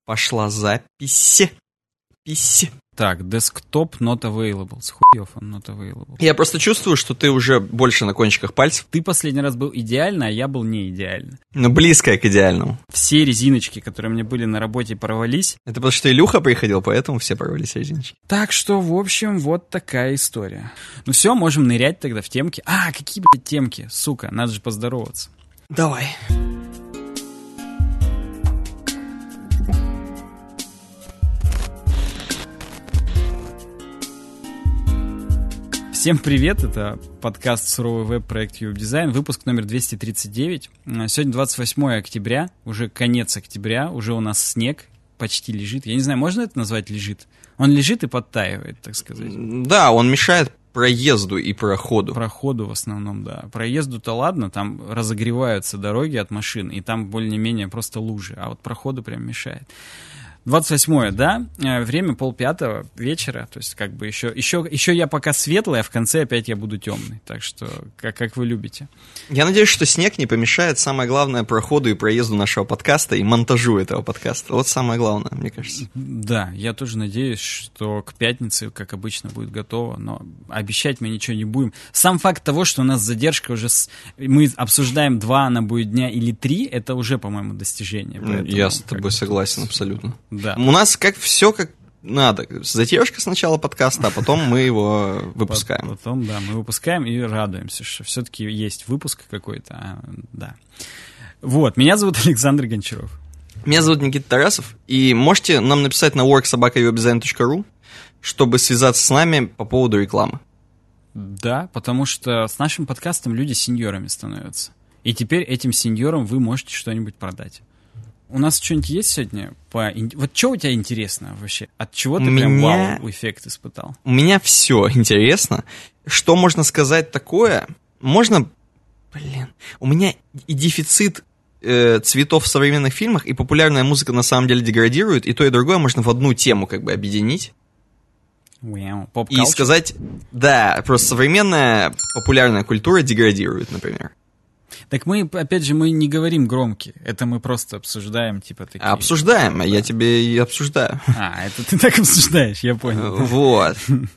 Пошла запись. Так, desktop not available. С хуев он not available. Я просто чувствую, что ты уже больше на кончиках пальцев. Ты последний раз был идеально, а я был не идеально. Ну, близкое к идеальному. Все резиночки, которые у меня были на работе, порвались. Это потому что Илюха приходил, поэтому все порвались резиночки. Так что, в общем, вот такая история. Ну все, можем нырять тогда в темки. А, какие, блядь, темки? Сука, надо же поздороваться. Давай. Всем привет, это подкаст «Суровый веб», проект Юб-Дизайн, выпуск номер 239. Сегодня 28 октября, уже конец октября, уже у нас снег почти лежит. Я не знаю, можно это назвать лежит? Он лежит и подтаивает, так сказать. Да, он мешает проезду и проходу. Проходу в основном, да. Проезду-то ладно, там разогреваются дороги от машин, и там более-менее просто лужи, а вот проходу прям мешает. 28-е, да, время 4:30 вечера, то есть как бы еще я пока светлый, а в конце опять я буду темный, так что как вы любите. Я надеюсь, что снег не помешает, самое главное, проходу и проезду нашего подкаста и монтажу этого подкаста. Вот самое главное, мне кажется. Да, я тоже надеюсь, что к пятнице, как обычно, будет готово, но обещать мы ничего не будем. Сам факт того, что у нас задержка уже, мы обсуждаем 2 она будет дня или 3, это уже, по-моему, достижение. Поэтому, я с тобой согласен абсолютно. Да. У нас все как надо. Задержка сначала подкаста, а потом мы его выпускаем. Потом, да, мы выпускаем и радуемся, что все-таки есть выпуск какой-то. Да. Вот, меня зовут Александр Гончаров. Меня зовут Никита Тарасов. И можете нам написать на work@webdesign.ru, чтобы связаться с нами по поводу рекламы. Да, потому что с нашим подкастом люди сеньорами становятся. И теперь этим сеньорам вы можете что-нибудь продать. У нас что-нибудь есть сегодня? Вот что у тебя интересно вообще? От чего ты прям вау-эффект испытал? У меня все интересно. Что можно сказать такое? Можно... У меня и дефицит цветов в современных фильмах, и популярная музыка на самом деле деградирует, и то, и другое можно в одну тему как бы объединить. И сказать, да, просто современная популярная культура деградирует, например. Так мы, опять же, мы не говорим громки. Это мы просто обсуждаем, типа такие... Обсуждаем, да. Я тебе и обсуждаю. Это ты так обсуждаешь, я понял. Вот.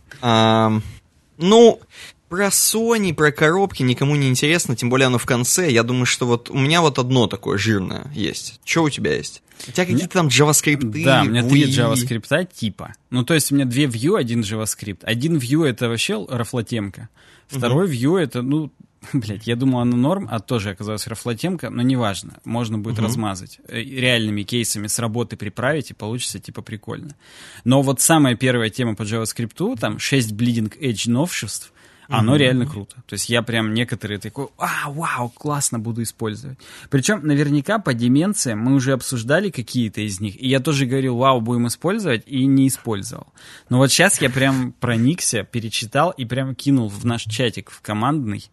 Ну, про Sony, про коробки никому не интересно, тем более оно в конце. Я думаю, что вот у меня вот одно такое жирное есть. Что у тебя есть? У тебя какие-то там JavaScript? Да, у меня 3 JavaScript типа. Ну, то есть у меня 2 Vue, 1 JavaScript. Один Vue — это вообще рафлотемка. Второй Vue — это, блять, я думал, оно норм, а тоже оказалась рафлотемка, но неважно, можно будет размазать. Реальными кейсами с работы приправить, и получится типа прикольно. Но вот самая первая тема по JavaScript, там 6 bleeding edge новшеств, оно реально круто. То есть я прям некоторые такой, вау, классно, буду использовать. Причем наверняка по деменциям мы уже обсуждали какие-то из них, и я тоже говорил, вау, будем использовать, и не использовал. Но вот сейчас я прям проникся, перечитал и прям кинул в наш чатик в командный,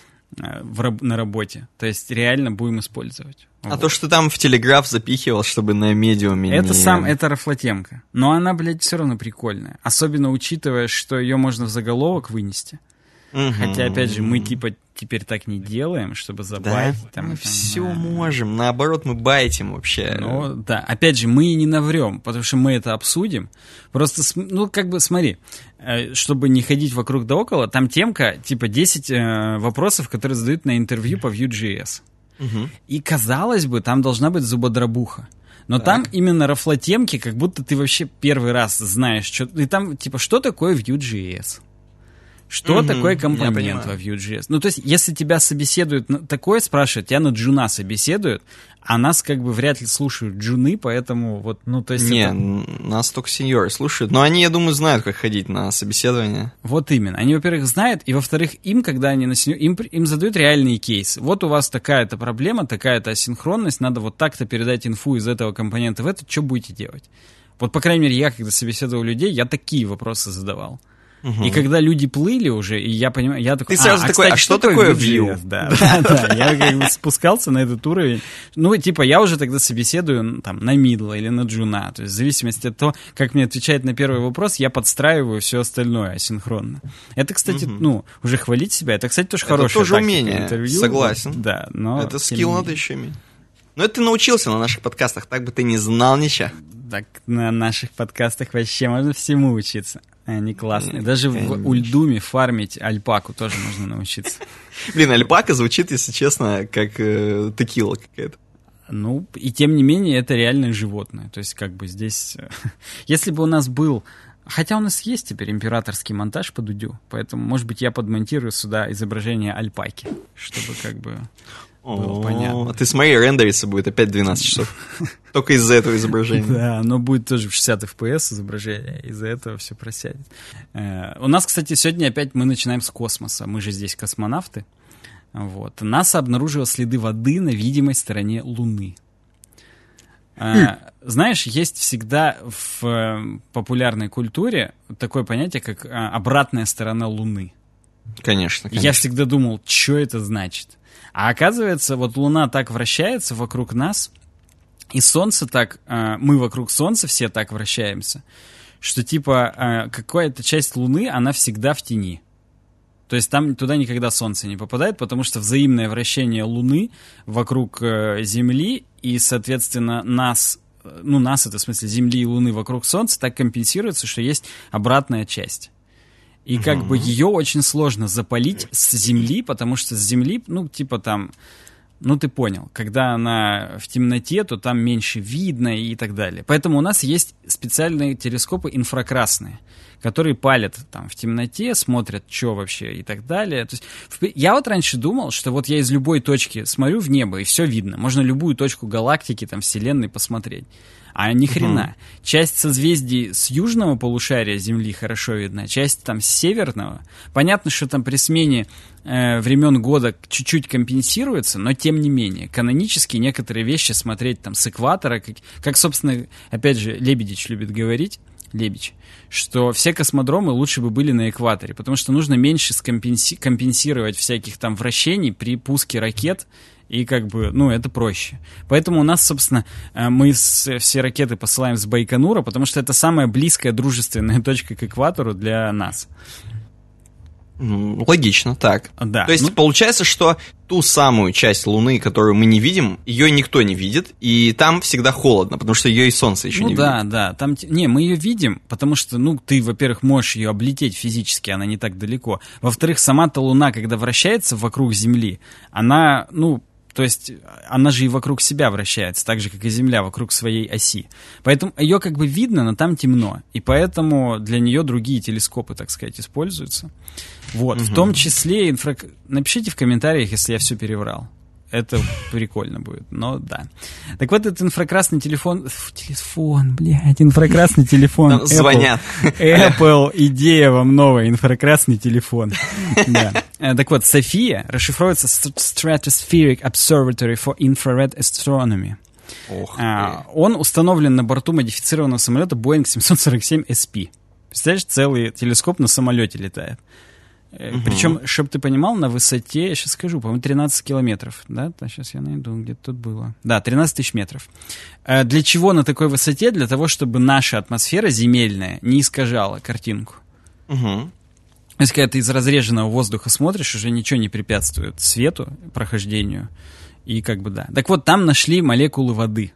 на работе. То есть реально будем использовать. А то, что там в Телеграф запихивал, чтобы на медиуме это рафлотемка. Но она, блядь, все равно прикольная. Особенно учитывая, что ее можно в заголовок вынести. Хотя, опять же, мы типа теперь так не делаем, чтобы забайтить. Да, мы все можем. Наоборот, мы байтим вообще. Ну, да. Опять же, мы и не наврем, потому что мы это обсудим. Просто, смотри, чтобы не ходить вокруг да около, там темка, типа, 10 вопросов, которые задают на интервью по Vue.js. И, казалось бы, там должна быть зубодробуха. Но там именно рафлотемки, как будто ты вообще первый раз знаешь, что... И там, типа, что такое Vue.js? Что такое компонент во Vue.js? Ну, то есть, если тебя собеседуют, такое спрашивают, тебя на джуна собеседуют, а нас как бы вряд ли слушают джуны, поэтому вот, то есть... нас только сеньоры слушают, но они, я думаю, знают, как ходить на собеседование. Вот именно. Они, во-первых, знают, и, во-вторых, когда они им задают реальные кейсы. Вот у вас такая-то проблема, такая-то асинхронность, надо вот так-то передать инфу из этого компонента в этот, что будете делать? Вот, по крайней мере, я, когда собеседовал людей, я такие вопросы задавал. И когда люди плыли уже, и я понимаю, я такой... Ты сразу такой, кстати, что такое Vue? Да, я как бы спускался на этот уровень. Ну, типа, я уже тогда собеседую там на мидла или на джуна. То есть в зависимости от того, как мне отвечает на первый вопрос, я подстраиваю все остальное асинхронно. Это, кстати, уже хвалить себя, это, кстати, тоже хорошая тактика умение, интервью. Согласен. Да, но... Это скилл надо еще иметь. Но это ты научился на наших подкастах, так бы ты не знал ничего. Так на наших подкастах вообще можно всему учиться. Они классные. Даже в Ульдуме фармить альпаку тоже можно научиться. Блин, альпака звучит, если честно, как текила какая-то. Ну, и тем не менее, это реальное животное. То есть, как бы здесь... Если бы у нас был... Хотя у нас есть теперь императорский монтаж по Дудю, поэтому, может быть, я подмонтирую сюда изображение альпаки, чтобы как бы было понятно. А ты смотри, рендериться будет опять 12 часов. Только из-за этого изображения. Да, оно будет тоже в 60 FPS изображение, из-за этого все просядет. У нас, кстати, сегодня опять мы начинаем с космоса. Мы же здесь космонавты. Вот. НАСА обнаружила следы воды на видимой стороне Луны. Знаешь, есть всегда в популярной культуре такое понятие, как обратная сторона Луны. Конечно. Я всегда думал, что это значит. А оказывается, вот Луна так вращается вокруг нас, и Солнце так, мы вокруг Солнца все так вращаемся, что типа какая-то часть Луны, она всегда в тени. То есть там туда никогда Солнце не попадает, потому что взаимное вращение Луны вокруг Земли и, соответственно, нас, это в смысле Земли и Луны вокруг Солнца, так компенсируется, что есть обратная часть. И как бы ее очень сложно запалить с Земли, потому что с Земли, ты понял, когда она в темноте, то там меньше видно и так далее. Поэтому у нас есть специальные телескопы инфракрасные, которые палят там в темноте, смотрят, что вообще и так далее. То есть, я вот раньше думал, что вот я из любой точки смотрю в небо, и все видно. Можно любую точку галактики, там, Вселенной посмотреть. А ни хрена. Часть созвездий с южного полушария Земли хорошо видна, часть там с северного. Понятно, что там при смене времен года чуть-чуть компенсируется, но тем не менее. Канонически некоторые вещи смотреть там с экватора, как собственно, опять же, Лебедич любит говорить, что все космодромы лучше бы были на экваторе, потому что нужно меньше компенсировать всяких там вращений при пуске ракет, и как бы, это проще. Поэтому у нас, собственно, мы все ракеты посылаем с Байконура, потому что это самая близкая дружественная точка к экватору для нас. Логично, так. Да. То есть получается, что ту самую часть Луны, которую мы не видим, ее никто не видит, и там всегда холодно, потому что ее и Солнце еще не видит. Да. Там, мы ее видим, потому что, ты, во-первых, можешь ее облететь физически, она не так далеко. Во-вторых, сама-то Луна, когда вращается вокруг Земли, она, то есть она же и вокруг себя вращается, так же, как и Земля вокруг своей оси. Поэтому ее как бы видно, но там темно. И поэтому для нее другие телескопы, так сказать, используются. Вот, в том числе напишите в комментариях, если я все переврал. Это прикольно будет, но да. Так вот, этот инфракрасный инфракрасный телефон. Звонят. Apple, идея вам новая, инфракрасный телефон. Да. Так вот, София расшифровывается Stratospheric Observatory for Infrared Astronomy. Он установлен на борту модифицированного самолета Boeing 747 SP. Представляешь, целый телескоп на самолете летает. Причем, чтобы ты понимал, на высоте, я сейчас скажу, по-моему, 13 километров. Да, сейчас я найду, где-то тут было. Да, 13 тысяч метров. Для чего на такой высоте? Для того, чтобы наша атмосфера земельная не искажала картинку. То есть, когда ты из разреженного воздуха смотришь, уже ничего не препятствует свету, прохождению. И как бы да. Так вот, там нашли молекулы воды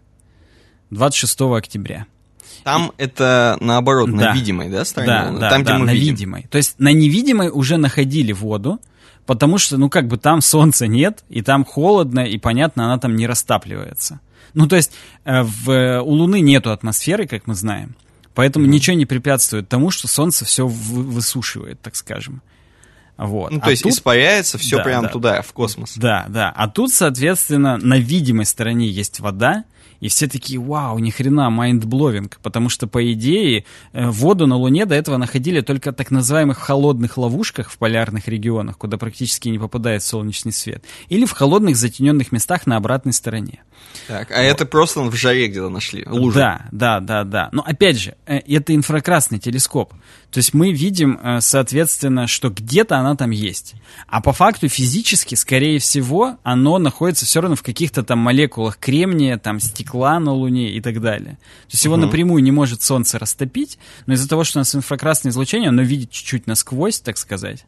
26 октября. Там это, наоборот, на видимой, да, стороне? Да, там, где мы на видим. видимой. То есть на невидимой уже находили воду, потому что, там солнца нет, и там холодно, и, понятно, она там не растапливается. То есть у Луны нету атмосферы, как мы знаем, поэтому ничего не препятствует тому, что солнце все высушивает, так скажем. Вот. То есть тут испаряется все туда, в космос. Да. А тут, соответственно, на видимой стороне есть вода, и все такие, вау, ни хрена, mind-blowing, потому что, по идее, воду на Луне до этого находили только в так называемых холодных ловушках в полярных регионах, куда практически не попадает солнечный свет, или в холодных затененных местах на обратной стороне. Так, это просто в жаре где-то нашли, лужи. Да. Но, опять же, это инфракрасный телескоп. То есть мы видим, соответственно, что где-то она там есть. А по факту физически, скорее всего, оно находится все равно в каких-то там молекулах кремния, там стекла на Луне и так далее. То есть его напрямую не может Солнце растопить, но из-за того, что у нас инфракрасное излучение, оно видит чуть-чуть насквозь, так сказать.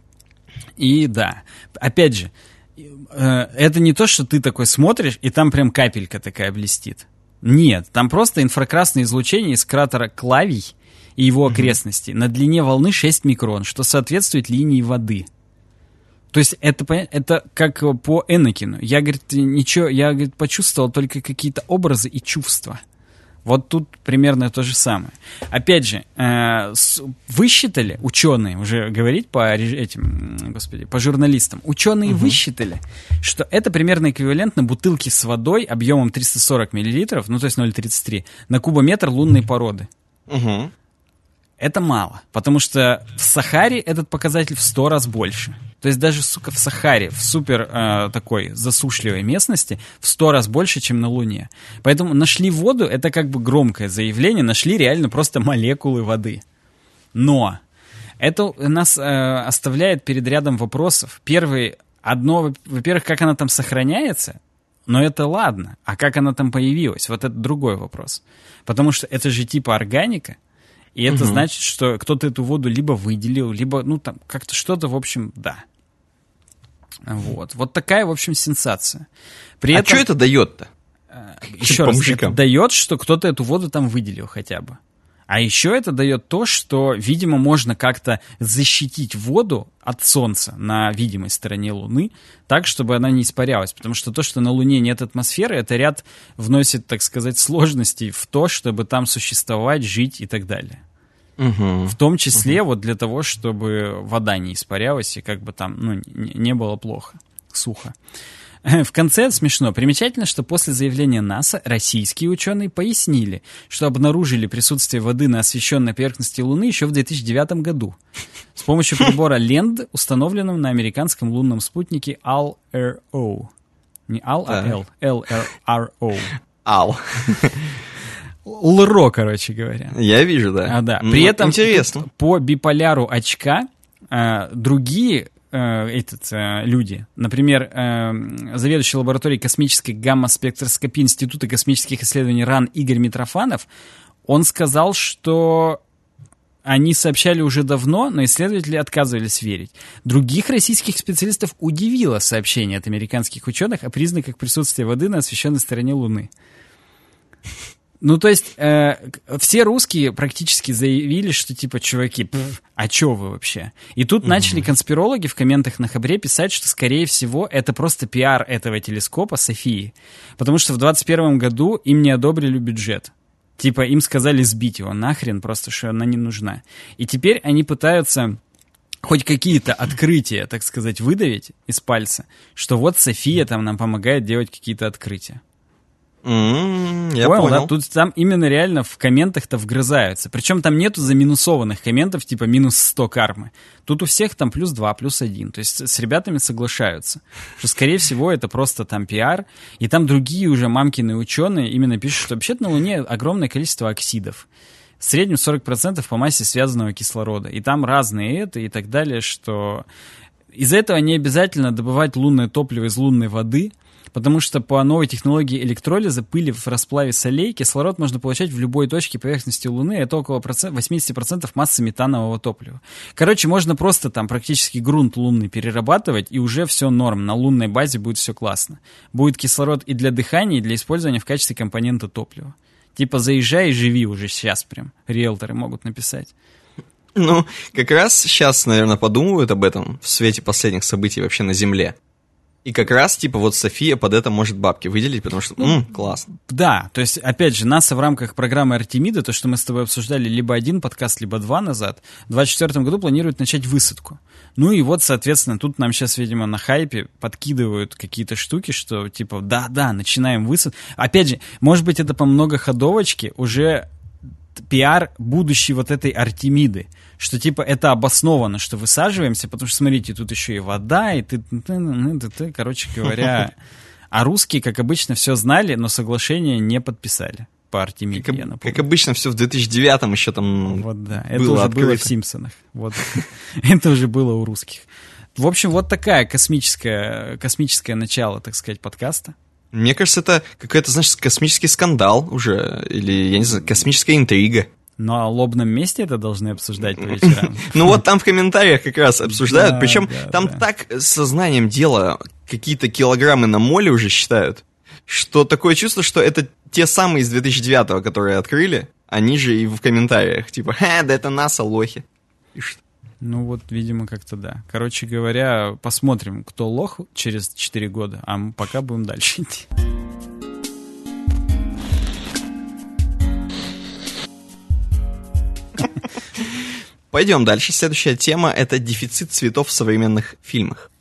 И да, опять же, это не то, что ты такой смотришь, и там прям капелька такая блестит. Нет, там просто инфракрасное излучение из кратера Клавий и его окрестностей на длине волны 6 микрон, что соответствует линии воды. То есть это как по Энакину. Я, говорит, почувствовал только какие-то образы и чувства. Вот тут примерно то же самое. Опять же, высчитали ученые, уже говорить по журналистам, ученые высчитали, что это примерно эквивалентно бутылке с водой объемом 340 мл, ну то есть 0,33, на кубометр лунной породы. Это мало, потому что в Сахаре этот показатель в 100 раз больше. То есть даже, сука, в Сахаре, в супер такой засушливой местности, в 100 раз больше, чем на Луне. Поэтому нашли воду, это как бы громкое заявление, нашли реально просто молекулы воды. Но это нас оставляет перед рядом вопросов. Во-первых, как она там сохраняется, но это ладно. А как она там появилась, вот это другой вопрос. Потому что это же типа органика. И это значит, что кто-то эту воду либо выделил, либо, ну, там, как-то что-то, в общем, да. Вот такая, в общем, сенсация. При этом, что это дает-то? Еще раз, это дает, что кто-то эту воду там выделил хотя бы. А еще это дает то, что, видимо, можно как-то защитить воду от Солнца на видимой стороне Луны так, чтобы она не испарялась. Потому что то, что на Луне нет атмосферы, это ряд вносит, так сказать, сложностей в то, чтобы там существовать, жить и так далее. В том числе вот для того, чтобы вода не испарялась и как бы там не было плохо, сухо. В конце смешно. Примечательно, что после заявления НАСА российские ученые пояснили, что обнаружили присутствие воды на освещенной поверхности Луны еще в 2009 году с помощью прибора LEND, установленного на американском лунном спутнике LRO. Не Al, а L. LRO. Al. ЛРО, короче говоря. Я вижу, да. Да. При этом интересно. По биполяру очка другие люди, например, заведующий лабораторией космической гамма-спектроскопии Института космических исследований РАН Игорь Митрофанов, он сказал, что они сообщали уже давно, но исследователи отказывались верить. Других российских специалистов удивило сообщение от американских ученых о признаках присутствия воды на освещенной стороне Луны. Ну, то есть, все русские практически заявили, что типа, чуваки, а чё вы вообще? И тут начали конспирологи в комментах на Хабре писать, что, скорее всего, это просто пиар этого телескопа Софии. Потому что в 2021 году им не одобрили бюджет. Типа, им сказали сбить его нахрен, просто что она не нужна. И теперь они пытаются хоть какие-то открытия, так сказать, выдавить из пальца, что вот София там нам помогает делать какие-то открытия. Я понял. Да? Тут там именно реально в комментах-то вгрызаются. Причем там нету заминусованных комментов, типа минус 100 кармы. Тут у всех там плюс 2, плюс 1. То есть с ребятами соглашаются, что, скорее всего, это просто там пиар. И там другие уже мамкины ученые именно пишут, что вообще-то на Луне огромное количество оксидов. В среднем 40% по массе связанного кислорода. И там разные и так далее, что из-за этого не обязательно добывать лунное топливо из лунной воды, потому что по новой технологии электролиза пыли в расплаве солей кислород можно получать в любой точке поверхности Луны, это около 80% массы метанового топлива. Короче, можно просто там практически грунт лунный перерабатывать, и уже все норм, на лунной базе будет все классно. Будет кислород и для дыхания, и для использования в качестве компонента топлива. Типа заезжай и живи уже сейчас прям, риэлторы могут написать. Ну, как раз сейчас, наверное, подумывают об этом в свете последних событий вообще на Земле. И как раз, типа, вот София под это может бабки выделить, потому что, классно. Да, то есть, опять же, НАСА в рамках программы Артемида, то, что мы с тобой обсуждали либо один подкаст, либо два назад, в 2024 году планируют начать высадку. Ну и вот, соответственно, тут нам сейчас, видимо, на хайпе подкидывают какие-то штуки, что, типа, да, начинаем высадку. Опять же, может быть, это по многоходовочке уже пиар будущей вот этой Артемиды, что типа это обосновано, что высаживаемся, потому что, смотрите, тут еще и вода, и ты, короче говоря, а русские, как обычно, все знали, но соглашение не подписали по Артемиде, я напомню. Как обычно, все в 2009-м еще там вот, да. Это уже открыто. Было в «Симпсонах». Вот. Это уже было у русских. В общем, вот такая космическое начало, так сказать, подкаста. Мне кажется, это какой-то, значит, космический скандал уже, или, я не знаю, космическая интрига. Ну, а о лобном месте это должны обсуждать по вечерам. Ну, вот там в комментариях как раз обсуждают, причем там так сознанием дела какие-то килограммы на моле уже считают, что такое чувство, что это те самые из 2009-го, которые открыли, они же и в комментариях, типа, да это НАСА, лохи, пишут. Ну вот, видимо, как-то да. Короче говоря, посмотрим, кто лох через 4 года, а мы пока будем дальше идти. Пойдем дальше. Следующая тема — это дефицит цветов в современных фильмах.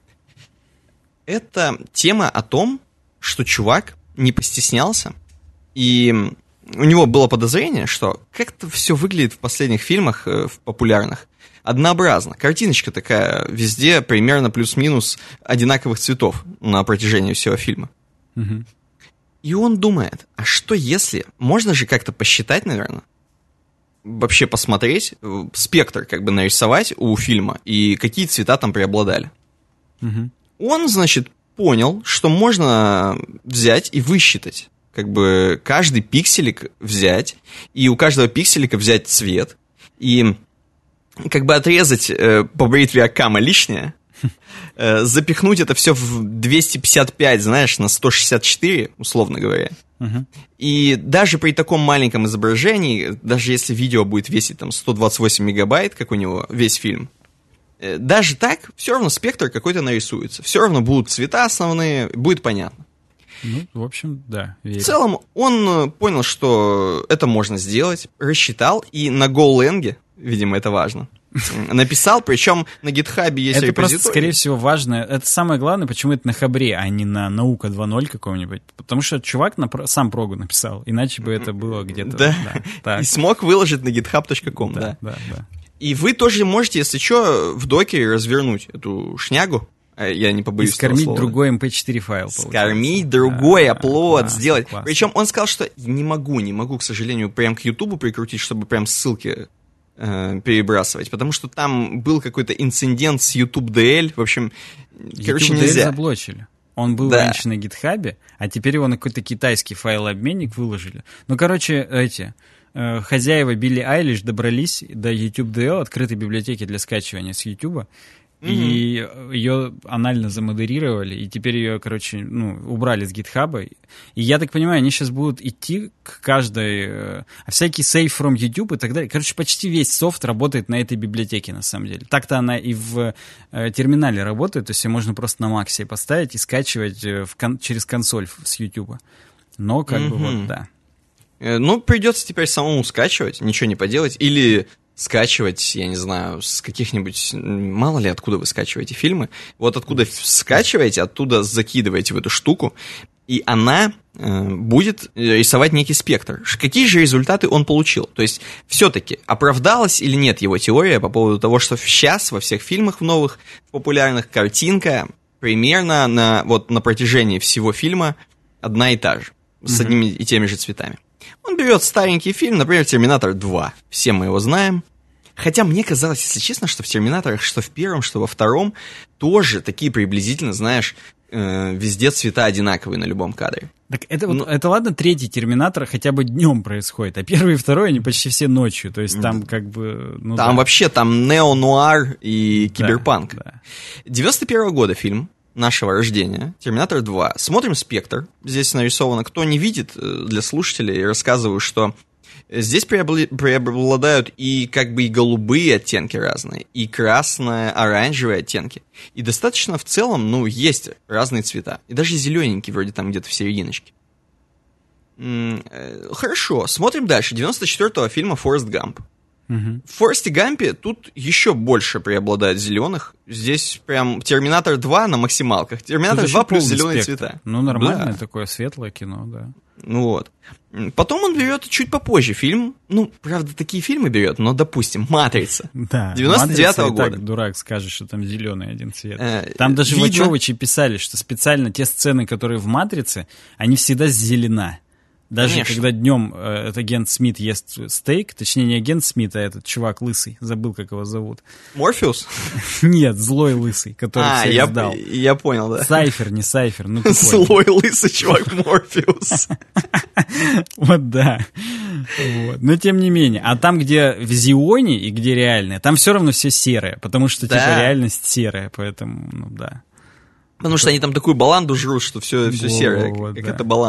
Это тема о том, что чувак не постеснялся, и у него было подозрение, что как-то все выглядит в последних фильмах, в популярных, однообразно. Картиночка такая везде примерно плюс-минус одинаковых цветов на протяжении всего фильма. Угу. И он думает, а что если... Можно же как-то посчитать, наверное, вообще посмотреть, спектр как бы нарисовать у фильма, и какие цвета там преобладали. Угу. Он, значит, понял, что можно взять и высчитать, как бы каждый пикселик взять, и у каждого пикселика взять цвет, и как бы отрезать по бритве Акама лишнее, запихнуть это все в 255, знаешь, на 164, условно говоря. Угу. И даже при таком маленьком изображении, даже если видео будет весить там 128 мегабайт, как у него весь фильм, даже так все равно спектр какой-то нарисуется. Все равно будут цвета основные, будет понятно. Ну, в общем, да, верю. В целом, он понял, что это можно сделать, рассчитал, и на GoLang, видимо, это важно, написал, причем на гитхабе есть это репозиторий. просто, скорее всего, важно. Это самое главное, почему это на Хабре, а не на Наука 2.0 каком-нибудь. Потому что чувак сам прогу написал, иначе бы это было где-то... Да, и смог выложить на github.com, да. Да. И вы тоже можете, если что, в докере развернуть эту шнягу. Я не побоюсь этого слова. Скормить другой MP4 файл. Скормить другой апплод, сделать. Классно. Причем он сказал, что не могу, к сожалению, прям к Ютубу прикрутить, чтобы прям ссылки перебрасывать, потому что там был какой-то инцидент с YouTube DL, в общем, короче, YouTube нельзя. DL заблочили. Он был раньше на гитхабе, а теперь его на какой-то китайский файлообменник выложили. Ну, короче, хозяева Билли Айлиш добрались до YouTube DL, открытой библиотеки для скачивания с YouTube, и ее анально замодерировали, и теперь ее, короче, убрали с гитхаба. И я так понимаю, они сейчас будут идти к каждой... всякий save from YouTube и так далее. Короче, почти весь софт работает на этой библиотеке, на самом деле. Так-то она и в терминале работает, то есть ее можно просто на Максе поставить и скачивать через консоль с YouTube. Но как бы вот, да. Ну, придется теперь самому скачивать, ничего не поделать, или... скачивать, я не знаю, с каких-нибудь... Мало ли, откуда вы скачиваете фильмы. Вот откуда скачиваете, оттуда закидываете в эту штуку, и она будет рисовать некий спектр. Какие же результаты он получил? То есть, все-таки, оправдалась или нет его теория по поводу того, что сейчас во всех фильмах в новых, популярных, картинка примерно на протяжении всего фильма одна и та же, с одними и теми же цветами. Он берет старенький фильм, например, «Терминатор 2». Все мы его знаем. Хотя мне казалось, если честно, что в «Терминаторах», что в первом, что во втором, тоже такие приблизительно, знаешь, везде цвета одинаковые на любом кадре. Так это ладно, третий «Терминатор» хотя бы днем происходит, а первый и второй, они почти все ночью. То есть там как бы... там вообще нео-нуар и киберпанк. Да. 91-го года фильм. Нашего рождения, «Терминатор 2». Смотрим спектр. Здесь нарисовано, кто не видит, для слушателей рассказываю, что здесь преобладают и как бы и голубые оттенки разные, и красные, оранжевые оттенки. И достаточно в целом, есть разные цвета. И даже зелененький вроде там где-то в серединочке. Хорошо, смотрим дальше. 94-го фильма «Форест Гамп». В «Форесте Гампе» тут еще больше преобладает зеленых. Здесь прям «Терминатор 2» на максималках. «Терминатор 2» плюс зеленые цвета. Нормальное такое светлое кино, да. Вот. Потом он берет чуть попозже фильм. Правда, такие фильмы берет, но, допустим, «Матрица». Да, 99-го года. Так, дурак, скажешь, что там зеленый один цвет. Там даже Вачовичи писали, что специально те сцены, которые в «Матрице», они всегда зелена. Даже Конечно. когда днем этот агент Смит ест стейк, точнее не агент Смит, а этот чувак лысый, забыл, как его зовут. Морфеус? Нет, злой лысый, который всех сдал. Я понял, да. Сайфер, не Сайфер, Злой лысый чувак Морфеус. Вот да. Но тем не менее. А там, где в Зионе и где реальное, там все равно все серое, потому что типа реальность серая, поэтому, да. Потому что они там такую баланду жрут, что все серое, как эта баланда.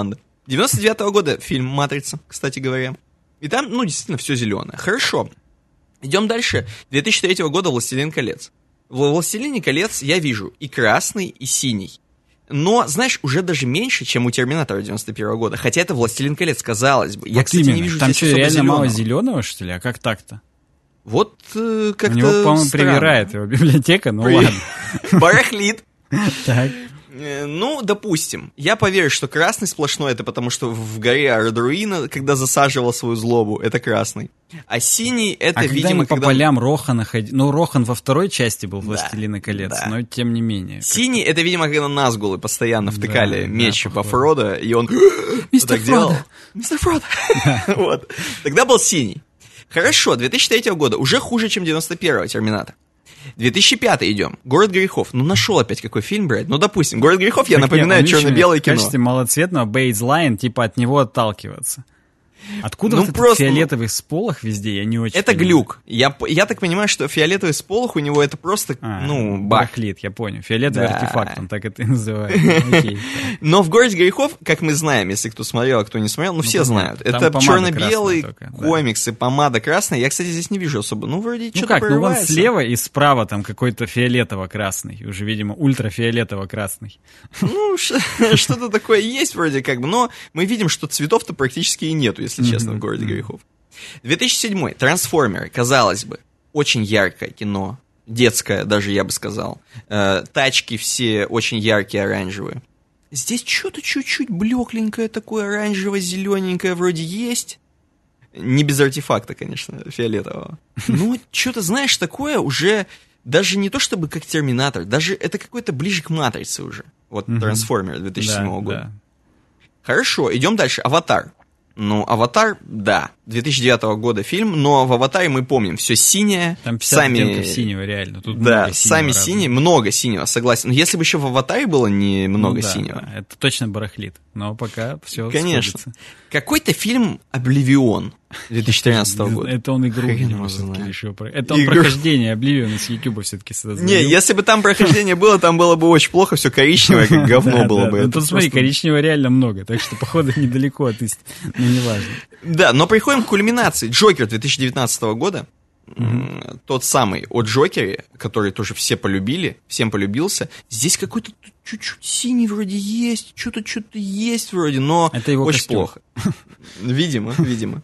99-го года фильм «Матрица», кстати говоря. И там, ну, действительно, все зеленое. Хорошо. Идем дальше. 2003 года «Властелин колец». В «Властелине колец» я вижу и красный, и синий. Но, знаешь, уже даже меньше, чем у «Терминатора» 91 года. Хотя это «Властелин колец», казалось бы. Я, кстати, не вижу там здесь что, особо реально зеленого. мало зеленого, что ли? А как так-то? Вот как-то У него, по-моему, странно. привирает его библиотека, ну ладно. Барахлит. Так. Ну, допустим, я поверю, что красный сплошной, это потому что в горе Ардруина, когда засаживал свою злобу, это красный. А синий, это, А когда видимо, они по полям Рохана ходили... Ну, Рохан во второй части был «Властелина колец», да. но тем не менее. Синий, это, видимо, когда Назгулы постоянно втыкали Да, меч да, по походу. Фродо, и он Мистер так делал. Фродо. Мистер Фродо. Вот. Тогда был синий. Хорошо, 2003 года, уже хуже, чем 91-го «Терминатор». 2005 идем. «Город грехов». Ну, нашел опять какой фильм брать. Ну, допустим, «Город грехов», я напоминаю, черно-белое В кино. качестве малоцветного бейзлайн, типа от него отталкиваться. Откуда Ну, вот просто, этот фиолетовый сполох везде, я не очень Это понимаю. глюк. Я так понимаю, что фиолетовый сполох у него это просто, баг. Барахлит, я понял. Фиолетовый Да. артефакт, он так это и называется. Окей. Но в «Городе грехов», как мы знаем, если кто смотрел, а кто не смотрел, ну все понятно. знают. Там Это помада черно-белый красная только, да. комиксы, помада красная. Я, кстати, здесь не вижу особо. Ну, вроде Ну что-то как, ну вон прорывается. слева и справа там какой-то фиолетово-красный. Уже, видимо, ультрафиолетово-красный. Ну, что-то такое есть вроде как бы, но мы видим, что цветов-то практически и нету, если честно, в «Городе грехов». 2007 «Трансформеры», казалось бы, очень яркое кино, детское даже, я бы сказал. Тачки все очень яркие, оранжевые. Здесь что-то чуть-чуть блекленькое такое, оранжево-зелененькое вроде есть. Не без артефакта, конечно, фиолетового. Но что-то, знаешь, такое уже даже не то чтобы как «Терминатор», даже это какое-то ближе к «Матрице» уже. Вот «Трансформеры» 2007 года. Да. Хорошо, идем дальше. «Аватар». Ну, «Аватар», да, 2009 года фильм, но в «Аватаре» мы помним, все синее. Там 50 оттенков синего, реально. Тут Да, много синего сами разного. синие, много синего, согласен. Но если бы еще в «Аватаре» было не много Ну да, синего. да, это точно барахлит. Но пока все Конечно. сходится. Какой-то фильм «Обливион» 2013 года. Это он игру, Хрен видимо, его все-таки знает. решил. Это он Игру. прохождение Обливиона с Ютуба все-таки создал. Не, если бы там прохождение было, там было бы очень плохо, все коричневое, как говно было бы. Ну Это тут смотри, просто- коричневого реально много, так что, походу, недалеко от истины. Ну, неважно. Да, но приходим к кульминации. «Джокер» 2019 года. Тот самый о Джокере, который тоже все полюбили, всем полюбился. Здесь какой-то чуть-чуть синий вроде есть, что-то есть вроде, но Это его очень костюм. плохо. Видимо.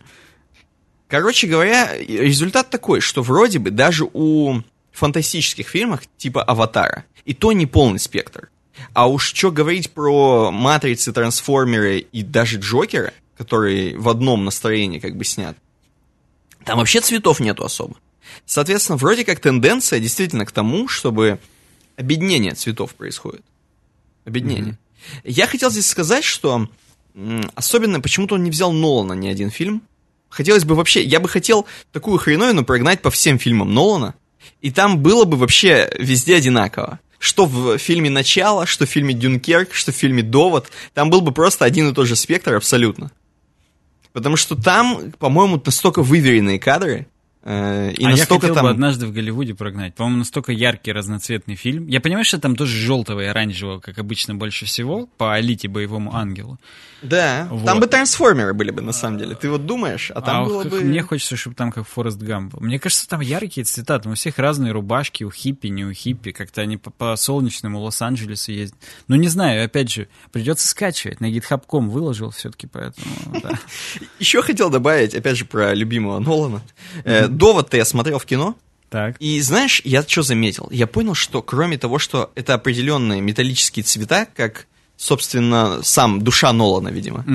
Короче говоря, результат такой, что вроде бы даже у фантастических фильмов типа «Аватара» и то не полный спектр. А уж что говорить про «Матрицы», «Трансформеры» и даже «Джокера», который в одном настроении как бы снят, там вообще цветов нету особо. Соответственно, вроде как тенденция действительно к тому, чтобы объединение цветов происходит. Объединение. Я хотел здесь сказать, что особенно почему-то он не взял Нолана ни один фильм. Хотелось бы вообще, я бы хотел такую хреновину прогнать по всем фильмам Нолана, и там было бы вообще везде одинаково. Что в фильме «Начало», что в фильме «Дюнкерк», что в фильме «Довод», там был бы просто один и тот же спектр абсолютно. Потому что там, по-моему, настолько выверенные кадры, и Я настолько хотел там... бы «Однажды в Голливуде» прогнать. По-моему, настолько яркий, разноцветный фильм. Я понимаю, что там тоже желтого и оранжевого, как обычно, больше всего, по Алите, боевому ангелу. Да, Вот. там бы трансформеры были бы, на самом деле. Ты вот думаешь, а там было бы... Мне хочется, чтобы там как Форест Гамп был. Мне кажется, там яркие цвета. Там у всех разные рубашки, у хиппи, не у хиппи. Как-то они по солнечному Лос-Анджелесу ездят. Ну, не знаю, опять же, придется скачивать. На GitHub.com выложил все-таки, поэтому, да. Еще хотел добавить, опять же, про любимого Нолана. «Довод»-то я смотрел в кино. Так. И знаешь, я что заметил? Я понял, что кроме того, что это определенные металлические цвета, как, собственно, сам душа Нолана, видимо.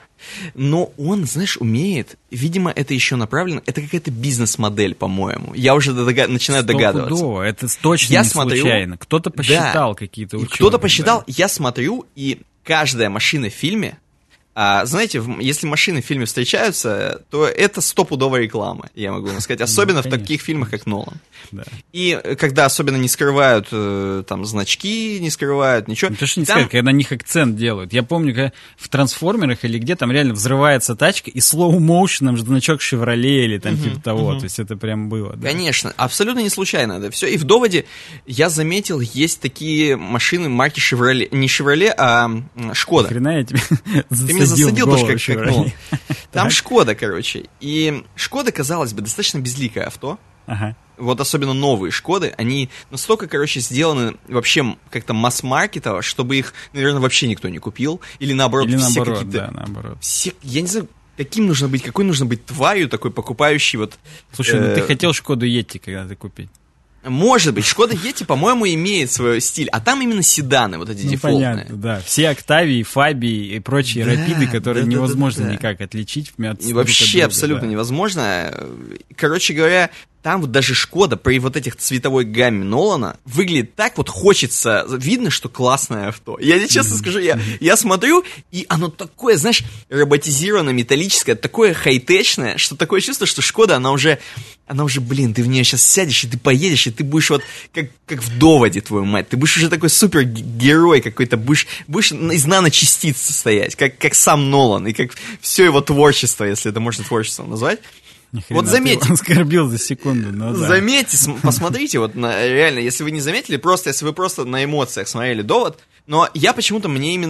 Но он, знаешь, умеет, видимо, это еще направлено, это какая-то бизнес-модель, по-моему. Я уже начинаю догадываться. Стопудово, это точно Я не смотрю, случайно. Кто-то посчитал да, какие-то и ученые. кто-то посчитал, да. я смотрю, и каждая машина в фильме, знаете, если машины в фильме встречаются, то это стопудовая реклама, я могу вам сказать. Особенно в конечно, таких фильмах, как Нолан. Да. И когда особенно не скрывают там значки, не скрывают ничего. Ну, то, что не там... сказать, когда на них акцент делают. Я помню, когда в «Трансформерах» или где там реально взрывается тачка, и слоу-моушеном значок «Шевроле» или там типа того. То есть это прям было. Да. Конечно, абсолютно не случайно это все. И в «Доводе» я заметил, есть такие машины марки «Шевроле». Не «Шевроле», а «Шкода». Хрена я тебе Ты не засадил тоже, как Chevrolet. Там Шкода, короче. И Шкода, казалось бы, достаточно безликое авто. Ага. Вот особенно новые Шкоды, они настолько, короче, сделаны вообще как-то масс-маркетово, чтобы их, наверное, вообще никто не купил. Или наоборот, Или все наоборот, какие-то... да, наоборот. Все, я не знаю, какой нужно быть тварью такой, покупающей вот... Слушай, ну ты хотел Шкоду Йети когда-то купить. Может быть, Шкода Йети, по-моему, имеет свой стиль, а там именно седаны, вот эти дефолтные. Понятно, да. Все Октавии, Фабии и прочие Рапиды, которые невозможно никак отличить. Вообще абсолютно невозможно. Короче говоря, там вот даже Шкода при вот этих цветовой гамме Нолана выглядит так, вот хочется, видно, что классное авто. Я тебе честно скажу, я смотрю, и оно такое, знаешь, роботизированное, металлическое, такое хай-течное, что такое чувство, что Шкода, она уже, блин, ты в нее сейчас сядешь, и ты поедешь, и ты будешь вот как в доводе, твою мать. Ты будешь уже такой супергерой какой-то, будешь из наночастиц состоять, как сам Нолан, и как все его творчество, если это можно творчеством назвать. Вот заметьте. Он оскорбил за секунду, но да. Заметьте, посмотрите, вот реально, если вы не заметили, если вы просто на эмоциях смотрели довод, но я почему-то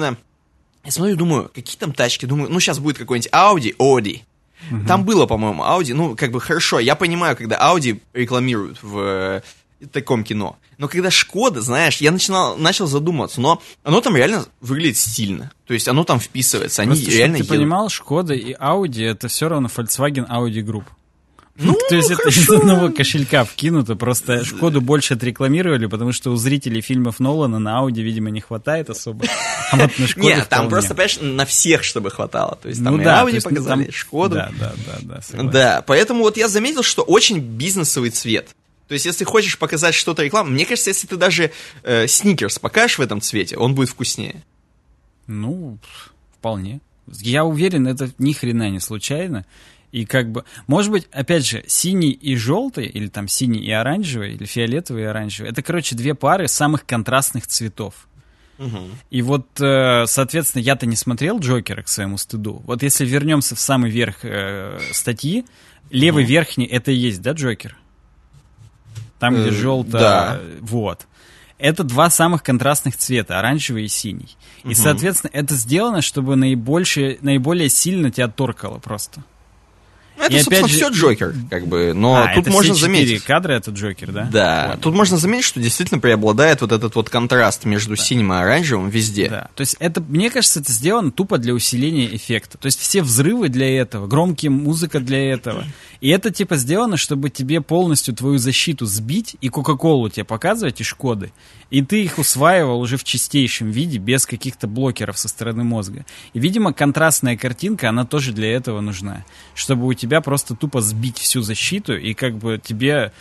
я смотрю, думаю, какие там тачки, думаю, ну сейчас будет какой-нибудь Audi. Там было, по-моему, Audi, ну как бы хорошо, я понимаю, когда Audi рекламируют в таком кино, но когда Шкода, знаешь, я начал задумываться, но оно там реально выглядит стильно, то есть оно там вписывается, они просто, реально чтобы ты понимал, Шкода и Audi это все равно Volkswagen Audi Group. Ну, то есть это из одного кошелька вкинуто, просто Шкоду больше отрекламировали, потому что у зрителей фильмов Нолана на Audi, видимо, не хватает особо. А вот на Шкоде нет, там просто, понимаешь, на всех, чтобы хватало. То есть там и Audi показали, и Шкоду. Да. Да, поэтому вот я заметил, что очень бизнесовый цвет. То есть, если хочешь показать что-то рекламу, мне кажется, если ты даже сникерс покажешь в этом цвете, он будет вкуснее. Ну, вполне. Я уверен, это ни хрена не случайно. И как бы, может быть, опять же, синий и желтый, или там синий и оранжевый, или фиолетовый и оранжевый, это, короче, две пары самых контрастных цветов. И вот, соответственно, я-то не смотрел Джокера, к своему стыду. Вот если вернемся в самый верх статьи, левый верхний, это и есть, да, Джокер? Там, где желто, да. Вот. Это два самых контрастных цвета, оранжевый и синий. И, соответственно, это сделано, чтобы наиболее сильно тебя торкало просто. Это, и собственно, все Джокер, как бы, но тут это можно все заметить. Кадры это Джокер, да? Да, вот. Тут можно заметить, что действительно преобладает вот этот вот контраст между синим и оранжевым везде. Да, то есть это, мне кажется, это сделано тупо для усиления эффекта. То есть все взрывы для этого, громкие музыка для этого. И это типа сделано, чтобы тебе полностью твою защиту сбить и Кока-Колу тебе показывать и Шкоды. И ты их усваивал уже в чистейшем виде, без каких-то блокеров со стороны мозга. И, видимо, контрастная картинка, она тоже для этого нужна. Чтобы у тебя просто тупо сбить всю защиту, и как бы тебе...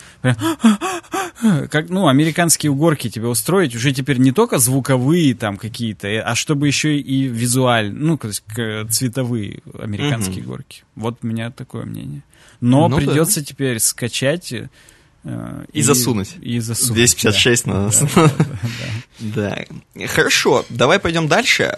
Как, ну, американские угорки тебе устроить, уже теперь не только звуковые там какие-то, а чтобы еще и визуально, ну, то есть цветовые американские горки. Вот у меня такое мнение. Но придется теперь скачать... И засунуть. 256 да. на нас. Да. Хорошо, давай пойдем дальше.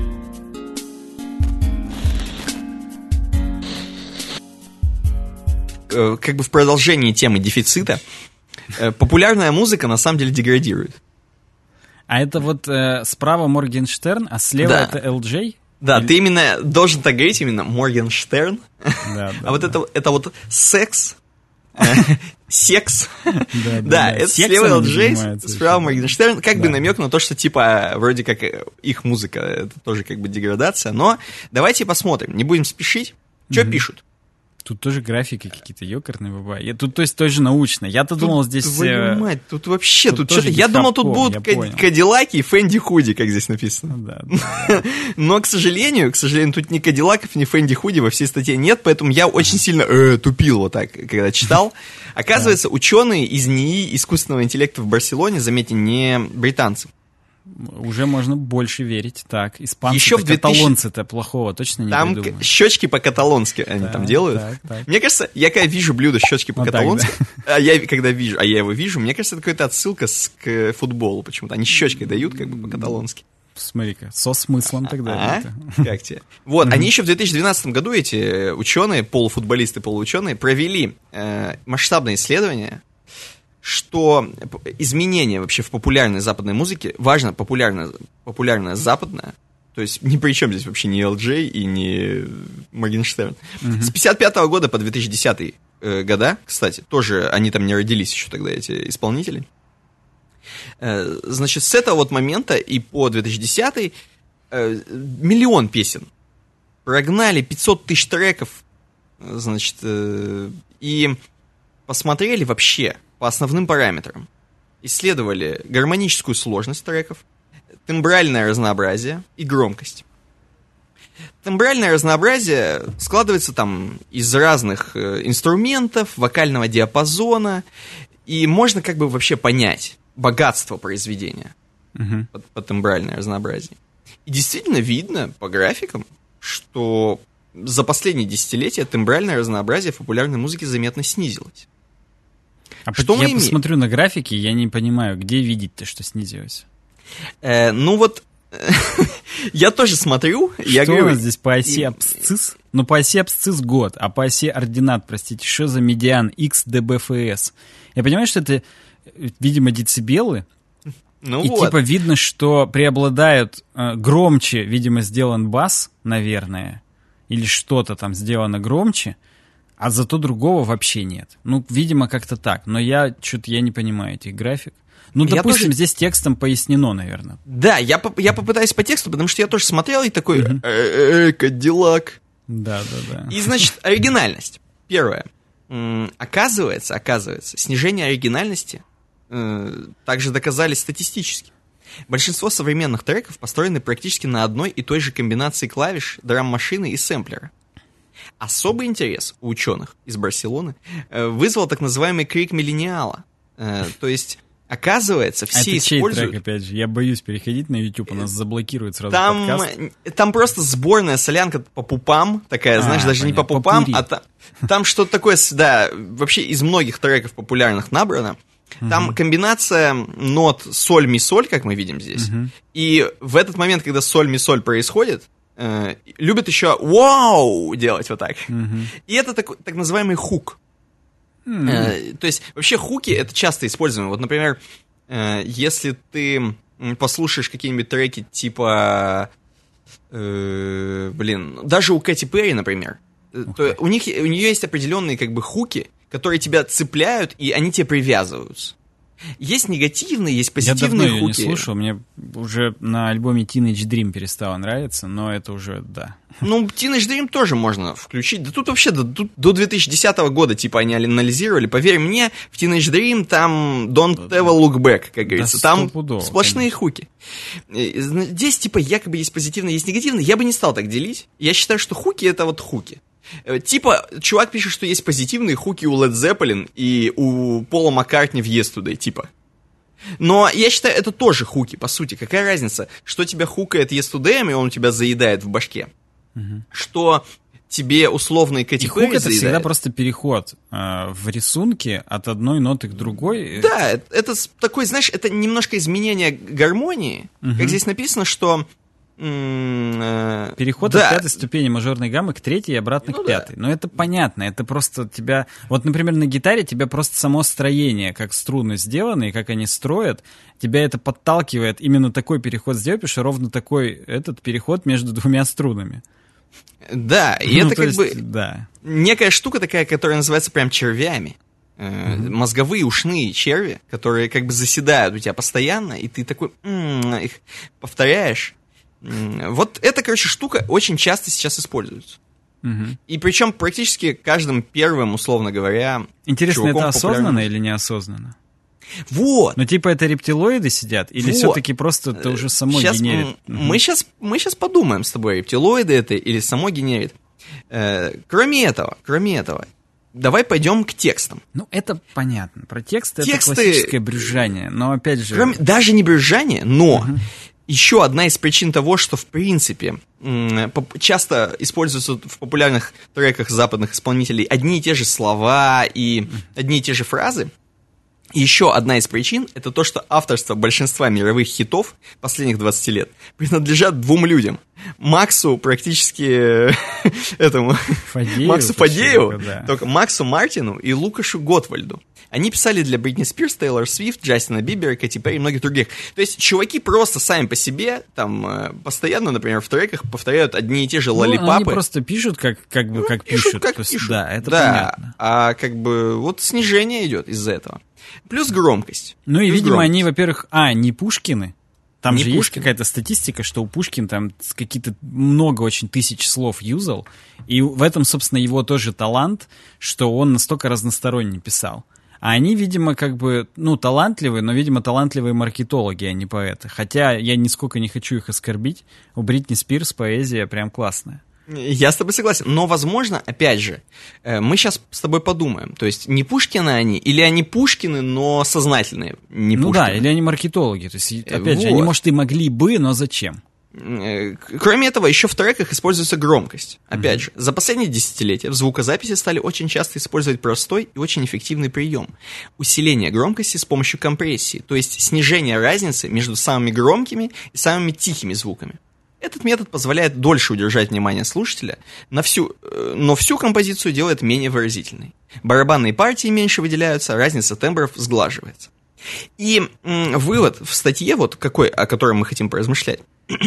Как бы в продолжении темы дефицита, популярная музыка на самом деле деградирует. А это вот справа Моргенштерн, а слева это LJ? Да, ты именно должен так говорить, именно Моргенштерн. А вот это вот секс. Секс. Да, это слева LJ, справа Моргенштерн. Как бы намек на то, что типа вроде как их музыка, это тоже как бы деградация. Но давайте посмотрим, не будем спешить. Что пишут? Тут тоже графики какие-то ёкарные бывают. Тут, то есть, тоже научно. Я-то думал здесь... Твою мать, тут вообще, тут что-то... Я думал, тут будут Кадиллаки и Фэнди Худи, как здесь написано. Да. Но, к сожалению, тут ни Кадиллаков, ни Фэнди Худи во всей статье нет, поэтому я очень сильно тупил вот так, когда читал. Оказывается, ученые из НИИ искусственного интеллекта в Барселоне, заметьте, не британцы. Уже можно больше верить. Так, испанцы, каталонцы-то плохого точно не придумали. Там щечки по-каталонски они там делают. Так. Мне кажется, я когда вижу блюдо щечки по-каталонски, я его вижу, мне кажется, это какая-то отсылка к футболу почему-то. Они щечкой дают как бы по-каталонски. Смотри-ка, со смыслом тогда. Как тебе? Вот, они еще в 2012 году, эти ученые, полуфутболисты, полуученые, провели масштабное исследование, что изменения вообще в популярной западной музыке, важно популярная западная, То есть ни при чем здесь вообще ни LJ и ни Моргенштерн. С 55 года по 2010 года, кстати, тоже они там не родились еще тогда, эти исполнители. Значит, с этого вот момента и по 2010 миллион песен. Прогнали 500 тысяч треков, значит, и посмотрели вообще по основным параметрам. Исследовали гармоническую сложность треков, тембральное разнообразие и громкость. Тембральное разнообразие складывается там из разных инструментов, вокального диапазона, и можно как бы вообще понять богатство произведения по тембральное разнообразие. И действительно видно по графикам, что за последние десятилетия тембральное разнообразие в популярной музыке заметно снизилось. Что я посмотрю на графики, я не понимаю, где видеть-то, что снизилось. Ну вот, я тоже смотрю. Что у нас здесь по оси абсцисс? Ну, по оси абсцисс год, а по оси ординат, простите, что за медиан X dBFS? Я понимаю, что это, видимо, децибелы. Ну и вот. Типа видно, что преобладают громче, видимо, сделан бас, наверное, или что-то там сделано громче, а зато другого вообще нет. Ну, видимо, как-то так. Но я не понимаю этих график. Ну, допустим, здесь текстом пояснено, наверное. Да, я попытаюсь по тексту, потому что я тоже смотрел и такой, Кадиллак. Да. И, значит, оригинальность. Первое. Оказывается, снижение оригинальности также доказали статистически. Большинство современных треков построены практически на одной и той же комбинации клавиш, драм-машины и сэмплера. Особый интерес у ученых из Барселоны вызвал так называемый крик миллениала. То есть, оказывается, все используют... Это чей трек, опять же? Я боюсь переходить на YouTube, у нас заблокируют сразу подкаст. Там просто сборная солянка по пупам, такая, знаешь, даже понятно, не по пупам, попури. Там что-то такое, да, вообще из многих треков популярных набрано. Там комбинация нот соль, ми, соль, как мы видим здесь. И в этот момент, когда соль, ми, соль происходит, любят еще вау делать вот так. И это так называемый хук. То есть вообще хуки это часто используемо. Вот, например, если ты послушаешь какие-нибудь треки типа, даже у Кэти Перри, например, то у нее есть определенные как бы хуки, которые тебя цепляют, и они тебе привязываются. Есть негативные, есть позитивные хуки. Я давно ее не слушал, мне уже на альбоме Teenage Dream перестало нравиться, но это уже, да. Ну, Teenage Dream тоже можно включить. Да тут вообще до 2010 года, типа, они анализировали. Поверь мне, в Teenage Dream там don't ever look back, как говорится. Там сплошные хуки. Здесь, типа, якобы есть позитивные, есть негативные. Я бы не стал так делить. Я считаю, что хуки — это вот хуки. Типа, чувак пишет, что есть позитивные хуки у Led Zeppelin и у Пола Маккартни в Yesterday, типа. Но я считаю, это тоже хуки, по сути. Какая разница, что тебя хукает Yesterday, и он у тебя заедает в башке, что тебе условный Кэти Перри заедает. И хук — это всегда просто переход в рисунке от одной ноты к другой. Да, это такой, знаешь, это немножко изменение гармонии. Как здесь написано, что... Переход от пятой ступени мажорной гаммы к третьей и обратно к пятой. Но это понятно, это просто тебя... Вот, например, на гитаре тебя просто само строение, как струны сделаны, и как они строят, тебя это подталкивает именно такой переход сделать, потому что ровно такой этот переход между двумя струнами. Да, и это как бы некая штука такая, которая называется прям червями. Мозговые ушные черви, которые как бы заседают у тебя постоянно, и ты такой их повторяешь. Вот эта, короче, штука очень часто сейчас используется. И причем практически каждым первым, условно говоря, интересно, это осознанно или неосознанно? Вот. Ну, типа, это рептилоиды сидят? Или все-таки просто это уже само генерит? Мы сейчас подумаем с тобой, рептилоиды это или само генерит. Кроме этого, давай пойдем к текстам. Ну, это понятно. Про тексты это классическое брюзжание. Но, опять же... Даже не брюзжание, но... Еще одна из причин того, что, в принципе, часто используются в популярных треках западных исполнителей одни и те же слова и одни и те же фразы, Еще одна из причин — это то, что авторство большинства мировых хитов последних 20 лет принадлежат двум людям. Максу практически этому... Максу Фадееву, только Максу Мартину и Лукашу Готвальду. Они писали для Бритни Спирс, Тейлор Свифт, Джастина Бибера, Кэти Перри и многих других. То есть чуваки просто сами по себе там постоянно, например, в треках повторяют одни и те же лолипапы. Они просто пишут, как пишут. Как пишут. Да, это понятно. А как бы вот снижение идет из-за этого. Плюс громкость. Ну и, видимо, громкость. Они, во-первых, не Пушкины. Там не же Пушкин. Есть какая-то статистика, что у Пушкина там какие-то много очень тысяч слов юзал. И в этом, собственно, его тоже талант, что он настолько разносторонне писал. А они, видимо, как бы, талантливые, но, видимо, талантливые маркетологи, а не поэты. Хотя я нисколько не хочу их оскорбить. У Бритни Спирс поэзия прям классная. Я с тобой согласен, но, возможно, опять же, мы сейчас с тобой подумаем, то есть не Пушкины они, или они Пушкины, но сознательные, не Пушкины. Да, или они маркетологи, то есть, опять же, они, может, и могли бы, но зачем? Кроме этого, еще в треках используется громкость. Опять же, за последние десятилетия в звукозаписи стали очень часто использовать простой и очень эффективный прием — усиление громкости с помощью компрессии, то есть снижение разницы между самыми громкими и самыми тихими звуками. Этот метод позволяет дольше удержать внимание слушателя, но всю композицию делает менее выразительной. Барабанные партии меньше выделяются, разница тембров сглаживается. И вывод в статье, вот какой, о котором мы хотим поразмышлять.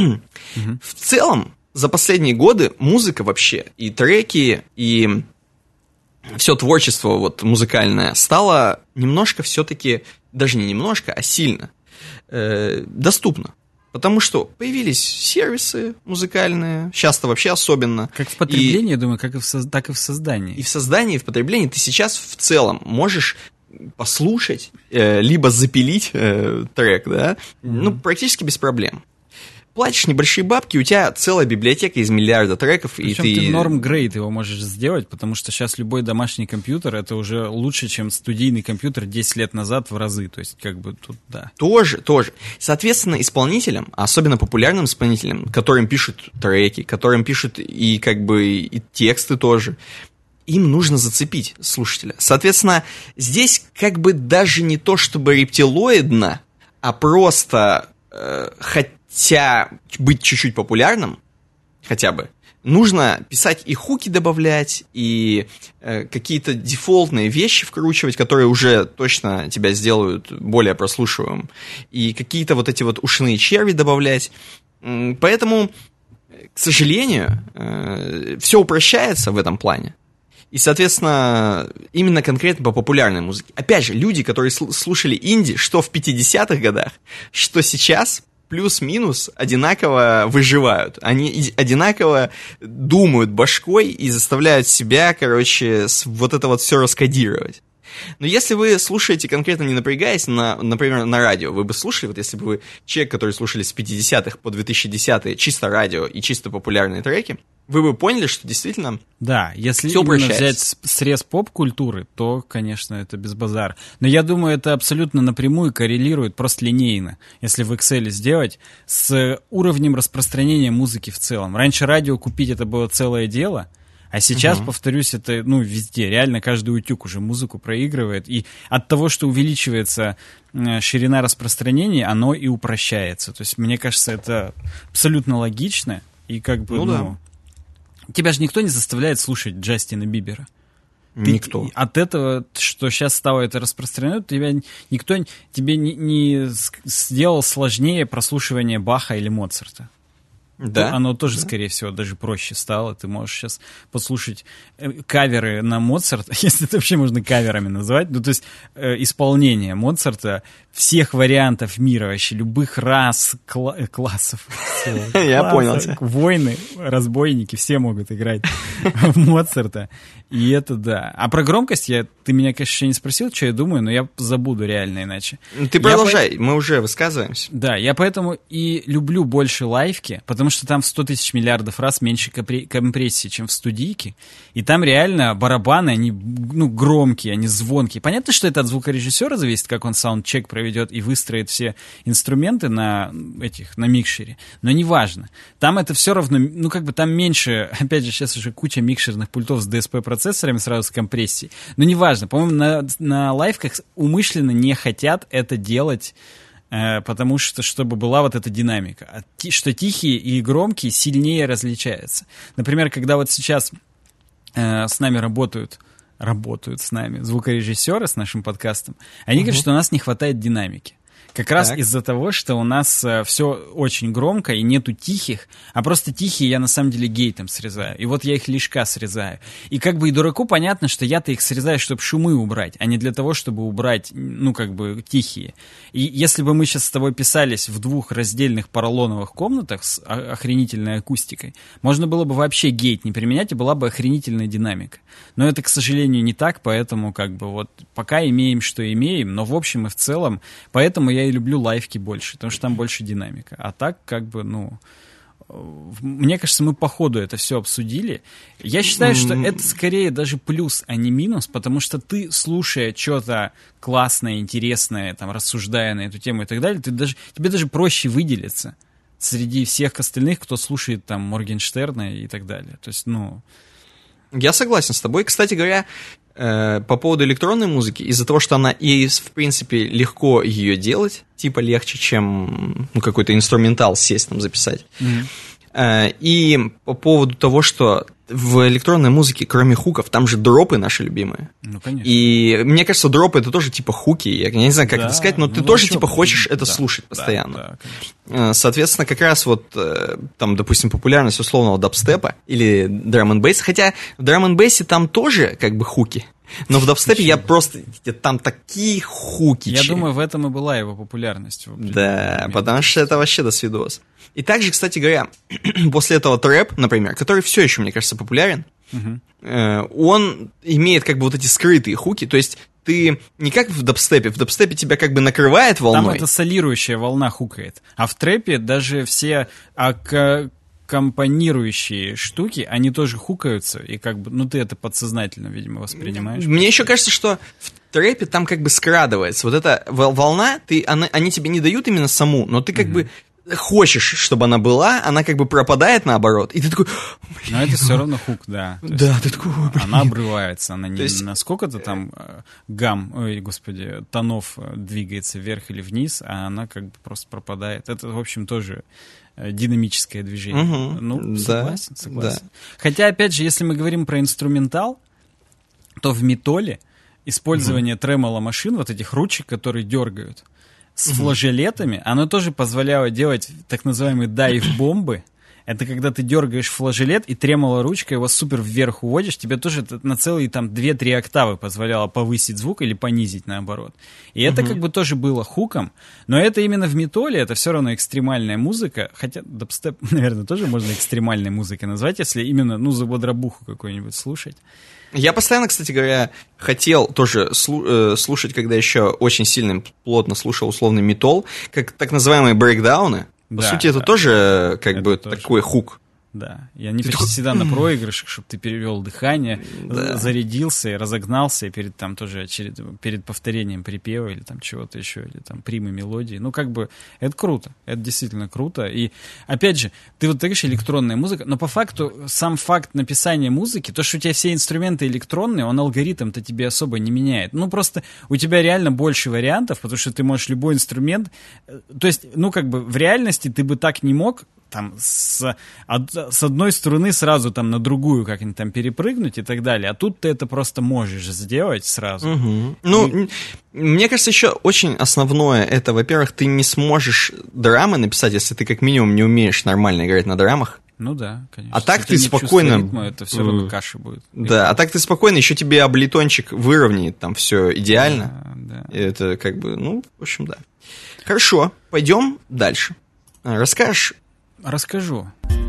В целом, за последние годы музыка вообще, и треки, и все творчество вот музыкальное стало немножко все-таки, даже не немножко, а сильно доступно. Потому что появились сервисы музыкальные, часто вообще особенно. Как в потреблении, я думаю, так и в создании. И в создании, и в потреблении ты сейчас в целом можешь послушать, либо запилить трек, да, практически без проблем. Платишь небольшие бабки, у тебя целая библиотека из миллиарда треков. Причем и ты норм-грейд его можешь сделать, потому что сейчас любой домашний компьютер — это уже лучше, чем студийный компьютер 10 лет назад в разы. То есть, как бы тут, да. Тоже. Соответственно, исполнителям, особенно популярным исполнителям, которым пишут треки, которым пишут и как бы и тексты тоже, им нужно зацепить слушателя. Соответственно, здесь как бы даже не то чтобы рептилоидно, а просто хотя быть чуть-чуть популярным, хотя бы, нужно писать и хуки добавлять, и какие-то дефолтные вещи вкручивать, которые уже точно тебя сделают более прослушиваемым, и какие-то вот эти вот ушные черви добавлять. Поэтому, к сожалению, все упрощается в этом плане. И, соответственно, именно конкретно по популярной музыке. Опять же, люди, которые слушали инди, что в 50-х годах, что сейчас, плюс-минус одинаково выживают. Они одинаково думают башкой и заставляют себя, вот это вот все раскодировать. Но если вы слушаете конкретно не напрягаясь, например, на радио, вы бы слушали, вот если бы вы человек, который слушали с 50-х по 2010-е чисто радио и чисто популярные треки, вы бы поняли, что действительно да, если именно взять срез поп-культуры, то, конечно, это без базара. Но я думаю, это абсолютно напрямую коррелирует просто линейно, если в Excel сделать, с уровнем распространения музыки в целом. Раньше радио купить — это было целое дело, а сейчас, повторюсь, это везде. Реально каждый утюг уже музыку проигрывает. И от того, что увеличивается ширина распространения, оно и упрощается. То есть, мне кажется, это абсолютно логично. И как бы, да. Тебя же никто не заставляет слушать Джастина Бибера. Никто. От этого, что сейчас стало это распространено, никто тебе не сделал сложнее прослушивание Баха или Моцарта. Да. Оно тоже, скорее всего, даже проще стало. Ты можешь сейчас послушать каверы на Моцарта, если это вообще можно каверами назвать. То есть исполнение Моцарта всех вариантов мира, вообще любых рас, классов. Я понял тебя. Войны, разбойники, все могут играть в Моцарта. И это да. А про громкость ты меня, конечно, еще не спросил, что я думаю, но я забуду реально иначе. Ты продолжай, мы уже высказываемся. Да, я поэтому и люблю больше лайвки, потому что там в 100 000 миллиардов раз меньше компрессии, чем в студийке. И там реально барабаны, они громкие, они звонкие. Понятно, что это от звукорежиссера зависит, как он саундчек проведет и выстроит все инструменты на микшере, но неважно. Там это все равно, там меньше, опять же, сейчас уже куча микшерных пультов с DSP-процессорами сразу с компрессией, но неважно. По-моему, на лайвках умышленно не хотят это делать, потому что, чтобы была вот эта динамика. Что тихие и громкие сильнее различаются. Например, когда вот сейчас с нами работают с нами звукорежиссеры с нашим подкастом, они говорят, что у нас не хватает динамики. Как раз из-за того, что у нас все очень громко и нету тихих, а просто тихие я на самом деле гейтом срезаю. И вот я их лишка срезаю. И как бы и дураку понятно, что я-то их срезаю, чтобы шумы убрать, а не для того, чтобы убрать, тихие. И если бы мы сейчас с тобой писались в 2 раздельных поролоновых комнатах с охренительной акустикой, можно было бы вообще гейт не применять, и была бы охренительная динамика. Но это, к сожалению, не так, поэтому пока имеем, что имеем, но в общем и в целом, поэтому я и люблю лайвки больше, потому что там больше динамика. А так, мне кажется, мы по ходу это все обсудили. Я считаю, что это скорее даже плюс, а не минус, потому что ты, слушая что-то классное, интересное, рассуждая на эту тему и так далее, тебе даже проще выделиться среди всех остальных, кто слушает Моргенштерна и так далее. То есть, Я согласен с тобой. Кстати говоря, по поводу электронной музыки, из-за того, что она в принципе, легко ее делать, легче, чем какой-то инструментал сесть записать. И по поводу того, что в электронной музыке, кроме хуков, там же дропы наши любимые. Ну, конечно. И мне кажется, дропы — это тоже хуки. Я не знаю, как это сказать, но ты тоже хочешь это слушать постоянно. Да, соответственно, как раз допустим, популярность условного дабстепа или драм-н-бейса, хотя в драм-н-бейсе там тоже хуки. Но в дабстепе там такие хуки. Я думаю, в этом и была его популярность. Да, потому что это вообще досвидос. И также, кстати говоря, после этого трэп, например, который все еще, мне кажется, популярен, он имеет эти скрытые хуки, то есть ты не как в дабстепе тебя накрывает волной. Там это солирующая волна хукает, а в трэпе даже все компонирующие штуки, они тоже хукаются, и ты это подсознательно, видимо, воспринимаешь. Мне еще кажется, что в трэпе там скрадывается. Вот эта волна, они тебе не дают именно саму, но ты хочешь, чтобы она была, она пропадает наоборот, и ты такой... Но это все равно хук, да. Да, ты такой... Она обрывается, она не на сколько-то тонов двигается вверх или вниз, а она просто пропадает. Это, в общем, тоже динамическое движение. Согласен. Да. Хотя, опять же, если мы говорим про инструментал, то в металле использование тремоло машин, этих ручек, которые дергают, с флажелетами, оно тоже позволяло делать так называемые дайв-бомбы. Это когда ты дергаешь флажелет и тремоло ручкой его супер вверх уводишь, тебе тоже на целые 2-3 октавы позволяло повысить звук или понизить наоборот. И это тоже было хуком, но это именно в металле, это все равно экстремальная музыка, хотя дабстеп, наверное, тоже можно экстремальной музыкой назвать, если именно, за бодрабуху какую-нибудь слушать. Я постоянно, кстати говоря, хотел тоже слушать, когда еще очень сильно, плотно слушал условный метал, как так называемые брейкдауны. По сути, это тоже такой хук. Да, и они почти всегда на проигрышах, чтобы ты перевел дыхание, зарядился и разогнался, и перед повторением припева или чего-то еще, или примы мелодии. Это круто, это действительно круто. И, опять же, ты говоришь, электронная музыка, но по факту, сам факт написания музыки, то, что у тебя все инструменты электронные, он алгоритм-то тебе особо не меняет. Просто у тебя реально больше вариантов, потому что ты можешь любой инструмент... То есть, в реальности ты бы так не мог с одной струны сразу на другую как-нибудь перепрыгнуть и так далее. А тут ты это просто можешь сделать сразу. Мне кажется, еще очень основное это, во-первых, ты не сможешь драмы написать, если ты как минимум не умеешь нормально играть на драмах. Ну да, конечно. А так ты спокойно... Ритма, это все равно каша будет. Да, а так ты спокойно, еще тебе облитончик выровняет все идеально. Да. И это в общем, да. Хорошо, пойдем дальше. Расскажешь? Расскажу.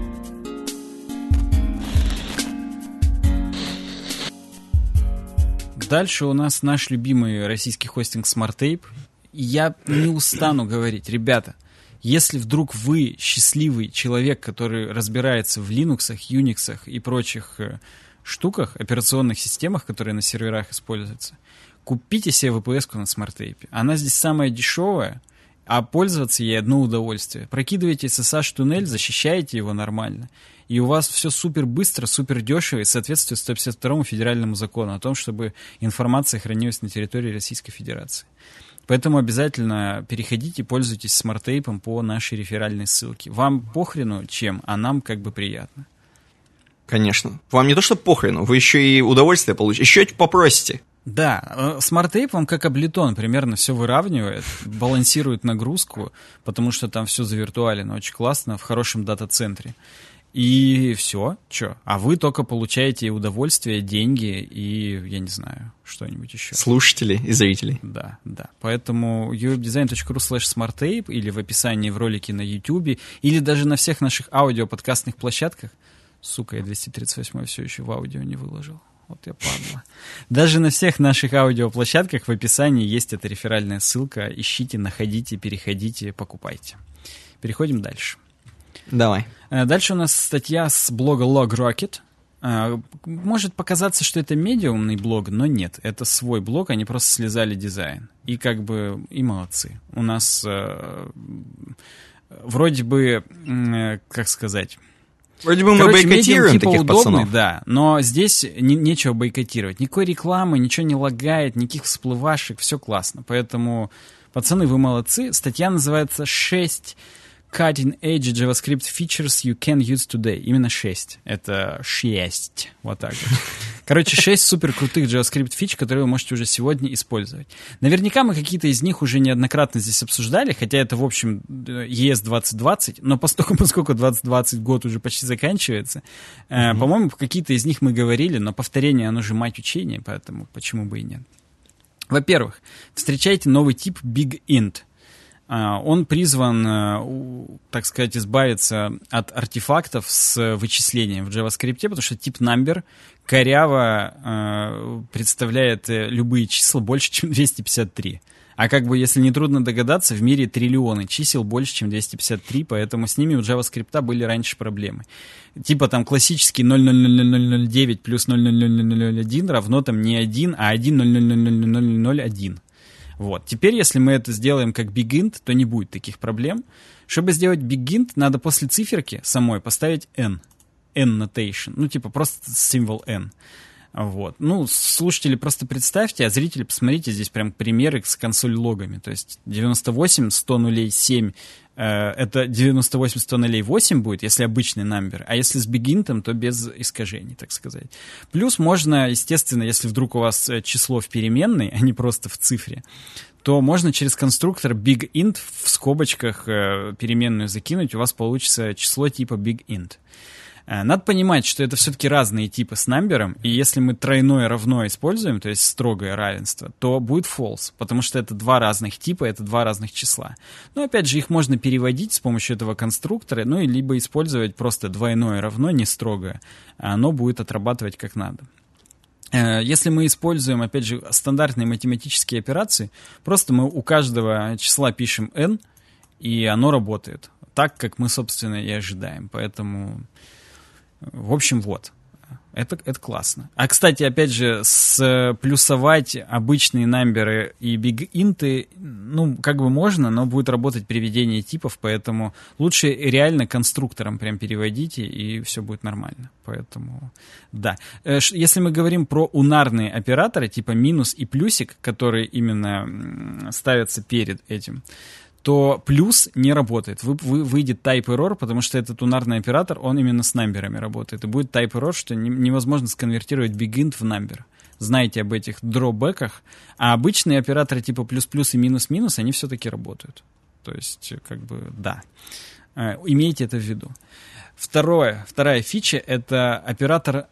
Дальше у нас наш любимый российский хостинг SmartTape. Я не устану говорить, ребята, если вдруг вы счастливый человек, который разбирается в Linux, Unix и прочих штуках, операционных системах, которые на серверах используются, купите себе VPS-ку на SmartAPI. Она здесь самая дешевая, а пользоваться ей одно удовольствие. Прокидываете SSH-туннель, защищаете его нормально, и у вас все супер быстро, супер дешево и соответствует 152 федеральному закону о том, чтобы информация хранилась на территории Российской Федерации. Поэтому обязательно переходите и пользуйтесь SmartAPI по нашей реферальной ссылке. Вам похрену чем, а нам как бы приятно. Конечно. Вам не то что похрену, вы еще и удовольствие получите, еще и попросите. Да, SmartAPI вам как Ableton примерно все выравнивает, балансирует нагрузку, потому что там все завиртуалено очень классно, в хорошем дата-центре. И все, что? А вы только получаете удовольствие, деньги и, я не знаю, что-нибудь еще. Слушатели и зрители. Да, да. Поэтому uwebdesign.ru/smartape или в описании в ролике на YouTube, или даже на всех наших аудиоподкастных площадках. Сука, я 238 все еще в аудио не выложил. Вот я падла. Даже на всех наших аудиоплощадках в описании есть эта реферальная ссылка. Ищите, находите, переходите, покупайте. Переходим дальше. Давай. Дальше у нас статья с блога LogRocket. Может показаться, что это медиумный блог, но нет. Это свой блог, они просто слезали дизайн. И как бы, и молодцы. У нас вроде бы, как сказать... Вроде бы мы бойкотируем типа таких удобный, пацанов. да, но здесь нечего бойкотировать. Никакой рекламы, ничего не лагает, никаких всплывашек, все классно. Поэтому, пацаны, вы молодцы. Статья называется «6 cutting-edge JavaScript features you can use today». Именно 6. Это 6. Вот так вот. Короче, 6 супер крутых JavaScript фич, которые вы можете уже сегодня использовать. Наверняка мы какие-то из них уже неоднократно здесь обсуждали, хотя это, в общем, ES 2020, но поскольку 2020 год уже почти заканчивается, по-моему, какие-то из них мы говорили, но повторение, оно же мать учения, поэтому почему бы и нет. Во-первых, встречайте новый тип BigInt. Он призван, так сказать, избавиться от артефактов с вычислением в JavaScript, потому что тип number коряво представляет любые числа больше, чем 253. А как бы, если не трудно догадаться, в мире триллионы чисел больше, чем 253, поэтому с ними у JavaScript были раньше проблемы. Типа там классический 0,00009 плюс 0,00001 равно там не 1, а 1,0000001. Вот. Теперь, если мы это сделаем как BigInt, то не будет таких проблем. Чтобы сделать BigInt, надо после циферки самой поставить n. N-notation. Ну, типа просто символ n. Вот. Ну, слушатели, просто представьте, а зрители, посмотрите, здесь прям примеры с консоль-логами. То есть 98, 100 нулей 7, это 98, 100 нулей 8 будет, если обычный number, а если с BigInt, то без искажений, так сказать. Плюс можно, естественно, если вдруг у вас число в переменной, а не просто в цифре, то можно через конструктор BigInt в скобочках переменную закинуть, у вас получится число типа BigInt. Надо понимать, что это все-таки разные типы с number'ом, и если мы тройное равно используем, то есть строгое равенство, то будет false, потому что это два разных типа, это два разных числа. Но опять же, их можно переводить с помощью этого конструктора, ну и либо использовать просто двойное равно, не строгое, а оно будет отрабатывать как надо. Если мы используем, опять же, стандартные математические операции, просто мы у каждого числа пишем n, и оно работает так, как мы, собственно, и ожидаем. Поэтому... В общем, вот. Это классно. А, кстати, опять же, плюсовать обычные намберы и BigInt, ну, как бы можно, но будет работать приведение типов, поэтому лучше реально конструктором прям переводите, и все будет нормально. Поэтому, да. Если мы говорим про унарные операторы, типа минус и плюсик, которые именно ставятся перед этим, то плюс не работает. Выйдет type error, потому что этот унарный оператор, он именно с намберами работает. И будет type error, что невозможно сконвертировать BigInt в number. Знаете об этих дробэках. А обычные операторы типа плюс-плюс и минус-минус, они все-таки работают. То есть, как бы, да. Имейте это в виду. Вторая фича — это оператор...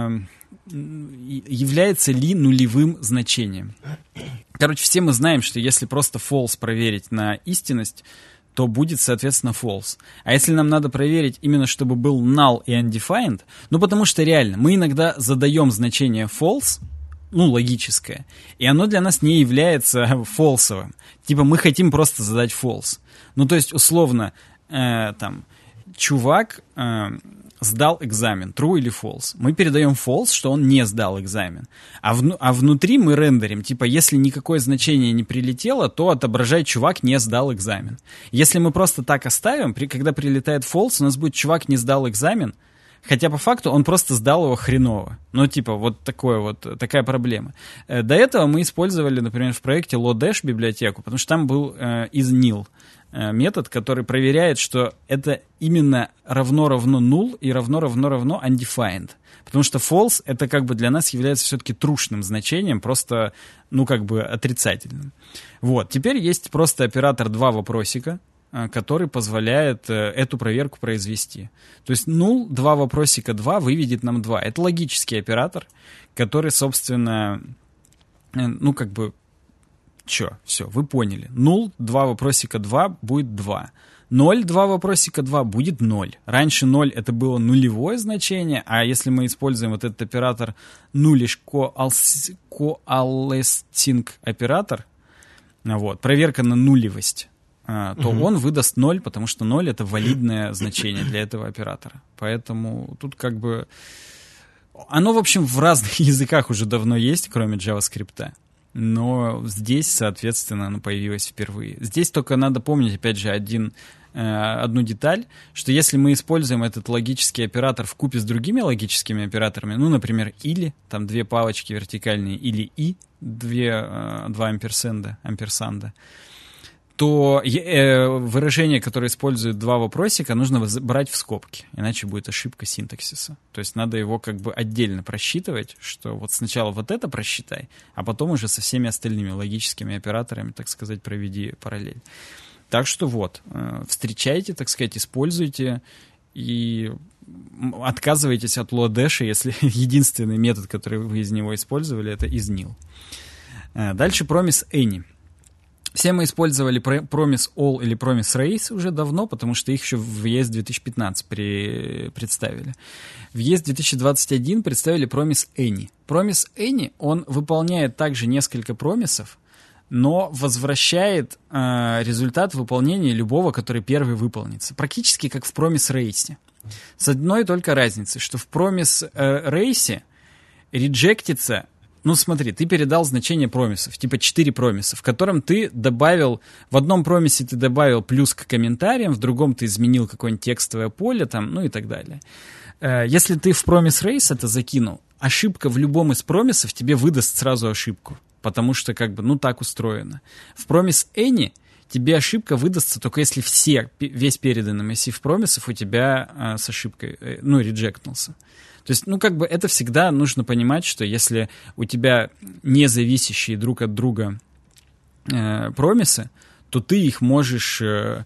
является ли нулевым значением. Короче, все мы знаем, что если просто false проверить на истинность, то будет, соответственно, false. А если нам надо проверить именно, чтобы был null и undefined, ну, потому что реально, мы иногда задаем значение false, ну, логическое, и оно для нас не является фолсовым. Типа мы хотим просто задать false. Ну, то есть, условно, там, чувак сдал экзамен, true или false. Мы передаем false, что он не сдал экзамен. А внутри мы рендерим, типа, если никакое значение не прилетело, то отображай, чувак не сдал экзамен. Если мы просто так оставим, когда прилетает false, у нас будет чувак не сдал экзамен, хотя по факту он просто сдал его хреново. Ну, типа, вот такая проблема. До этого мы использовали, например, в проекте Lodash библиотеку, потому что там был isNill метод, который проверяет, что это именно равно-равно null и равно-равно-равно undefined. Потому что false это как бы для нас является все-таки трушным значением, просто, ну, как бы отрицательным. Вот. Теперь есть просто оператор два вопросика, который позволяет эту проверку произвести. То есть null, два вопросика 2 выведет нам 2. Это логический оператор, который, собственно, ну, как бы, все, вы поняли. Null, два вопросика 2 будет 2. 0, два вопросика 2 будет 0. Раньше 0 это было нулевое значение, а если мы используем вот этот оператор nullish coalescing оператор, вот, проверка на нулевость, то он выдаст 0, потому что 0 это валидное значение для этого оператора. Поэтому тут как бы... Оно, в общем, в разных языках уже давно есть, кроме JavaScript. Но здесь, соответственно, оно появилось впервые. Здесь только надо помнить, опять же, одну деталь, что если мы используем этот логический оператор вкупе с другими логическими операторами, ну, например, или, там две палочки вертикальные, или и, два амперсанда, то выражение, которое использует два вопросика, нужно брать в скобки, иначе будет ошибка синтаксиса. То есть надо его как бы отдельно просчитывать, что вот сначала вот это просчитай, а потом уже со всеми остальными логическими операторами, так сказать, проведи параллель. Так что вот, встречайте, так сказать, используйте и отказывайтесь от Lodash, если единственный метод, который вы из него использовали, это isNill. Дальше Promise Any. Все мы использовали Promise All или Promise Race уже давно, потому что их еще в ES 2015 представили. В ES 2021 представили Promise Any. Promise Any, он выполняет также несколько промисов, но возвращает результат выполнения любого, который первый выполнится. Практически как в Promise Race. С одной только разницей, что в Promise Race реджектится... Ну, смотри, ты передал значение промисов, типа 4 промиса, в котором ты добавил, в одном промисе ты добавил плюс к комментариям, в другом ты изменил какое-нибудь текстовое поле, там, ну и так далее. Если ты в Promise Race это закинул, ошибка в любом из промисов тебе выдаст сразу ошибку, потому что, как бы, ну, так устроено. В Promise Any тебе ошибка выдастся только если весь переданный массив промисов у тебя с ошибкой, ну, реджектнулся. То есть, ну, как бы это всегда нужно понимать, что если у тебя не зависящие друг от друга промисы, то ты их можешь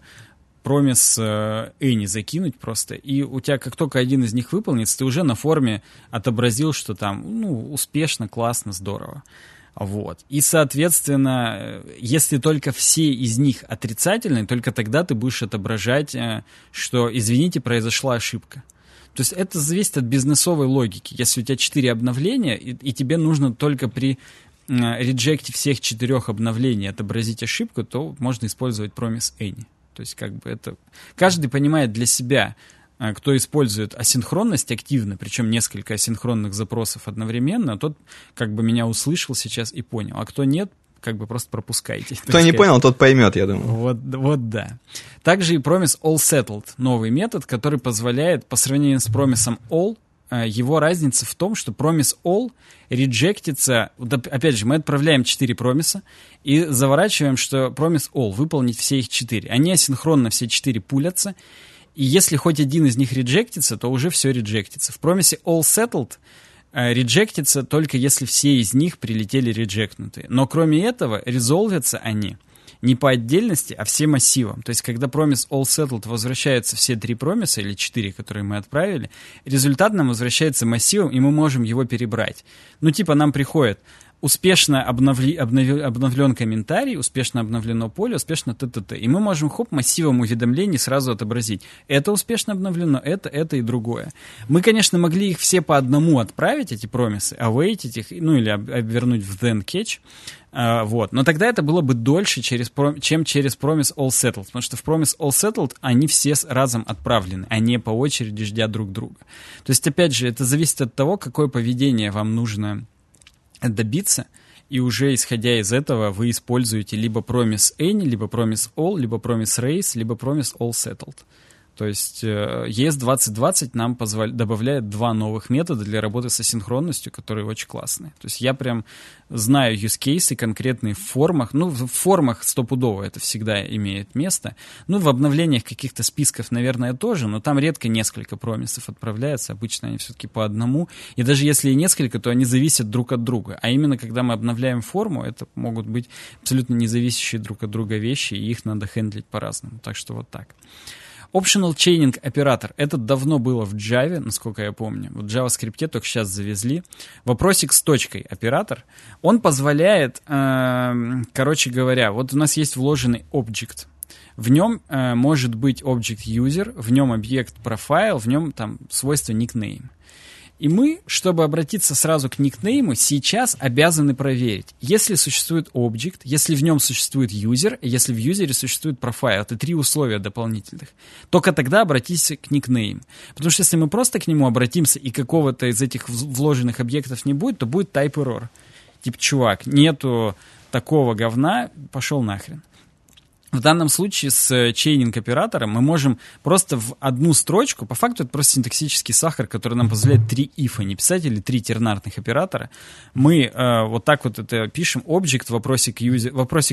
promise any закинуть просто, и у тебя как только один из них выполнится, ты уже на форме отобразил, что там, ну, успешно, классно, здорово. Вот. И, соответственно, если только все из них отрицательные, только тогда ты будешь отображать, что, извините, произошла ошибка. То есть это зависит от бизнесовой логики. Если у тебя 4 обновления, и тебе нужно только при реджекте всех 4 обновлений отобразить ошибку, то можно использовать Promise Any. То есть как бы это... Каждый понимает для себя, кто использует асинхронность активно, причем несколько асинхронных запросов одновременно, тот как бы меня услышал сейчас и понял. А кто нет, как бы просто пропускайте. Кто не понял, тот поймет, я думаю. Вот да. Также и Promise All Settled, новый метод, который позволяет, по сравнению с Promise All, его разница в том, что Promise All реджектится, опять же, мы отправляем 4 промиса и заворачиваем, что Promise All, выполнить все их 4. Они асинхронно все 4 пулятся, и если хоть один из них реджектится, то уже все реджектится. В Promise All Settled реджектится только если все из них прилетели реджектнутые. Но кроме этого, резолвятся они не по отдельности, а все массивом. То есть, когда Promise All Settled возвращаются все 3 промиса, или 4, которые мы отправили, результат нам возвращается массивом, и мы можем его перебрать. Ну, типа, нам приходит успешно обновлен комментарий, успешно обновлено поле, успешно т.т.т. И мы можем, массивом уведомлений сразу отобразить. Это успешно обновлено, это и другое. Мы, конечно, могли их все по одному отправить, эти промисы, await их, или обвернуть в then catch. Но тогда это было бы дольше, чем через Promise All Settled, потому что в Promise All Settled они все разом отправлены, а не по очереди ждя друг друга. То есть, опять же, это зависит от того, какое поведение вам нужно добиться, и уже исходя из этого вы используете либо Promise Any, либо Promise All, либо Promise Raise, либо Promise All Settled. То есть ES2020 нам добавляет 2 новых метода для работы с асинхронностью, которые очень классные. То есть я прям знаю use cases конкретные в формах. В формах стопудово это всегда имеет место. В обновлениях каких-то списков, наверное, тоже, но там редко несколько промисов отправляется. Обычно они все-таки по одному. И даже если и несколько, то они зависят друг от друга. А именно, когда мы обновляем форму, это могут быть абсолютно независящие друг от друга вещи, и их надо хендлить по-разному. Так что вот так. Optional Chaining оператор. Это давно было в Java, насколько я помню. В JavaScript только сейчас завезли. Вопросик с точкой оператор. Он позволяет, короче говоря, вот у нас есть вложенный объект. В нем может быть object user, в нем объект profile, в нем там свойство nickname. И мы, чтобы обратиться сразу к никнейму, сейчас обязаны проверить, если существует объект, если в нем существует юзер, если в юзере существует профайл. Это 3 условия дополнительных. Только тогда обратитесь к никнейму. Потому что если мы просто к нему обратимся и какого-то из этих вложенных объектов не будет, то будет type error. Типа, чувак, нету такого говна, пошел нахрен. В данном случае с чейнинг-оператором мы можем просто в одну строчку, по факту это просто синтаксический сахар, который нам позволяет 3 ифа не писать или 3 тернарных оператора. Мы вот так вот это пишем: объект, вопросик.user,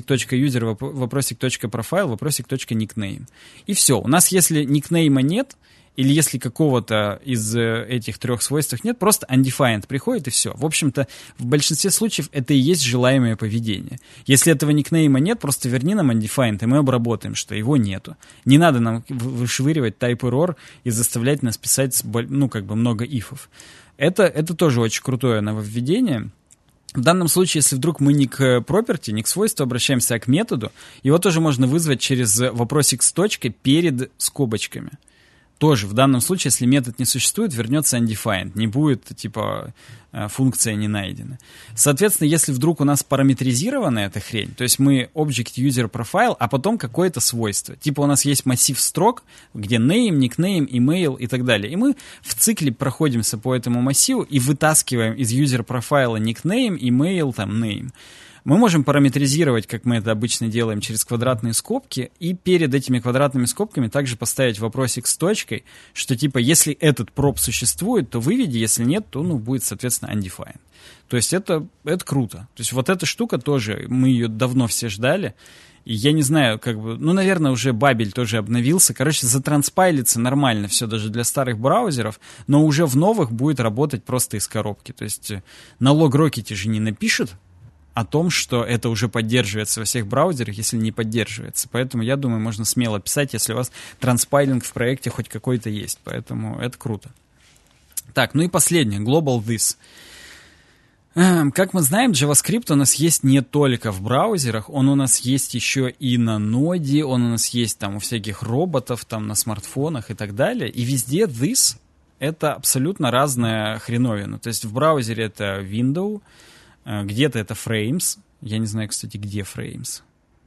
вопросик.profile, вопросик.nickname. И все. У нас, если никнейма нет, или если какого-то из этих 3 свойств нет, просто undefined приходит и все. В общем-то, в большинстве случаев это и есть желаемое поведение. Если этого никнейма нет, просто верни нам undefined, и мы обработаем, что его нету. Не надо нам вышвыривать type error и заставлять нас писать много ифов. Это тоже очень крутое нововведение. В данном случае, если вдруг мы не к property, не к свойству обращаемся, а к методу, его тоже можно вызвать через вопросик с точкой перед скобочками. Тоже в данном случае, если метод не существует, вернется undefined, не будет, типа, функция не найдена. Соответственно, если вдруг у нас параметризированная эта хрень, то есть мы object user profile, а потом какое-то свойство. Типа у нас есть массив строк, где name, nickname, email и так далее. И мы в цикле проходимся по этому массиву и вытаскиваем из user профайла nickname, email, там, name. Мы можем параметризировать, как мы это обычно делаем, через квадратные скобки, и перед этими квадратными скобками также поставить вопросик с точкой, что типа, если этот prop существует, то выведи, если нет, то будет, соответственно, undefined. То есть это круто. То есть вот эта штука тоже, мы ее давно все ждали, и я не знаю, наверное, уже Бабель тоже обновился. Короче, затранспайлится нормально все даже для старых браузеров, но уже в новых будет работать просто из коробки. То есть на LogRocket же не напишет о том, что это уже поддерживается во всех браузерах, если не поддерживается. Поэтому, я думаю, можно смело писать, если у вас транспайлинг в проекте хоть какой-то есть. Поэтому это круто. Так, и последнее. Global This. Как мы знаем, JavaScript у нас есть не только в браузерах, он у нас есть еще и на ноде, он у нас есть там у всяких роботов, там на смартфонах и так далее. И везде this — это абсолютно разная хреновина. То есть в браузере это window, где-то это frames. Я не знаю, кстати, где frames.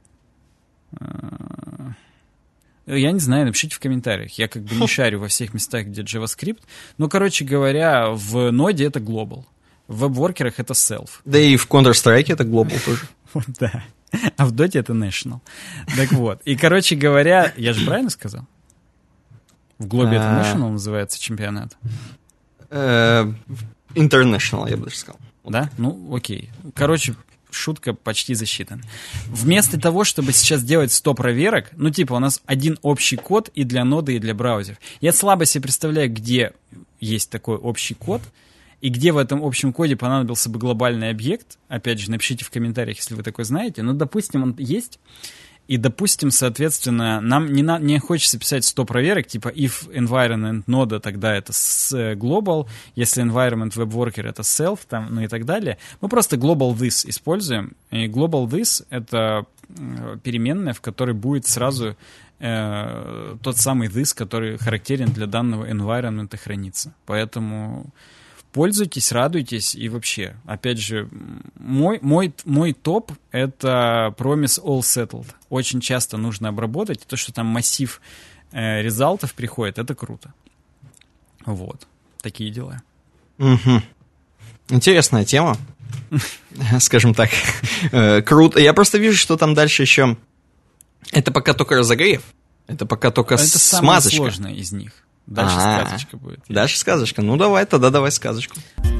Я не знаю, напишите в комментариях. Я не шарю во всех местах, где JavaScript. Короче говоря, в ноде это global. В веб-воркерах это self. Да и в Counter-Strike это global тоже. Да. А в доте это national. Так вот. И, короче говоря, я же правильно сказал? В глобе это national называется чемпионат? International, я бы даже сказал. Да? Окей. Короче, шутка почти засчитана. Вместо того, чтобы сейчас делать 100 проверок, у нас один общий код и для ноды, и для браузеров. Я слабо себе представляю, где есть такой общий код, и где в этом общем коде понадобился бы глобальный объект. Опять же, напишите в комментариях, если вы такой знаете. Допустим, он есть. И, допустим, соответственно, нам не хочется писать 100 проверок, типа if environment нода, тогда это global, если environment web worker это self, там, ну и так далее. Мы просто global this используем. И global this — это переменная, в которой будет сразу тот самый this, который характерен для данного environment, хранится. Поэтому пользуйтесь, радуйтесь и вообще. Опять же, мой топ — это Promise All Settled. Очень часто нужно обработать. То, что там массив результатов приходит, это круто. Вот. Такие дела. Угу. Интересная тема. Скажем так. Круто. Я просто вижу, что там дальше еще... Это пока только разогрев. Это пока только смазочка. Это самое сложное из них. Дальше сказочка будет. Дальше сказочка. Ну давай, тогда давай сказочку.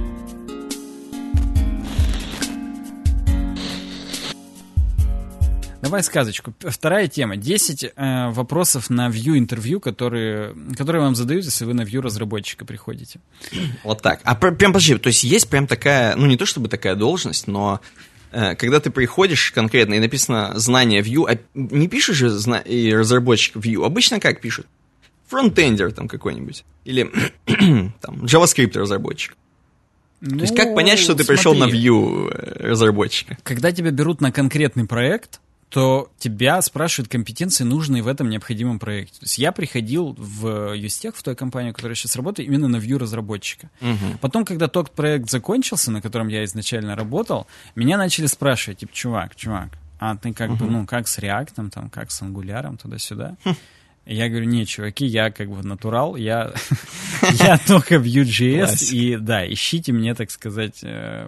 Давай сказочку. Вторая тема. 10 вопросов на Vue интервью, которые вам задают, если вы на Vue разработчика приходите. Вот так. А прям подожди, то есть есть прям такая, ну не то чтобы такая должность, но когда ты приходишь конкретно и написано знание Vue, а не пишешь же и разработчик Vue, обычно как пишут? Фронтендер там какой-нибудь. Или там JavaScript разработчик. То есть как понять, что ты пришел на Vue разработчика? Когда тебя берут на конкретный проект, то тебя спрашивают компетенции, нужные в этом необходимом проекте. То есть я приходил в Юстех, в той компании, в которой я сейчас работаю, именно на Vue разработчика. Потом, когда тот проект закончился, на котором я изначально работал, меня начали спрашивать, типа, чувак, а ты как бы, ну, как с React, там, как с Angular, туда-сюда? Я говорю, не, чуваки, я как бы натурал, я только Vue.js, и да, ищите мне, так сказать.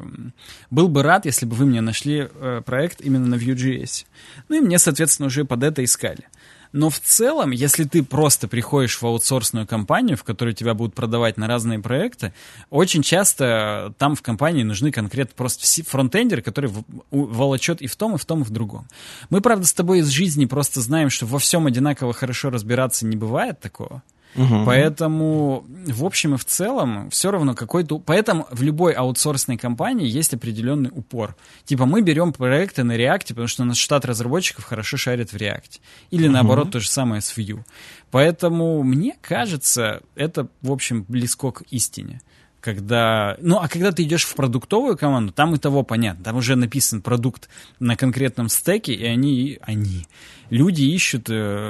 Был бы рад, если бы вы мне нашли проект именно на Vue.js. Ну и мне, соответственно, уже под это искали. Но в целом, если ты просто приходишь в аутсорсную компанию, в которую тебя будут продавать на разные проекты, очень часто там в компании нужны конкретно просто фронтендеры, которые волочет и в том, и в том, и в другом. Мы, правда, с тобой из жизни просто знаем, что во всем одинаково хорошо разбираться не бывает такого. Поэтому, в общем и в целом, все равно какой-то... Поэтому в любой аутсорсной компании есть определенный упор. Типа мы берем проекты на React, потому что наш штат разработчиков хорошо шарит в React. Или наоборот, то же самое с Vue. Поэтому, мне кажется, это, в общем, близко к истине. Когда ты идешь в продуктовую команду, там и того понятно. Там уже написан продукт на конкретном стеке, и люди ищут...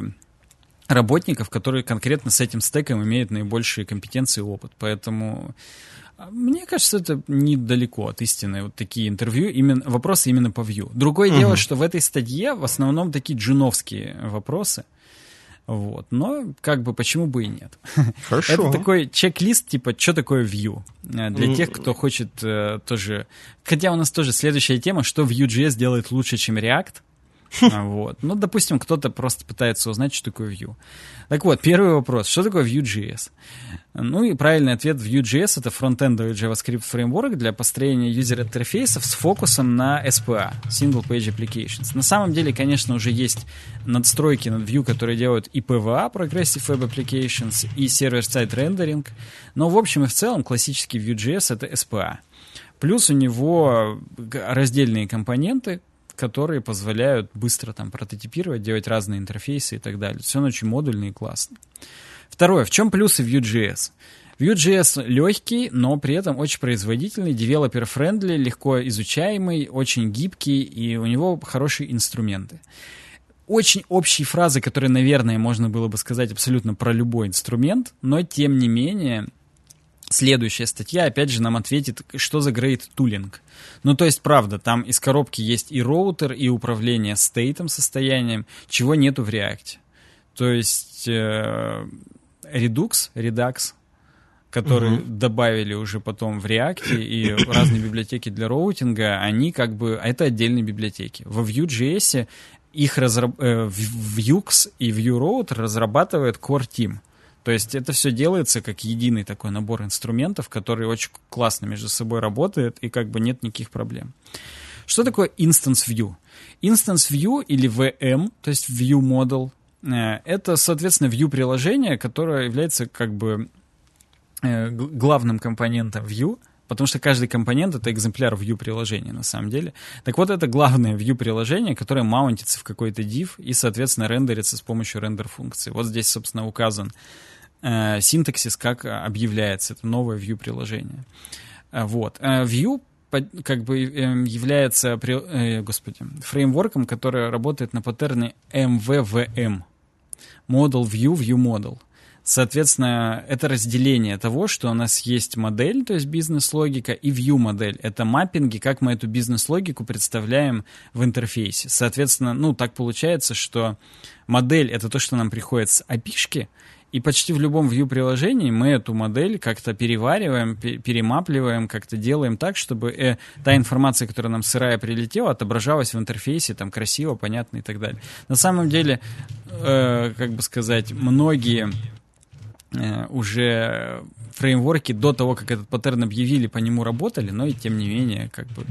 работников, которые конкретно с этим стеком имеют наибольшие компетенции и опыт. Поэтому, мне кажется, это недалеко от истины. Вот такие интервью, вопросы именно по Vue. Другое дело, что в этой статье в основном такие джуновские вопросы. Вот. Но, как бы, почему бы и нет? Хорошо. Это такой чек-лист, типа, что такое Vue? Для тех, кто хочет тоже... Хотя у нас тоже следующая тема, что Vue.js делает лучше, чем React. Вот. Ну, допустим, кто-то просто пытается узнать, что такое Vue. Так вот, первый вопрос. Что такое Vue.js? Ну и правильный ответ. Vue.js — это фронтендовый JavaScript фреймворк для построения юзер-интерфейсов с фокусом на SPA, Single Page Applications. На самом деле, конечно, уже есть надстройки над Vue, которые делают и PWA, Progressive Web Applications, и Server-Side Rendering. Но в общем и в целом классический Vue.js — это SPA. Плюс у него раздельные компоненты, которые позволяют быстро там прототипировать, делать разные интерфейсы и так далее. Все очень модульно и классно. Второе. В чем плюсы Vue.js? Vue.js легкий, но при этом очень производительный, developer-friendly, легко изучаемый, очень гибкий, и у него хорошие инструменты. Очень общие фразы, которые, наверное, можно было бы сказать абсолютно про любой инструмент, но тем не менее... Следующая статья, опять же, нам ответит, что за Great Tooling. Ну, то есть, правда, там из коробки есть и роутер, и управление стейтом, состоянием, чего нету в React. То есть, Redux, который добавили уже потом в React, и разные библиотеки для роутинга, они как бы... Это отдельные библиотеки. Во Vue.js их Vuex и VueRouter разрабатывает Core Team. То есть это все делается как единый такой набор инструментов, который очень классно между собой работает, и как бы нет никаких проблем. Что такое Instance View? Instance View или VM, то есть View Model, это, соответственно, View-приложение, которое является как бы главным компонентом View, Потому что каждый компонент — это экземпляр view-приложения на самом деле. Так вот, это главное view-приложение, которое маунтится в какой-то div и, соответственно, рендерится с помощью рендер-функции. Вот здесь, собственно, указан синтаксис, как объявляется это новое view-приложение. Вот. View как бы является фреймворком, который работает на паттерне MVVM. Model View, View Model. Соответственно, это разделение того, что у нас есть модель, то есть бизнес-логика, и view-модель. Это маппинги, как мы эту бизнес-логику представляем в интерфейсе. Соответственно, так получается, что модель — это то, что нам приходит с API-шки, и почти в любом view-приложении мы эту модель как-то перевариваем, перемапливаем, как-то делаем так, чтобы та информация, которая нам сырая прилетела, отображалась в интерфейсе там красиво, понятно и так далее. На самом деле, многие уже фреймворки до того, как этот паттерн объявили, по нему работали, но и тем не менее,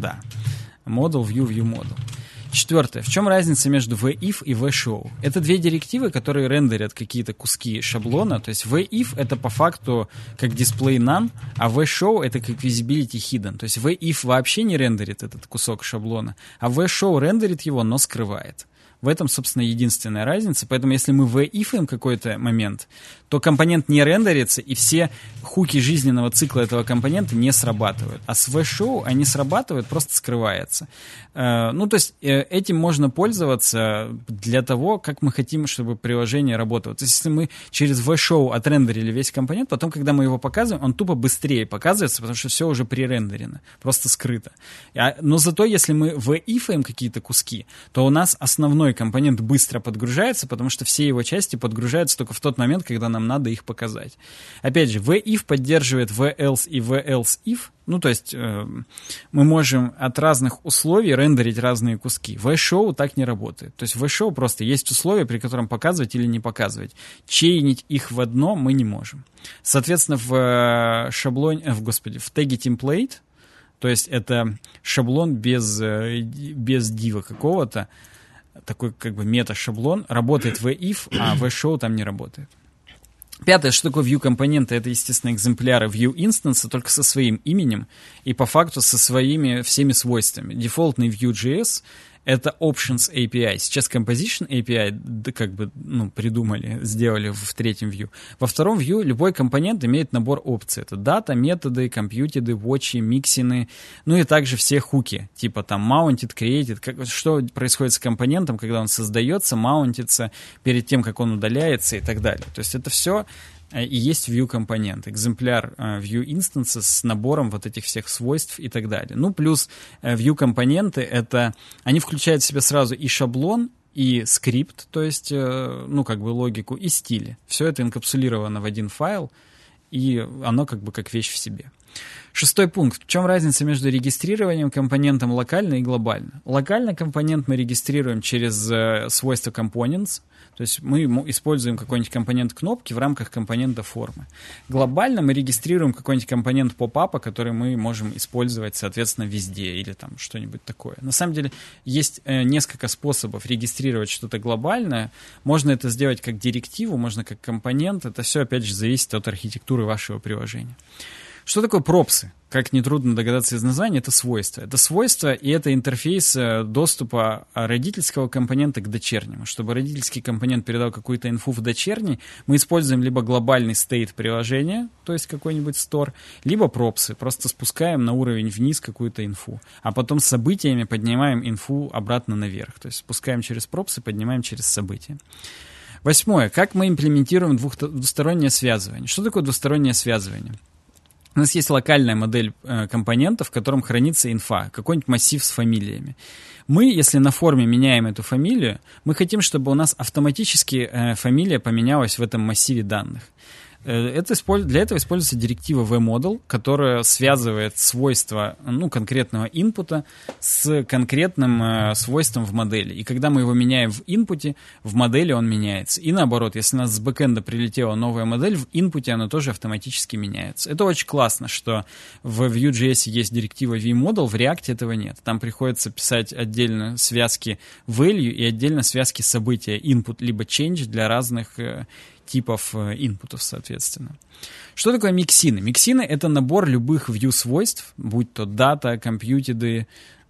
Model, View, View Model. Четвертое. В чем разница между VIF и VShow? Это две директивы, которые рендерят какие-то куски шаблона. То есть VIF — это по факту как display none, а VShow — это как visibility hidden. То есть VIF вообще не рендерит этот кусок шаблона, а VShow рендерит его, но скрывает. В этом, собственно, единственная разница. Поэтому если мы VIF-ем какой-то момент, то компонент не рендерится, и все хуки жизненного цикла этого компонента не срабатывают. А с VShow они срабатывают, просто скрывается. То есть этим можно пользоваться для того, как мы хотим, чтобы приложение работало. То есть если мы через VShow отрендерили весь компонент, потом, когда мы его показываем, он тупо быстрее показывается, потому что все уже пререндерено, просто скрыто. Но зато если мы VIF-ем какие-то куски, то у нас основной компонент быстро подгружается, потому что все его части подгружаются только в тот момент, когда нам надо их показать. Опять же, VIF поддерживает VElse и VElse-if. То есть мы можем от разных условий рендерить разные куски. VShow так не работает. То есть VShow просто есть условия, при котором показывать или не показывать. Чейнить их в одно мы не можем. Соответственно, в теге template, то есть это шаблон без дива какого-то, такой мета-шаблон, работает VIF, а VShow там не работает. Пятое, что такое view-компоненты? Это, естественно, экземпляры view-инстанса, только со своим именем и по факту со своими всеми свойствами. Дефолтный Vue.js — это Options API. Сейчас Composition API придумали, сделали в третьем Vue. Во втором Vue любой компонент имеет набор опций. Это дата, методы, компьютеды, watch, миксины, и также все хуки, типа там mounted, created, что происходит с компонентом, когда он создается, маунтится, перед тем, как он удаляется и так далее. То есть это все и есть view-компонент, экземпляр view-инстанса с набором вот этих всех свойств и так далее. Плюс view-компоненты они включают в себя сразу и шаблон, и скрипт, то есть, логику, и стили. Все это инкапсулировано в один файл, и оно как вещь в себе. Шестой пункт. В чем разница между регистрированием компонентом локально и глобально? Локально компонент мы регистрируем через свойство components, то есть мы используем какой-нибудь компонент кнопки в рамках компонента формы. Глобально мы регистрируем какой-нибудь компонент поп-апа, который мы можем использовать, соответственно, везде или там что-нибудь такое. На самом деле есть несколько способов регистрировать что-то глобальное. Можно это сделать как директиву, можно как компонент. Это все, опять же, зависит от архитектуры вашего приложения. Что такое пропсы? Как нетрудно догадаться из названия, это свойства. Это свойства и это интерфейс доступа родительского компонента к дочернему. Чтобы родительский компонент передал какую-то инфу в дочерний, мы используем либо глобальный стейт приложения, то есть какой-нибудь store, либо пропсы. Просто спускаем на уровень вниз какую-то инфу. А потом с событиями поднимаем инфу обратно наверх. То есть спускаем через пропсы, поднимаем через события. Восьмое. Как мы имплементируем двустороннее связывание? Что такое двустороннее связывание? У нас есть локальная модель компонента, в котором хранится инфа, какой-нибудь массив с фамилиями. Мы, если на форме меняем эту фамилию, мы хотим, чтобы у нас автоматически фамилия поменялась в этом массиве данных. Для этого используется директива vModel, которая связывает свойства конкретного инпута с конкретным свойством в модели. И когда мы его меняем в инпуте, в модели он меняется. И наоборот, если у нас с бэкэнда прилетела новая модель, в инпуте она тоже автоматически меняется. Это очень классно, что в Vue.js есть директива vModel, в React этого нет. Там приходится писать отдельно связки value и отдельно связки события, input либо change для разных типов инпутов, соответственно. Что такое миксины? Миксины — это набор любых view-свойств, будь то дата, компьютеды,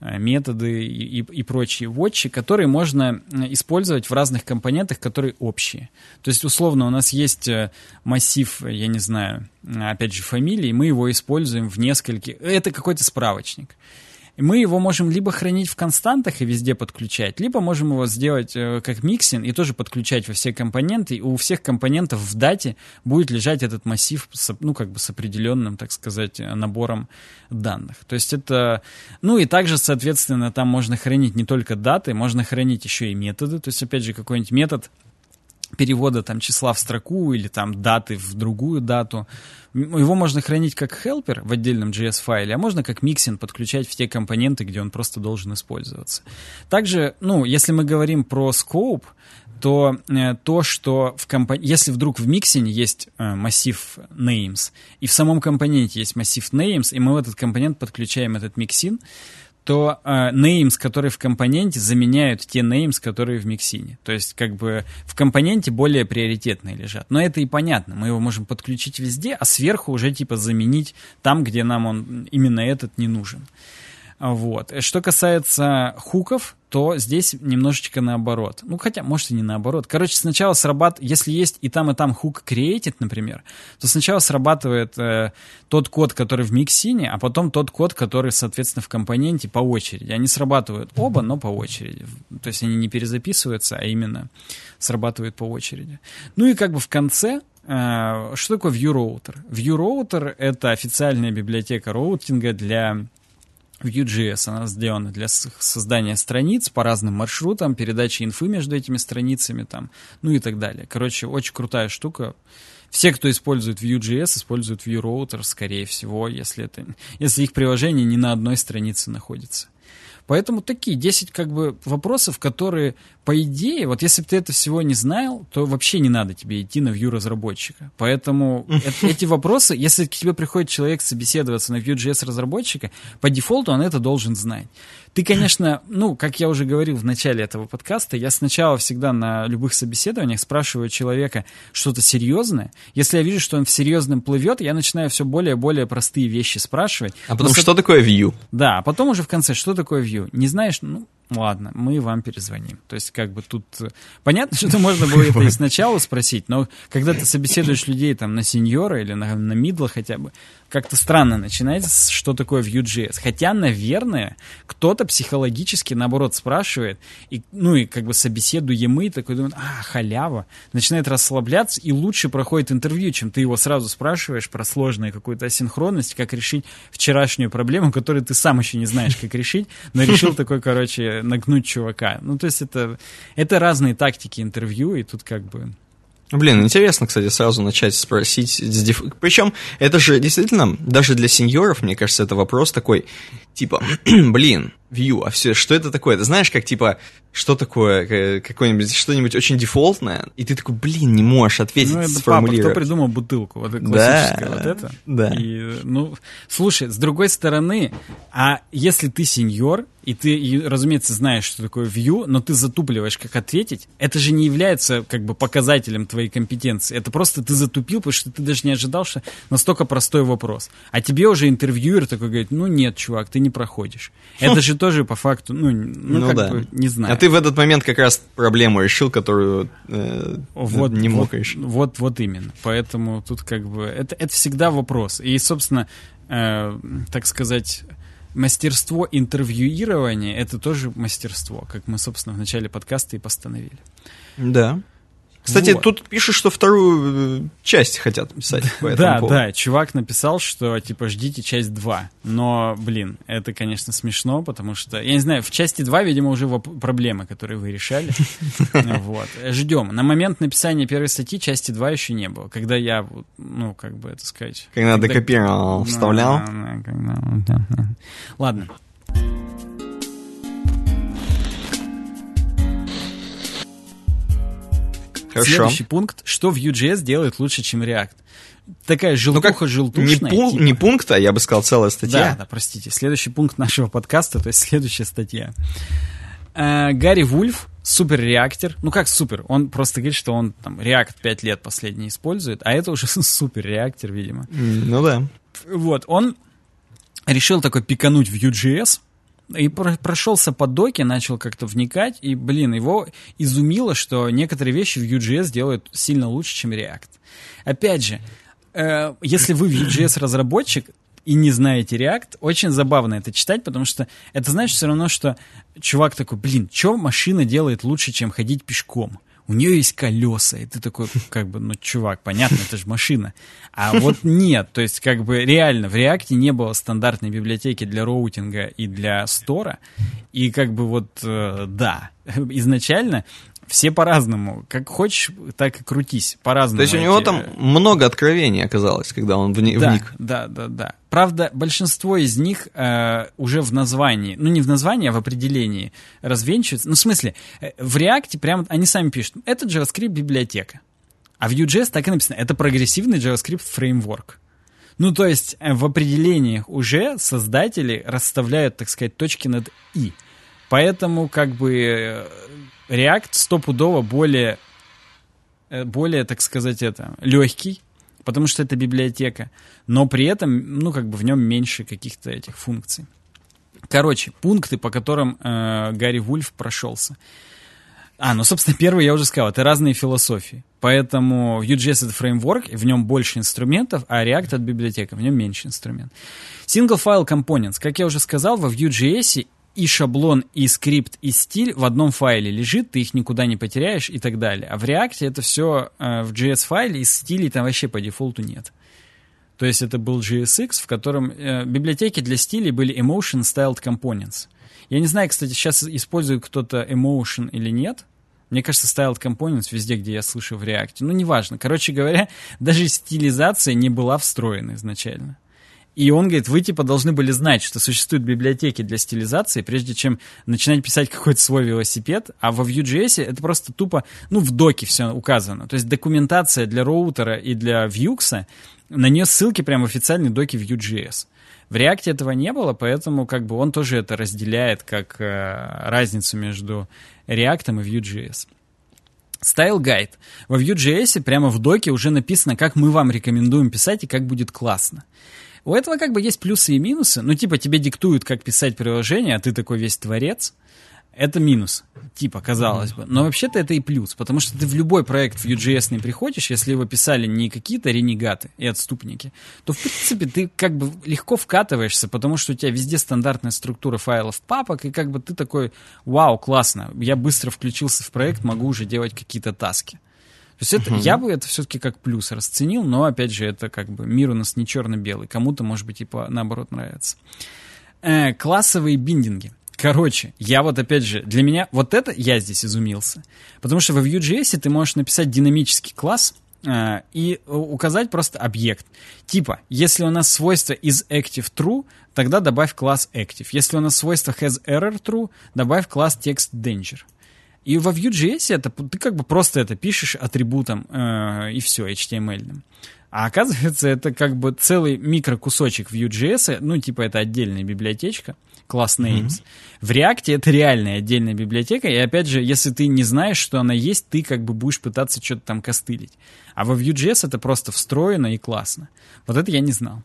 методы и прочие вотчи, которые можно использовать в разных компонентах, которые общие. То есть, условно, у нас есть массив, я не знаю, опять же, фамилий, мы его используем в нескольких... Это какой-то справочник. Мы его можем либо хранить в константах и везде подключать, либо можем его сделать как миксин и тоже подключать во все компоненты. И у всех компонентов в дате будет лежать этот массив ну, как бы с определенным, так сказать, набором данных. То есть это... Ну и также, соответственно, там можно хранить не только даты, можно хранить еще и методы. То есть, опять же, какой-нибудь метод перевода там числа в строку или там даты в другую дату. Его можно хранить как helper в отдельном JS-файле, а можно как миксин подключать в те компоненты, где он просто должен использоваться. Также, ну, если мы говорим про scope, то то, что если вдруг в миксине есть массив names, и в самом компоненте есть массив names, и мы в этот компонент подключаем этот миксин, то names, которые в компоненте, заменяют те names, которые в миксине. То есть, как бы, в компоненте более приоритетные лежат. Но это и понятно. Мы его можем подключить везде, а сверху уже, типа, заменить там, где нам он именно этот не нужен. Вот. Что касается хуков, то здесь немножечко наоборот. Ну, хотя, может, и не наоборот. Короче, сначала если есть и там хук created, например, то сначала срабатывает тот код, который в миксине, а потом тот код, который, соответственно, в компоненте по очереди. Они срабатывают оба, но по очереди. То есть они не перезаписываются, а именно срабатывают по очереди. Ну и как бы в конце... Что такое ViewRouter? ViewRouter — это официальная библиотека роутинга для Vue.js. Она сделана для создания страниц по разным маршрутам, передачи инфы между этими страницами, там, ну и так далее. Короче, очень крутая штука. Все, кто использует Vue.js, используют ViewRouter, скорее всего, если их приложение не на одной странице находится. Поэтому такие 10 как бы вопросов, которые, по идее, вот если бы ты это всего не знал, то вообще не надо тебе идти на Vue-разработчика. Поэтому эти вопросы, если к тебе приходит человек собеседоваться на Vue.js-разработчика, по дефолту он это должен знать. Ты, конечно, ну, как я уже говорил в начале этого подкаста, я сначала всегда на любых собеседованиях спрашиваю человека что-то серьезное. Если я вижу, что он в серьезном плывет, я начинаю все более и более простые вещи спрашивать. А потом, что такое Vue? Да, а потом уже в конце, что такое Vue? Не знаешь? Ну, ладно, мы вам перезвоним. То есть, как бы тут... Понятно, что можно было это и сначала спросить, но когда ты собеседуешь людей там на сеньора или на мидла хотя бы, как-то странно начинать, что такое Vue.js. Хотя, наверное, кто-то психологически, наоборот, спрашивает, и, ну и как бы собеседуемый такой думает, халява, начинает расслабляться, и лучше проходит интервью, чем ты его сразу спрашиваешь про сложную какую-то асинхронность, как решить вчерашнюю проблему, которую ты сам еще не знаешь, как решить, но решил такой, короче, нагнуть чувака. Ну, то есть это разные тактики интервью, и тут как бы... Блин, интересно, кстати, сразу начать спросить. Причем это же действительно, даже для сеньоров, мне кажется, это вопрос такой, типа, блин, Vue, а все, что это такое? Ты знаешь, как, типа, что такое, какое-нибудь, что-нибудь очень дефолтное, и ты такой, блин, не можешь ответить, ну, это сформулировать. Папа, кто придумал бутылку? Вот это классическое, да, вот это. Да. И, ну, слушай, с другой стороны, а если ты сеньор, и ты, разумеется, знаешь, что такое Vue, но ты затупливаешь, как ответить, это же не является, как бы, показателем твоей компетенции. Это просто ты затупил, потому что ты даже не ожидал, что настолько простой вопрос. А тебе уже интервьюер такой говорит, ну нет, чувак, ты не проходишь. Это же тоже по факту, ну как да. бы, не знаю. А ты в этот момент как раз проблему решил, которую не мог решить. Вот именно. Поэтому тут как бы, это всегда вопрос. И, собственно, так сказать... Мастерство интервьюирования — это тоже мастерство, как мы, собственно, в начале подкаста и постановили. Да. Кстати, вот. Тут пишут, что вторую часть хотят писать по этому поводу. Да, чувак написал, что, типа, ждите часть 2. Но, блин, это, конечно, смешно, потому что, я не знаю, в части 2, видимо, уже проблемы, которые вы решали. Вот. Ждем. На момент написания первой статьи части 2 еще не было. Когда я, ну, как бы это сказать... Когда декопировал, вставлял? Ладно. Хорошо. Следующий пункт. Что Vue.js делает лучше, чем React? Такая желтуха-желтушная. Не пункт, а я бы сказал целая статья. Да, простите. Следующий пункт нашего подкаста, то есть следующая статья. Гарри Вульф, супер реактор. Ну как супер? Он просто говорит, что он там React 5 лет последний использует, а это уже супер реактор, видимо. Ну да. Вот, он решил такой пикануть в Vue.js и прошелся по доке, начал как-то вникать, и, его изумило, что некоторые вещи в Vue.js делают сильно лучше, чем React. Опять же, если вы Vue.js разработчик и не знаете React, очень забавно это читать, потому что это значит все равно, что чувак такой, что машина делает лучше, чем ходить пешком? У нее есть колеса, и ты такой, чувак, понятно, это же машина. А вот нет, то есть, реально, в React не было стандартной библиотеки для роутинга и для стора, и да, изначально все по-разному, как хочешь, так и крутись, по-разному. То есть у него там много откровений оказалось, когда он вник. Да. Правда, большинство из них уже в названии, не в названии, а в определении развенчиваются. В смысле, в React прямо они сами пишут, это JavaScript-библиотека. А в Vue.js так и написано, это прогрессивный JavaScript-фреймворк. То есть в определениях уже создатели расставляют, так сказать, точки над «и». Поэтому, React стопудово более, так сказать, легкий, потому что это библиотека, но при этом, в нем меньше каких-то этих функций. Короче, пункты, по которым Гарри Вульф прошелся. Собственно, первый я уже сказал, это разные философии. Поэтому Vue.js — это фреймворк, в нем больше инструментов, а React — это библиотека, в нем меньше инструментов. Single File Components. Как я уже сказал, во Vue.js и шаблон, и скрипт, и стиль в одном файле лежит, ты их никуда не потеряешь и так далее. А в React это все в JS-файле, и стилей там вообще по дефолту нет. То есть это был JSX, в котором библиотеки для стилей были Emotion Styled Components. Я не знаю, кстати, сейчас использует кто-то Emotion или нет. Мне кажется, Styled Components везде, где я слышу в React. Неважно. Короче говоря, даже стилизация не была встроена изначально. И он говорит, вы должны были знать, что существуют библиотеки для стилизации, прежде чем начинать писать какой-то свой велосипед, а во Vue.js это просто тупо, в доке все указано. То есть документация для роутера и для Vuex, на нее ссылки прямо в официальной доке Vue.js. В React этого не было, поэтому он тоже это разделяет как разницу между React и Vue.js. Style Guide. Во Vue.js прямо в доке уже написано, как мы вам рекомендуем писать и как будет классно. У этого есть плюсы и минусы. Тебе диктуют, как писать приложение, а ты такой весь творец. Это минус, казалось бы. Но вообще-то это и плюс, потому что ты в любой проект Vue.js приходишь, если его писали не какие-то ренегаты и отступники, то, в принципе, ты легко вкатываешься, потому что у тебя везде стандартная структура файлов папок, и ты такой, вау, классно, я быстро включился в проект, могу уже делать какие-то таски. То есть это, я бы это все-таки как плюс расценил, но, опять же, это мир у нас не черно-белый. Кому-то, может быть, наоборот нравится. Классовые биндинги. Короче, опять же, для меня я здесь изумился. Потому что во Vue.js ты можешь написать динамический класс и указать просто объект. Если у нас свойство is active true, тогда добавь класс active. Если у нас свойство has error true, добавь класс text danger. И во Vue.js ты просто это пишешь атрибутом и все, HTML-ным. А оказывается, это целый микрокусочек Vue.js, это отдельная библиотечка, class names. В React это реальная отдельная библиотека, и опять же, если ты не знаешь, что она есть, ты будешь пытаться что-то там костылить. А во Vue.js это просто встроено и классно. Вот это я не знал.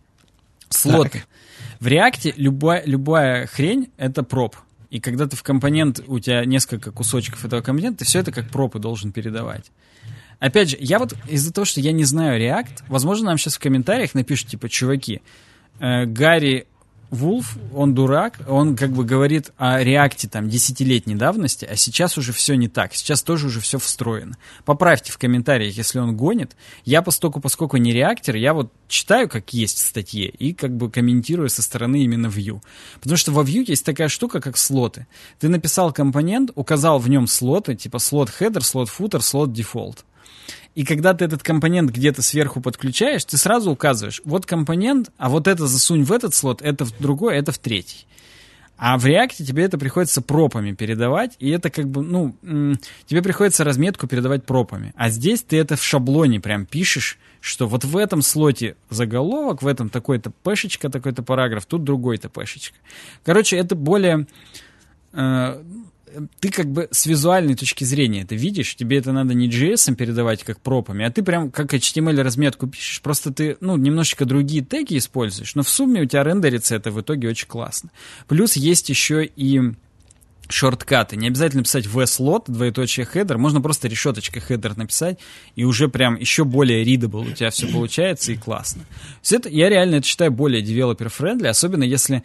Слоты. В React любая хрень — это prop. И когда ты в компонент, у тебя несколько кусочков этого компонента, ты все это как пропы должен передавать. Опять же, я из-за того, что я не знаю React, возможно, нам сейчас в комментариях напишут, чуваки, Гарри Вульф, он дурак, он говорит о React 10-летней давности, а сейчас уже все не так, сейчас тоже уже все встроено. Поправьте в комментариях, если он гонит. Я поскольку не реактор, я читаю, как есть в статье, и комментирую со стороны именно Vue. Потому что во Vue есть такая штука, как слоты. Ты написал компонент, указал в нем слоты, слот header, слот footer, слот default. И когда ты этот компонент где-то сверху подключаешь, ты сразу указываешь, компонент, а это засунь в этот слот, это в другой, это в третий. А в React тебе это приходится пропами передавать, и это тебе приходится разметку передавать пропами. А здесь ты это в шаблоне прям пишешь, что в этом слоте заголовок, в этом такой-то пэшечка, такой-то параграф, тут другой-то пэшечка. Короче, это более... ты как бы с визуальной точки зрения это видишь, тебе это надо не JS передавать как пропами, а ты прям как HTML разметку пишешь, просто ты, немножечко другие теги используешь, но в сумме у тебя рендерится это в итоге очень классно. Плюс есть еще и шорткаты. Не обязательно писать v-slot, двоеточие header, можно просто решеточкой header написать, и уже прям еще более readable у тебя все получается, и классно. Все это, я реально это считаю более developer-friendly, особенно если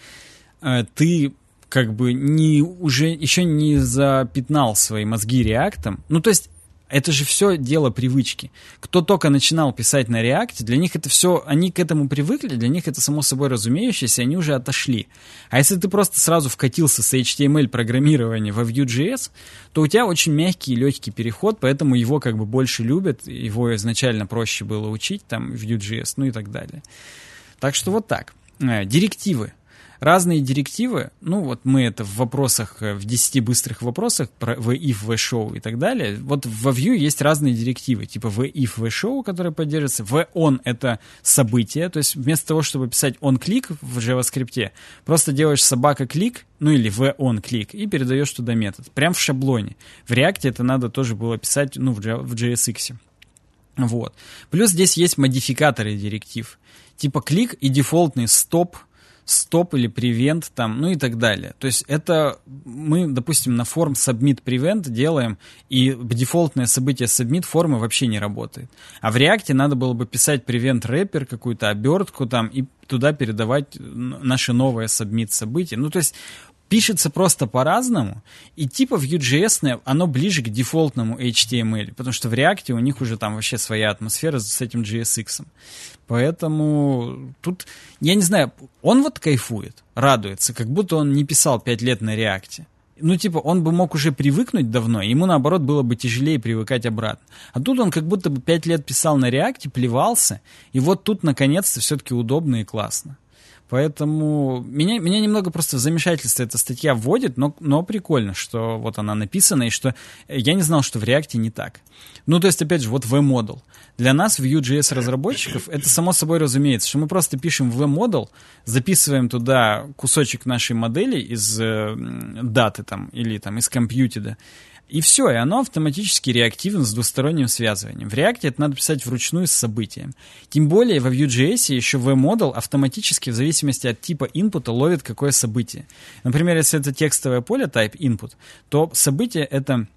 ты как бы уже еще не запятнал свои мозги реактом. То есть это же все дело привычки. Кто только начинал писать на React, для них это все, они к этому привыкли, для них это само собой разумеющееся, они уже отошли. А если ты просто сразу вкатился с HTML программирования во Vue.js, то у тебя очень мягкий и легкий переход, поэтому его как бы больше любят, его изначально проще было учить, там, Vue.js, и так далее. Так что вот так. Директивы. Разные директивы, мы это в вопросах, в 10 быстрых вопросах про v-if, v-show и так далее. Вот во Vue есть разные директивы, типа v-if, v-show, которые поддерживаются. v-on — это событие, то есть вместо того, чтобы писать on-click в JavaScript, просто делаешь собака-клик, или v-on-click, и передаешь туда метод. Прям в шаблоне. В React это надо тоже было писать, в JSX. Вот. Плюс здесь есть модификаторы директив. Типа клик и дефолтный стоп или prevent там, и так далее. То есть это мы, допустим, на форм submit prevent делаем, и дефолтное событие submit формы вообще не работает. А в React надо было бы писать prevent wrapper, какую-то обертку там, и туда передавать наше новое submit событие. То есть пишется просто по-разному, и типа Vue.js оно ближе к дефолтному HTML, потому что в React у них уже там вообще своя атмосфера с этим JSX. Поэтому тут, я не знаю, он вот кайфует, радуется, как будто он не писал 5 лет на React. Он бы мог уже привыкнуть давно, и ему, наоборот, было бы тяжелее привыкать обратно. А тут он как будто бы 5 лет писал на React, плевался, и вот тут, наконец-то, все-таки удобно и классно. Поэтому меня немного просто в замешательство эта статья вводит, но прикольно, что вот она написана, и что я не знал, что в React не так. То есть, опять же, вот V-модул. Для нас, Vue.js разработчиков, это само собой разумеется, что мы просто пишем V-модул, записываем туда кусочек нашей модели из даты там, или там, из компьютера, и все, и оно автоматически реактивно с двусторонним связыванием. В React это надо писать вручную с событием. Тем более во Vue.js еще V-модул автоматически в зависимости от типа инпута ловит какое событие. Например, если это текстовое поле type input, то событие это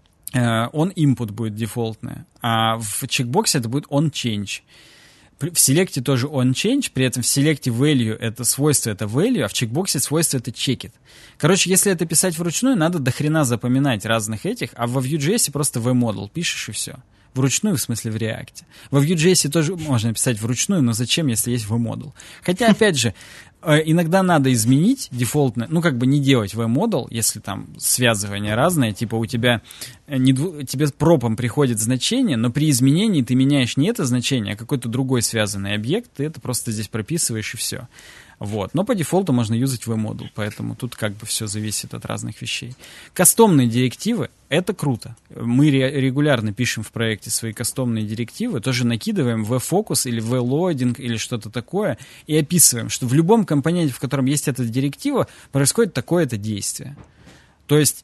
on-input будет дефолтное, а в чекбоксе это будет on-change. В селекте тоже on-change, при этом в селекте value это свойство, это value, а в чекбоксе свойство это checkit. Короче, если это писать вручную, надо до хрена запоминать разных этих, а во Vue.js просто v-модул пишешь и все. Вручную, в смысле в React. Во Vue.js тоже можно писать вручную, но зачем, если есть v-модул? Хотя, опять же, иногда надо изменить дефолтно, не делать v-модул, если там связывание разное, типа у тебя тебе пропом приходит значение, но при изменении ты меняешь не это значение, а какой-то другой связанный объект, ты это просто здесь прописываешь и все. Вот. Но по дефолту можно юзать v-модул, поэтому тут все зависит от разных вещей. Кастомные директивы — это круто. Мы регулярно пишем в проекте свои кастомные директивы, тоже накидываем v-focus или v-loading или что-то такое и описываем, что в любом компоненте, в котором есть эта директива, происходит такое-то действие. То есть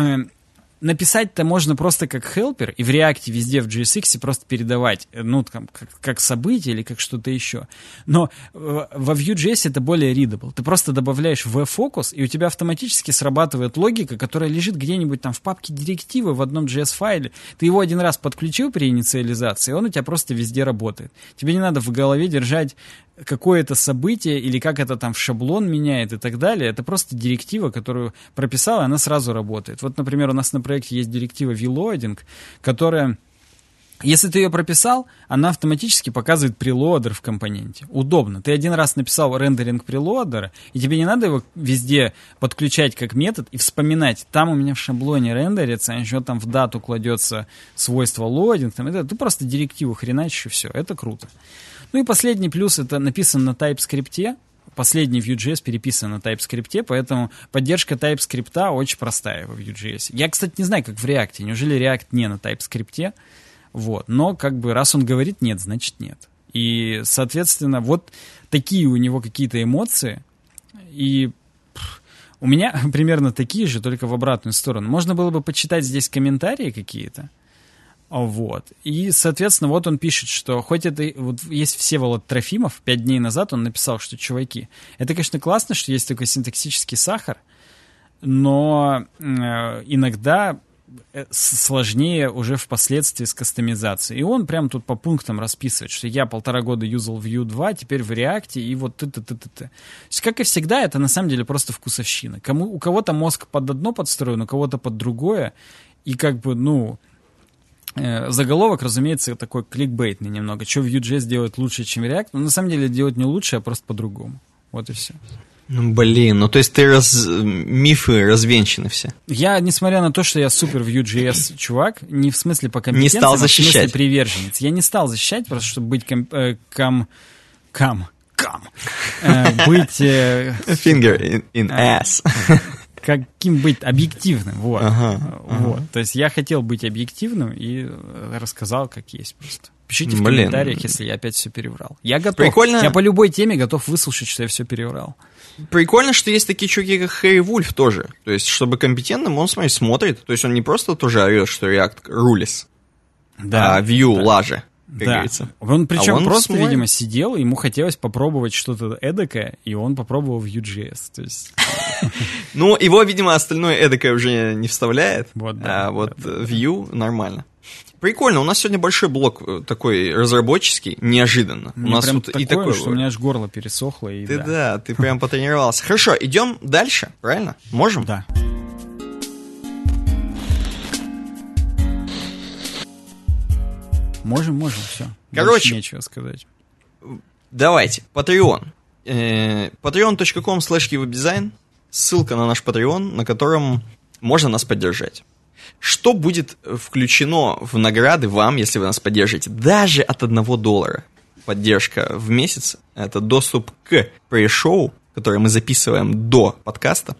написать-то можно просто как helper, и в React везде в JSX просто передавать, как событие или как что-то еще. Но во Vue.js это более readable. Ты просто добавляешь v-focus, и у тебя автоматически срабатывает логика, которая лежит где-нибудь там в папке директивы в одном JS-файле. Ты его один раз подключил при инициализации, и он у тебя просто везде работает. Тебе не надо в голове держать какое-то событие или как это там в шаблон меняет и так далее. Это просто директива, которую прописал, и она сразу работает. Вот, например, у нас на проекте есть директива vLoading, которая, если ты ее прописал, она автоматически показывает прелоадер в компоненте. Удобно. Ты один раз написал рендеринг прелоадера, и тебе не надо его везде подключать как метод и вспоминать. Там у меня в шаблоне рендерится, а еще там в дату кладется свойство loading. Ты просто директиву хреначишь, и все. Это круто. И последний плюс — это написано на TypeScript. Последний Vue.js переписан на TypeScript, поэтому поддержка TypeScript очень простая во Vue.js. Я, кстати, не знаю, как в React. Неужели React не на TypeScript? Вот. Но раз он говорит нет, значит нет. И, соответственно, вот такие у него какие-то эмоции. И У меня примерно такие же, только в обратную сторону. Можно было бы почитать здесь комментарии какие-то. Вот. И, соответственно, вот он пишет, что хоть это... Вот есть Всеволод Трофимов, 5 дней назад он написал, что, чуваки, это, конечно, классно, что есть такой синтаксический сахар, но иногда сложнее уже впоследствии с кастомизацией. И он прям тут по пунктам расписывает, что я 1,5 года юзал Vue 2, теперь в React, и вот ты. То есть, как и всегда, это на самом деле просто вкусовщина. У кого-то мозг под одно подстроен, у кого-то под другое, и как бы, заголовок, разумеется, такой кликбейтный немного. Что Vue.js делает лучше, чем React? Но на самом деле делает не лучше, а просто по-другому. Вот и все. То есть ты мифы развенчаны все. Я, несмотря на то, что я супер Vue.js чувак, не в смысле по компетенциям, не стал защищать. А в смысле приверженец. Я не стал защищать, просто чтобы быть быть... Finger in ass. Каким быть объективным, вот. Вот. То есть я хотел быть объективным и рассказал, как есть просто. Пишите в комментариях, если я опять все переврал. Я готов. Прикольно. Я по любой теме готов выслушать, что я все переврал. Прикольно, что есть такие чуваки, как Хэри Вульф тоже. То есть, чтобы компетентным, он, смотрит. То есть, он не просто тоже орет, что React рулис, а Vue лаже, как говорится. Он причем просто, видимо, сидел, ему хотелось попробовать что-то эдакое, и он попробовал Vue.js. То есть... его, видимо, остальное эдакое уже не вставляет, Vue нормально. Прикольно, у нас сегодня большой блок такой разработческий, неожиданно. У нас прям тут такое, что у меня аж горло пересохло. И ты прям потренировался. Хорошо, идем дальше, правильно? Можем? Да. Можем, все. Короче, нечего сказать. Давайте, Patreon. patreon.com/keywebdesign. Ссылка на наш Patreon, на котором можно нас поддержать. Что будет включено в награды вам, если вы нас поддержите? Даже от $1 поддержка в месяц. Это доступ к пресс-шоу, которое мы записываем до подкаста.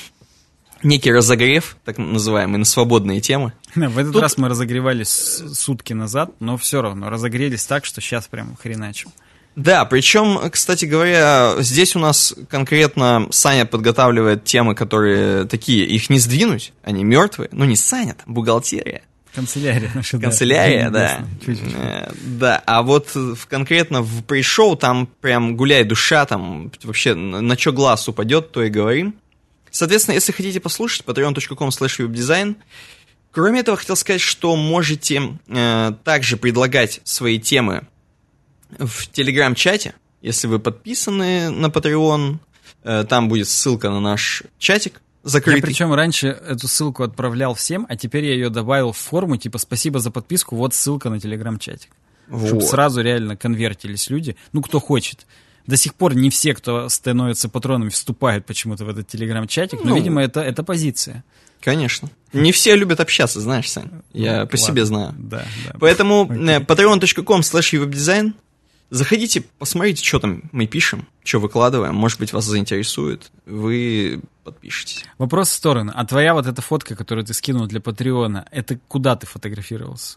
Некий разогрев, так называемый, на свободные темы. В этот раз мы разогревались сутки назад, но все равно разогрелись так, что сейчас прям хреначим. Да, причем, кстати говоря, здесь у нас конкретно Саня подготавливает темы, которые такие, их не сдвинуть, они мертвые. Не Саня, там бухгалтерия. Канцелярия наша, Канцелярия, да. Да, а вот конкретно в пресс-шоу там прям гуляй душа, там вообще на что глаз упадет, то и говорим. Соответственно, если хотите послушать, patreon.com/webdesign. Кроме этого, хотел сказать, что можете также предлагать свои темы в Telegram-чате, если вы подписаны на Patreon, там будет ссылка на наш чатик закрытый. Я причем раньше эту ссылку отправлял всем, а теперь я ее добавил в форму, типа «Спасибо за подписку, вот ссылка на Telegram-чатик». Вот. Чтобы сразу реально конвертились люди, кто хочет. До сих пор не все, кто становится патронами, вступают почему-то в этот Telegram-чатик, но, видимо, это позиция. Конечно. Не все любят общаться, знаешь, Сань. Я по себе знаю. Да. Поэтому patreon.com/webdesign. Заходите, посмотрите, что там мы пишем, что выкладываем. Может быть, вас заинтересует. Вы подпишитесь. Вопрос в сторону. А твоя вот эта фотка, которую ты скинул для Патреона, это куда ты фотографировался?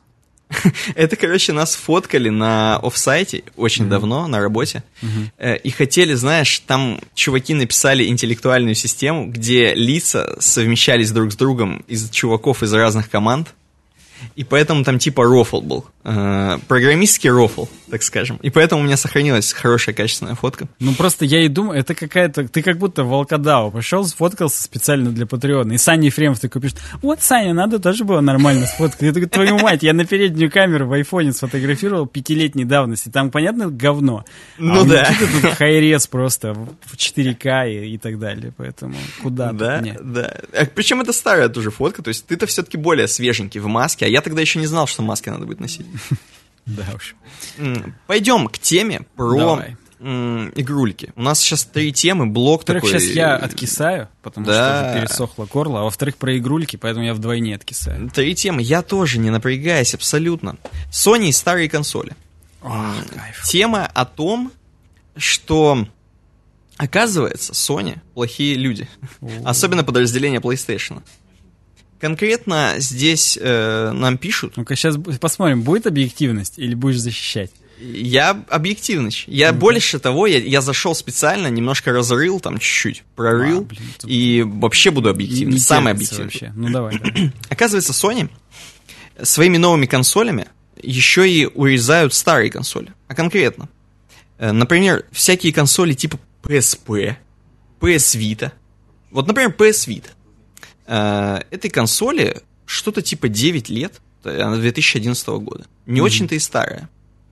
Это, нас фоткали на офсайте очень давно, на работе. И хотели, знаешь, там чуваки написали интеллектуальную систему, где лица совмещались друг с другом из чуваков из разных команд. И поэтому там типа рофл был. Программистский рофл, так скажем. И поэтому у меня сохранилась хорошая качественная фотка. Просто я и думаю, это какая-то... Ты как будто волкодав пошел, сфоткался специально для Патреона. И Саня Ефремов такой пишет: вот, Саня, надо тоже было нормально сфоткать. Я такой: твою мать, я на переднюю камеру в айфоне сфотографировал 5-летней давности. Там, понятно, говно. Да. Тут хайрез просто в 4К и так далее. Поэтому куда? Да. Причем это старая тоже фотка. То есть ты-то все-таки более свеженький в маске. А я тогда еще не знал, что маски надо будет носить. Да уж. Пойдем к теме про игрульки. У нас сейчас 3 темы, блок такой. Во-первых, сейчас я откисаю, потому что уже пересохло горло, а во-вторых, про игрульки, поэтому я вдвойне откисаю. 3 темы, я тоже, не напрягаюсь абсолютно. Sony и старые консоли. Кайф. Тема о том, что, оказывается, Sony плохие люди. Особенно подразделение PlayStation. Конкретно здесь нам пишут... Ну-ка, сейчас посмотрим, будет объективность или будешь защищать? Я объективный. Я больше того, я зашел специально, немножко разрыл, там чуть-чуть прорыл, и вообще буду объективным. Самый объективный. Вообще. Ну давай. Оказывается, Sony своими новыми консолями еще и урезают старые консоли. А конкретно, например, всякие консоли типа PSP, PS Vita. Вот, например, PS Vita. Этой консоли что-то типа 9 лет, она 2011 года. Не очень-то и старая.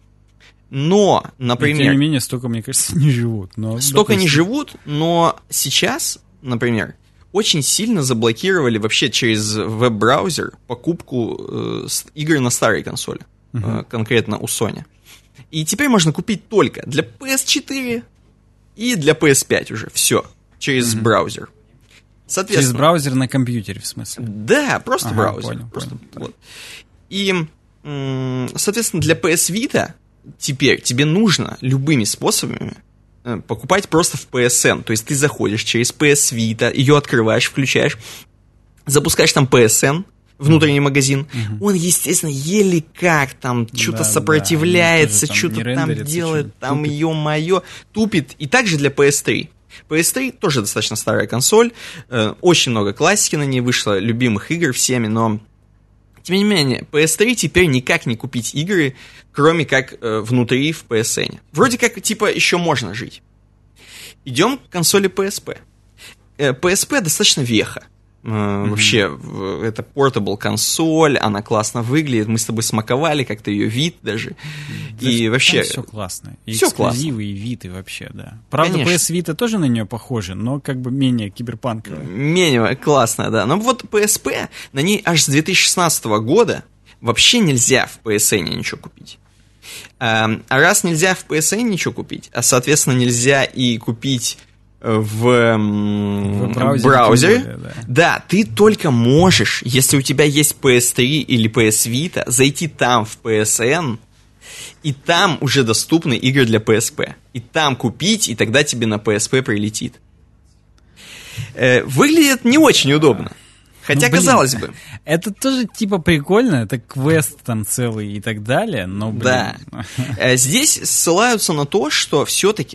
Но, например... И, тем не менее, столько, мне кажется, не живут. Столько не живут, но сейчас, например, очень сильно заблокировали вообще через веб-браузер покупку игр на старой консоли. Конкретно у Sony. И теперь можно купить только для PS4 и для PS5 уже. Все. Через браузер. Через браузер на компьютере, в смысле? Да, просто браузер. Понял. Вот. И, соответственно, для PS Vita теперь тебе нужно любыми способами покупать просто в PSN. То есть ты заходишь через PS Vita, ее открываешь, включаешь, запускаешь там PSN, внутренний магазин. Он, естественно, еле как там что-то сопротивляется, что-то там делает, там, ё-моё, тупит. И также для PS3. PS3 тоже достаточно старая консоль, очень много классики на ней вышло, любимых игр всеми, но тем не менее, PS3 теперь никак не купить игры, кроме как внутри в PSN. Вроде как, типа, еще можно жить. Идем к консоли PSP. PSP достаточно веха. Вообще, это портабл консоль, она классно выглядит, мы с тобой смаковали как-то ее вид даже. И вообще... Все классно. И все эксклюзивы, классно. И вид, и вообще, да. Правда, Конечно. PS Vita тоже на нее похожа, но как бы менее киберпанковая. Менее классная, да. Но вот PSP, на ней аж с 2016 года вообще нельзя в PSN ничего купить. А раз нельзя в PSN ничего купить, а, соответственно, нельзя и купить в браузере, более, да, ты только можешь, если у тебя есть PS3 или PS Vita, зайти там в PSN, и там уже доступны игры для PSP. И там купить, и тогда тебе на PSP прилетит. Выглядит не очень удобно. Хотя, казалось бы. Это тоже типа прикольно, это квест там целый и так далее, но, блин. Да. Здесь ссылаются на то, что все-таки,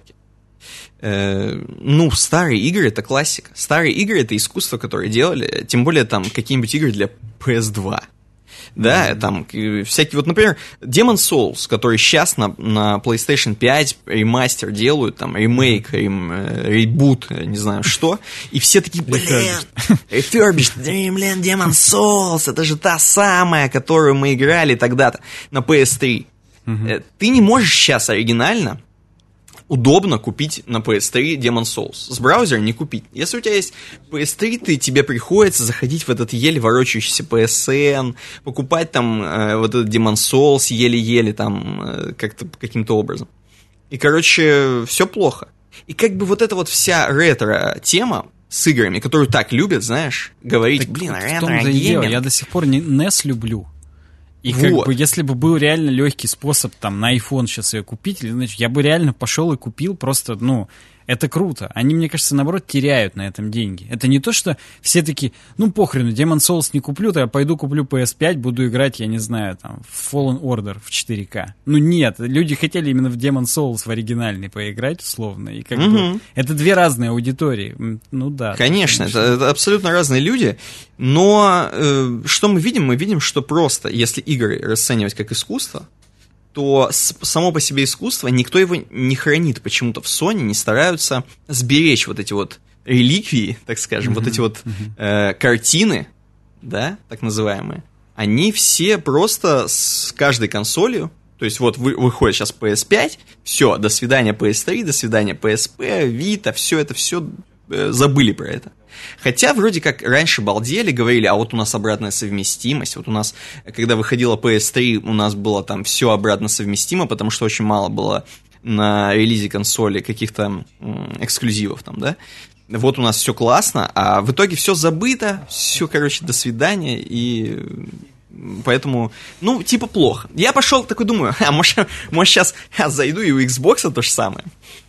старые игры — это классика. Старые игры — это искусство, которое делали, тем более там какие-нибудь игры для PS2. Да, там всякие, вот, например, Demon's Souls, который сейчас на PlayStation 5 ремастер делают, там, ремейк, ребут, не знаю что, и все такие, refurbished, блин, Demon's Souls, это же та самая, которую мы играли тогда-то на PS3. Ты не можешь сейчас оригинально удобно купить на PS3 Demon's Souls. С браузера не купить. Если у тебя есть PS3, тебе приходится заходить в этот еле ворочающийся PSN, покупать там вот этот Demon's Souls еле-еле там как-то каким-то образом. И, короче, все плохо. И как бы вот эта вот вся ретро-тема с играми, которую так любят, знаешь, говорить, так ретро-гейминг. Я до сих пор NES люблю. И как бы, если бы был реально легкий способ там на iPhone сейчас ее купить, значит, я бы реально пошел и купил просто, это круто. Они, мне кажется, наоборот, теряют на этом деньги. Это не то, что все такие, похрену, Demon's Souls не куплю, то я пойду куплю PS5, буду играть, я не знаю, там, в Fallen Order в 4К. Нет, люди хотели именно в Demon's Souls в оригинальный поиграть, условно, и как бы это две разные аудитории. Да. Конечно, это абсолютно разные люди, но что мы видим? Мы видим, что просто, если игры расценивать как искусство, то само по себе искусство, никто его не хранит почему-то в Sony, не стараются сберечь вот эти вот реликвии, так скажем, вот эти вот картины, да, так называемые, они все просто с каждой консолью, то есть вот выходит сейчас PS5, все, до свидания PS3, до свидания PSP, Vita, все забыли про это. Хотя вроде как раньше балдели, говорили, а вот у нас обратная совместимость, вот у нас, когда выходила PS3, у нас было там все обратно совместимо, потому что очень мало было на релизе консоли каких-то эксклюзивов там, да. Вот у нас все классно, а в итоге все забыто, все, короче, до свидания, и поэтому, типа плохо. Я пошел такой, думаю, может сейчас зайду и у Xbox то же самое.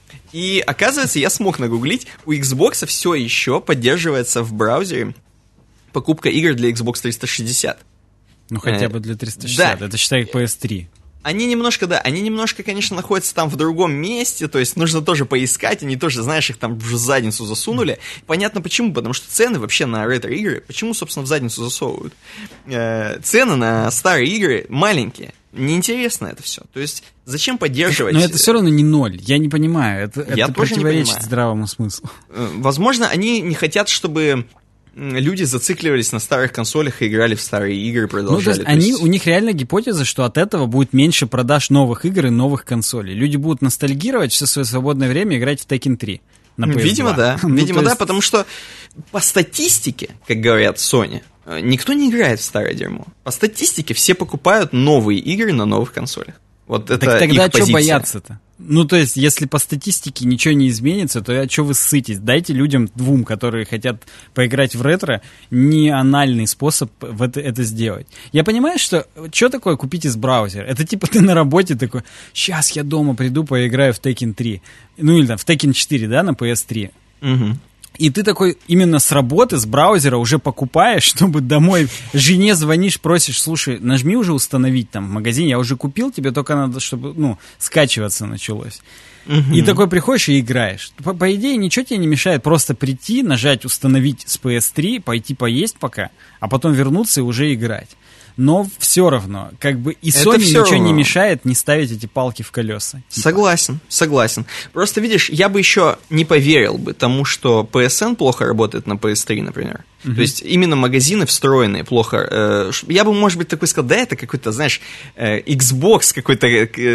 И оказывается, я смог нагуглить, у Xbox все еще поддерживается в браузере покупка игр для Xbox 360. Хотя бы для 360, это считай PS3. Они немножко, конечно, находятся там в другом месте, то есть нужно тоже поискать, они тоже, знаешь, их там в задницу засунули. Понятно почему, потому что цены вообще на ретро-игры, почему, собственно, в задницу засовывают? Цены на старые игры маленькие. Неинтересно это все. То есть зачем поддерживать... Но это все равно не ноль, я не понимаю, это противоречит здравому смыслу. Возможно, они не хотят, чтобы... люди зацикливались на старых консолях и играли в старые игры, продолжали. Ну, то есть у них реально гипотеза, что от этого будет меньше продаж новых игр и новых консолей. Люди будут ностальгировать все свое свободное время играть в Tekken 3 на PS2. Видимо, да. Видимо, да, потому что по статистике, как говорят Sony, никто не играет в старое дерьмо. По статистике все покупают новые игры на новых консолях. Вот это так тогда их позиция. Что бояться-то? Ну, то есть, если по статистике ничего не изменится, то а что вы ссытесь? Дайте людям двум, которые хотят поиграть в ретро, не анальный способ это сделать. Я понимаю, что такое купить из браузера? Это типа ты на работе такой, сейчас я дома приду, поиграю в Tekken 3. Ну, или там в Tekken 4, да, на PS3. Угу. И ты такой именно с работы, с браузера уже покупаешь, чтобы домой жене звонишь, просишь, слушай, нажми уже установить там в магазине, я уже купил, тебе только надо, чтобы, скачиваться началось. И такой приходишь и играешь. По идее, ничего тебе не мешает просто прийти, нажать установить с PS3, пойти поесть пока, а потом вернуться и уже играть. Но все равно, как бы и Sony ничего не мешает не ставить эти палки в колеса. Согласен. Просто, видишь, я бы еще не поверил бы тому, что PSN плохо работает на PS3, например. То есть именно магазины встроенные плохо. Я бы, может быть, такой сказал, да, это какой-то, знаешь, Xbox какой-то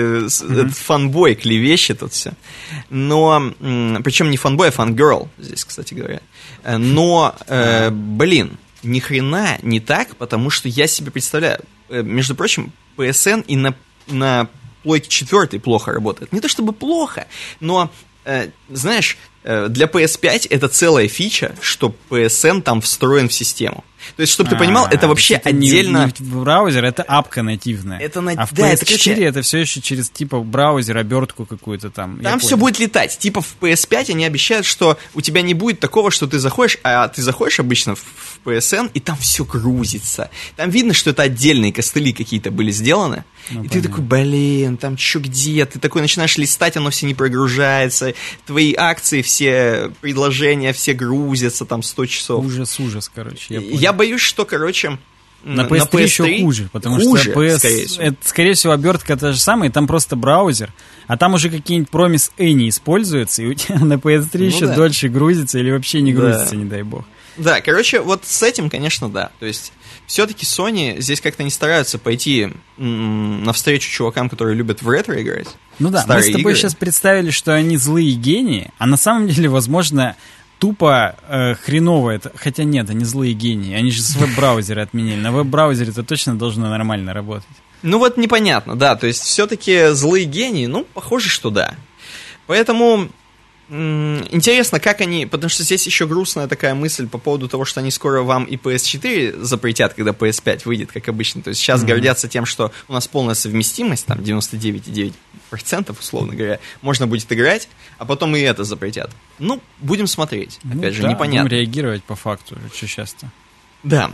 фанбой клевещет тут все. Но, причем не фанбой, а фангерл здесь, кстати говоря. Но, блин, ни хрена не так, потому что я себе представляю, между прочим, PSN и на плойке 4 плохо работает. Не то чтобы плохо, но, знаешь, для PS5 это целая фича, что PSN там встроен в систему. То есть, чтобы ты понимал, это вообще это отдельно... Не браузер, это апка нативная. А в PS4 это все еще через типа браузер, обертку какую-то там. Там все будет летать. Типа в PS5 они обещают, что у тебя не будет такого, что ты заходишь, а ты заходишь обычно в PSN, и там все грузится. Там видно, что это отдельные костыли какие-то были сделаны. И ты такой, блин, там что, где? Ты такой начинаешь листать, оно все не прогружается. Твои акции, все предложения, все грузятся там 100 часов. Ужас, короче. Я боюсь, что, короче, на PS3 еще хуже, потому что скорее всего, обертка та же самая, и там просто браузер, а там уже какие-нибудь Promise Any используются, и у тебя на PS3 еще дольше грузится или вообще не грузится, не дай бог. Да, короче, вот с этим, конечно, да. То есть, все-таки Sony здесь как-то не стараются пойти навстречу чувакам, которые любят в ретро играть. Ну да, мы с тобой сейчас представили, что они злые гении, а на самом деле, возможно, тупо хреново это. Хотя нет, они злые гении. Они же с веб-браузера отменили. На веб-браузере это точно должно нормально работать. Ну вот непонятно, да. То есть, все-таки злые гении, похоже, что да. Поэтому... интересно, как они... Потому что здесь еще грустная такая мысль по поводу того, что они скоро вам и PS4 запретят, когда PS5 выйдет, как обычно. То есть сейчас гордятся тем, что у нас полная совместимость, там 99,9%, условно говоря, можно будет играть, а потом и это запретят. Будем смотреть. Опять же, непонятно. Будем реагировать по факту, что сейчас-то. Да.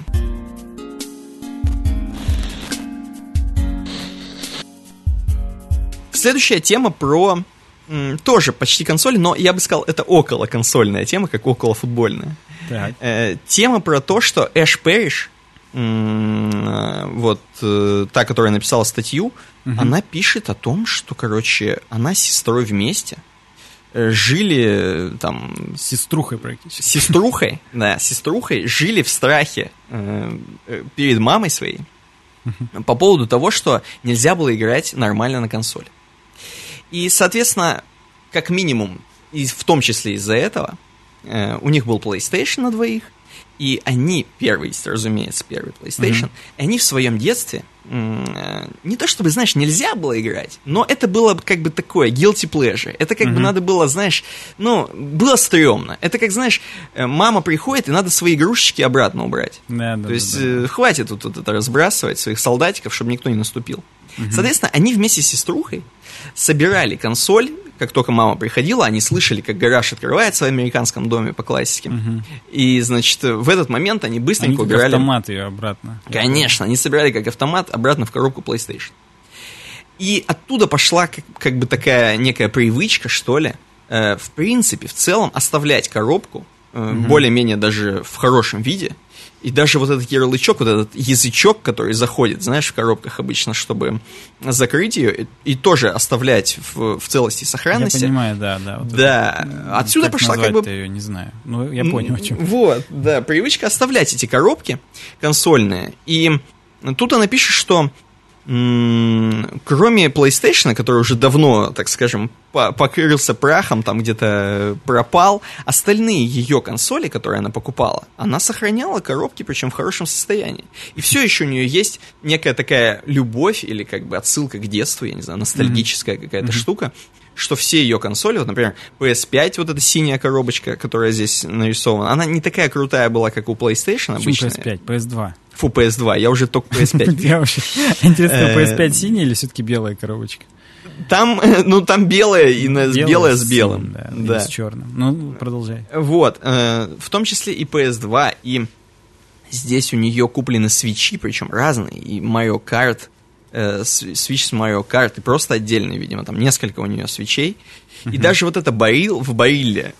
Следующая тема про... тоже почти консоль, но я бы сказал, это около консольная тема, как около футбольная. Тема про то, что Эш Пэриш, та, которая написала статью, она пишет о том, что, короче, она с сестрой вместе жили там... С сеструхой практически. С сеструхой жили в страхе перед мамой своей по поводу того, что нельзя было играть нормально на консоли. И, соответственно, как минимум, и в том числе из-за этого, у них был PlayStation на двоих, и они, первый PlayStation, они в своем детстве, не то чтобы, знаешь, нельзя было играть, но это было как бы такое guilty pleasure. Это как бы надо было, знаешь, было стрёмно. Это как, знаешь, мама приходит, и надо свои игрушечки обратно убрать. То есть хватит тут это разбрасывать, своих солдатиков, чтобы никто не наступил. Соответственно, они вместе с сеструхой собирали консоль, как только мама приходила, они слышали, как гараж открывается в американском доме по классике. И, значит, в этот момент они быстренько убирали... автомат ее обратно. Конечно, они собирали как автомат обратно в коробку PlayStation. И оттуда пошла как бы такая некая привычка, что ли, в принципе, в целом оставлять коробку более-менее даже в хорошем виде. И даже вот этот ярлычок, вот этот язычок, который заходит, знаешь, в коробках обычно, чтобы закрыть ее, и тоже оставлять в целости и сохранности. Я понимаю, да. Вот да, отсюда пошла как бы... Я ее не знаю, но я понял, о чем. Вот, да, привычка оставлять эти коробки консольные. И тут она пишет, что кроме PlayStation, который уже давно, так скажем, покрылся прахом, там где-то пропал, остальные ее консоли, которые она покупала, она сохраняла коробки, причем в хорошем состоянии. И все еще у нее есть некая такая любовь или как бы отсылка к детству, я не знаю, ностальгическая какая-то штука, что все ее консоли, вот, например, PS5, вот эта синяя коробочка, которая здесь нарисована, она не такая крутая была, как у PlayStation обычно. PS5, PS2. Фу, PS2, я уже только PS5. Интересно, PS5 синяя или все-таки белая коробочка? Там белая и белая с белым. Да, с черным. Ну, продолжай. Вот, в том числе и PS2, и здесь у нее куплены свитчи, причем разные, и Mario Kart, свитч с Mario Kart, и просто отдельный, видимо, там несколько у нее свитчей. И даже вот это в барилле,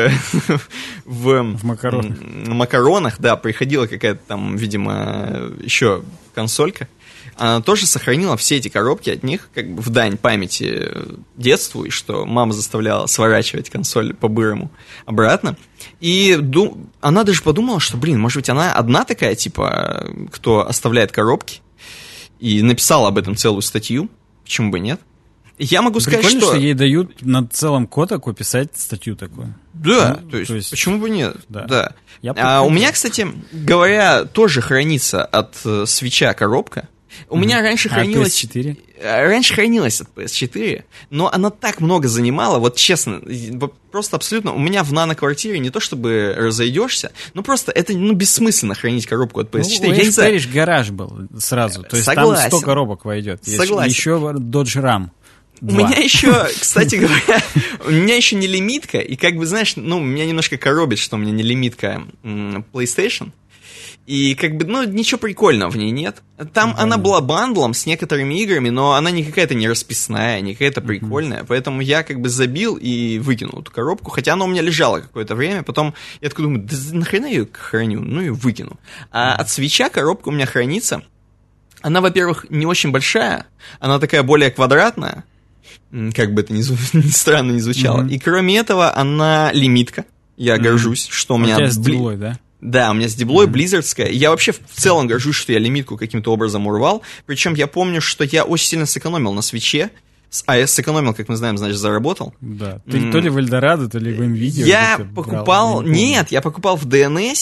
в макаронах, да, приходила какая-то там, видимо, еще консолька. Она тоже сохранила все эти коробки от них, как бы в дань памяти детству, и что мама заставляла сворачивать консоль по-бырому обратно. И она даже подумала, что, может быть, она одна такая, типа, кто оставляет коробки, и написала об этом целую статью. Почему бы нет? Я могу сказать, прикольно, что ей дают на целом Котаку писать статью такую. Да, то есть почему бы нет? Да. У меня, кстати говоря, тоже хранится от свитча коробка. У меня раньше хранилась... PS4? Раньше хранилась от PS4, но она так много занимала, вот честно, просто абсолютно... У меня в нано-квартире не то чтобы разойдешься, но просто это бессмысленно хранить коробку от PS4. Ну, у Эш гараж был сразу, то есть согласен. Там 100 коробок войдет. Согласен. Еще Dodge Ram. 2. У меня еще, кстати говоря, у меня еще не лимитка, и как бы, знаешь, меня немножко коробит, что у меня не лимитка PlayStation, и как бы, ничего прикольного в ней нет. Там она была бандлом с некоторыми играми, но она не какая-то не расписная, не какая-то прикольная, поэтому я как бы забил и выкинул эту коробку, хотя она у меня лежала какое-то время, потом я такой думаю, да нахрена я ее храню, и выкину. А от свитча коробка у меня хранится. Она, во-первых, не очень большая, она такая более квадратная, как бы это ни странно не звучало. И кроме этого, она лимитка. Я горжусь, что у меня... У тебя с дилой, да? Да, у меня с диблой близзардская. Я вообще в целом горжусь, что я лимитку каким-то образом урвал. Причем я помню, что я очень сильно сэкономил на свитче. А я сэкономил, как мы знаем, значит, заработал. Да. Ты то ли в Эльдорадо, то ли в NVIDIA. Я покупал... Нет, я покупал в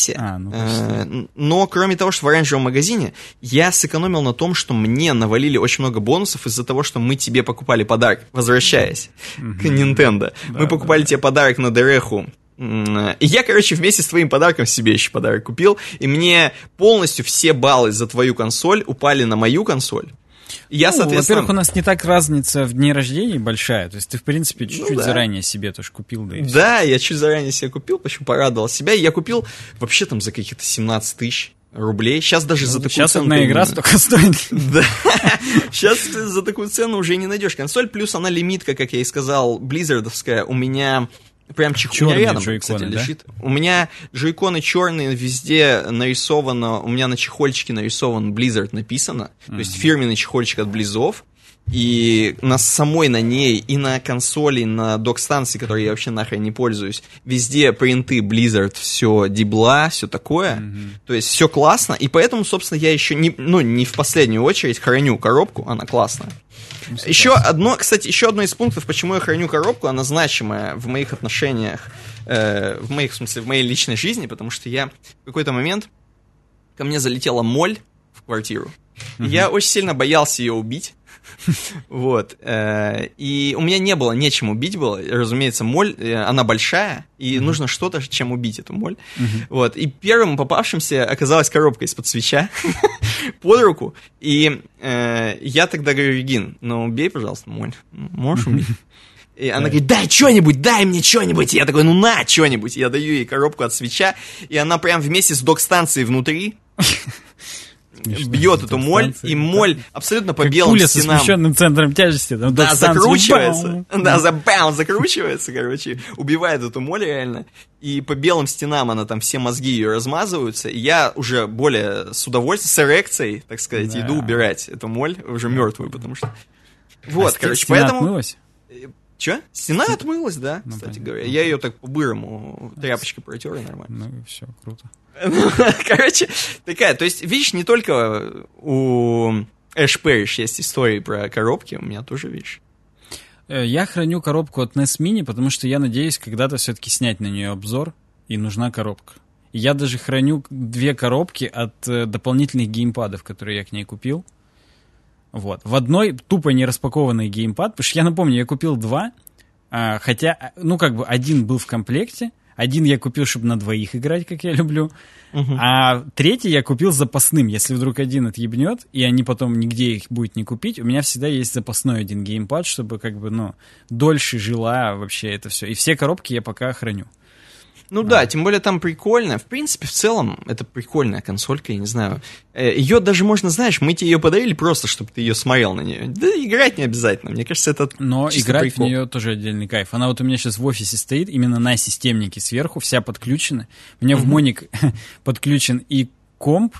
DNS. Но кроме того, что в оранжевом магазине, я сэкономил на том, что мне навалили очень много бонусов из-за того, что мы тебе покупали подарок, возвращаясь к Nintendo. Мы покупали тебе подарок на Дереху. И я, вместе с твоим подарком себе еще подарок купил, и мне полностью все баллы за твою консоль упали на мою консоль. Я, соответственно... Во-первых, у нас не так разница в дне рождения большая, то есть ты, в принципе, чуть-чуть заранее себе тоже купил. Да, я чуть заранее себе купил, почему порадовал себя, и я купил вообще там за каких-то 17 тысяч рублей. Сейчас даже за такую цену... Сейчас одна игра столько стоит. Да, сейчас за такую цену уже не найдешь консоль, плюс она лимитка, как я и сказал, близзардовская, у меня... Прям у меня рядом, кстати, лежит. У меня джойконы черные, везде нарисовано, у меня на чехольчике нарисован Blizzard написано, то есть фирменный чехольчик от Близзов, и на ней, и на консоли, и на док-станции, которой я вообще нахрен не пользуюсь, везде принты Blizzard, все дибла, все такое, то есть все классно, и поэтому, собственно, я еще не в последнюю очередь храню коробку, она классная. Еще одно из пунктов, почему я храню коробку, она значимая в моих отношениях, в моей личной жизни, потому что я в какой-то момент ко мне залетела моль в квартиру, и я очень сильно боялся ее убить. Вот. И у меня нечем убить было. Разумеется, моль, она большая, и нужно что-то, чем убить эту моль. Вот. И первым попавшимся оказалась коробка из-под свитча под руку. И я тогда говорю: Регин, убей, пожалуйста, моль. Можешь убить? И она говорит: дай мне что-нибудь. И я такой: на, что-нибудь. Я даю ей коробку от свитча, и она прям вместе с док-станцией внутри. бьет эту моль, и моль абсолютно по белым пуля стенам. со смещенным центром тяжести. Да, закручивается. Да, закручивается, короче. Убивает эту моль реально. И по белым стенам она там, все мозги ее размазываются. И я уже более с удовольствием, с эрекцией, так сказать, иду убирать эту моль, уже мертвую, потому что... Вот, короче, поэтому... Отмылась? Че? Стена отмылась, да, кстати говоря. Я ее так по-бырому тряпочкой протер, и нормально. Ну и все, круто. Короче, такая, то есть, видишь, не только у Эш Пэриш есть истории про коробки, у меня тоже, видишь. Я храню коробку от NES Mini, потому что я надеюсь когда-то все-таки снять на нее обзор, и нужна коробка. И я даже храню 2 коробки от дополнительных геймпадов, которые я к ней купил. Вот. В одной тупо не распакованный геймпад, потому что я напомню, я купил 2, хотя, ну, как бы, один был в комплекте, один я купил, чтобы на 2 играть, как я люблю, а 3 я купил запасным. Если вдруг один отъебнет, и они потом нигде их будет не купить, у меня всегда есть запасной один геймпад, чтобы, как бы, ну, дольше жила вообще это все. И все коробки я пока храню. Ну да, тем более там прикольно. В принципе, в целом, это прикольная консолька, я не знаю. Ее даже можно, знаешь, мы тебе ее подарили просто, чтобы ты ее смотрел на нее. Да играть не обязательно, мне кажется, это но играть прикол. в нее тоже отдельный кайф. Она вот у меня сейчас в офисе стоит, именно на системнике сверху, вся подключена. У меня в моник подключен и комп,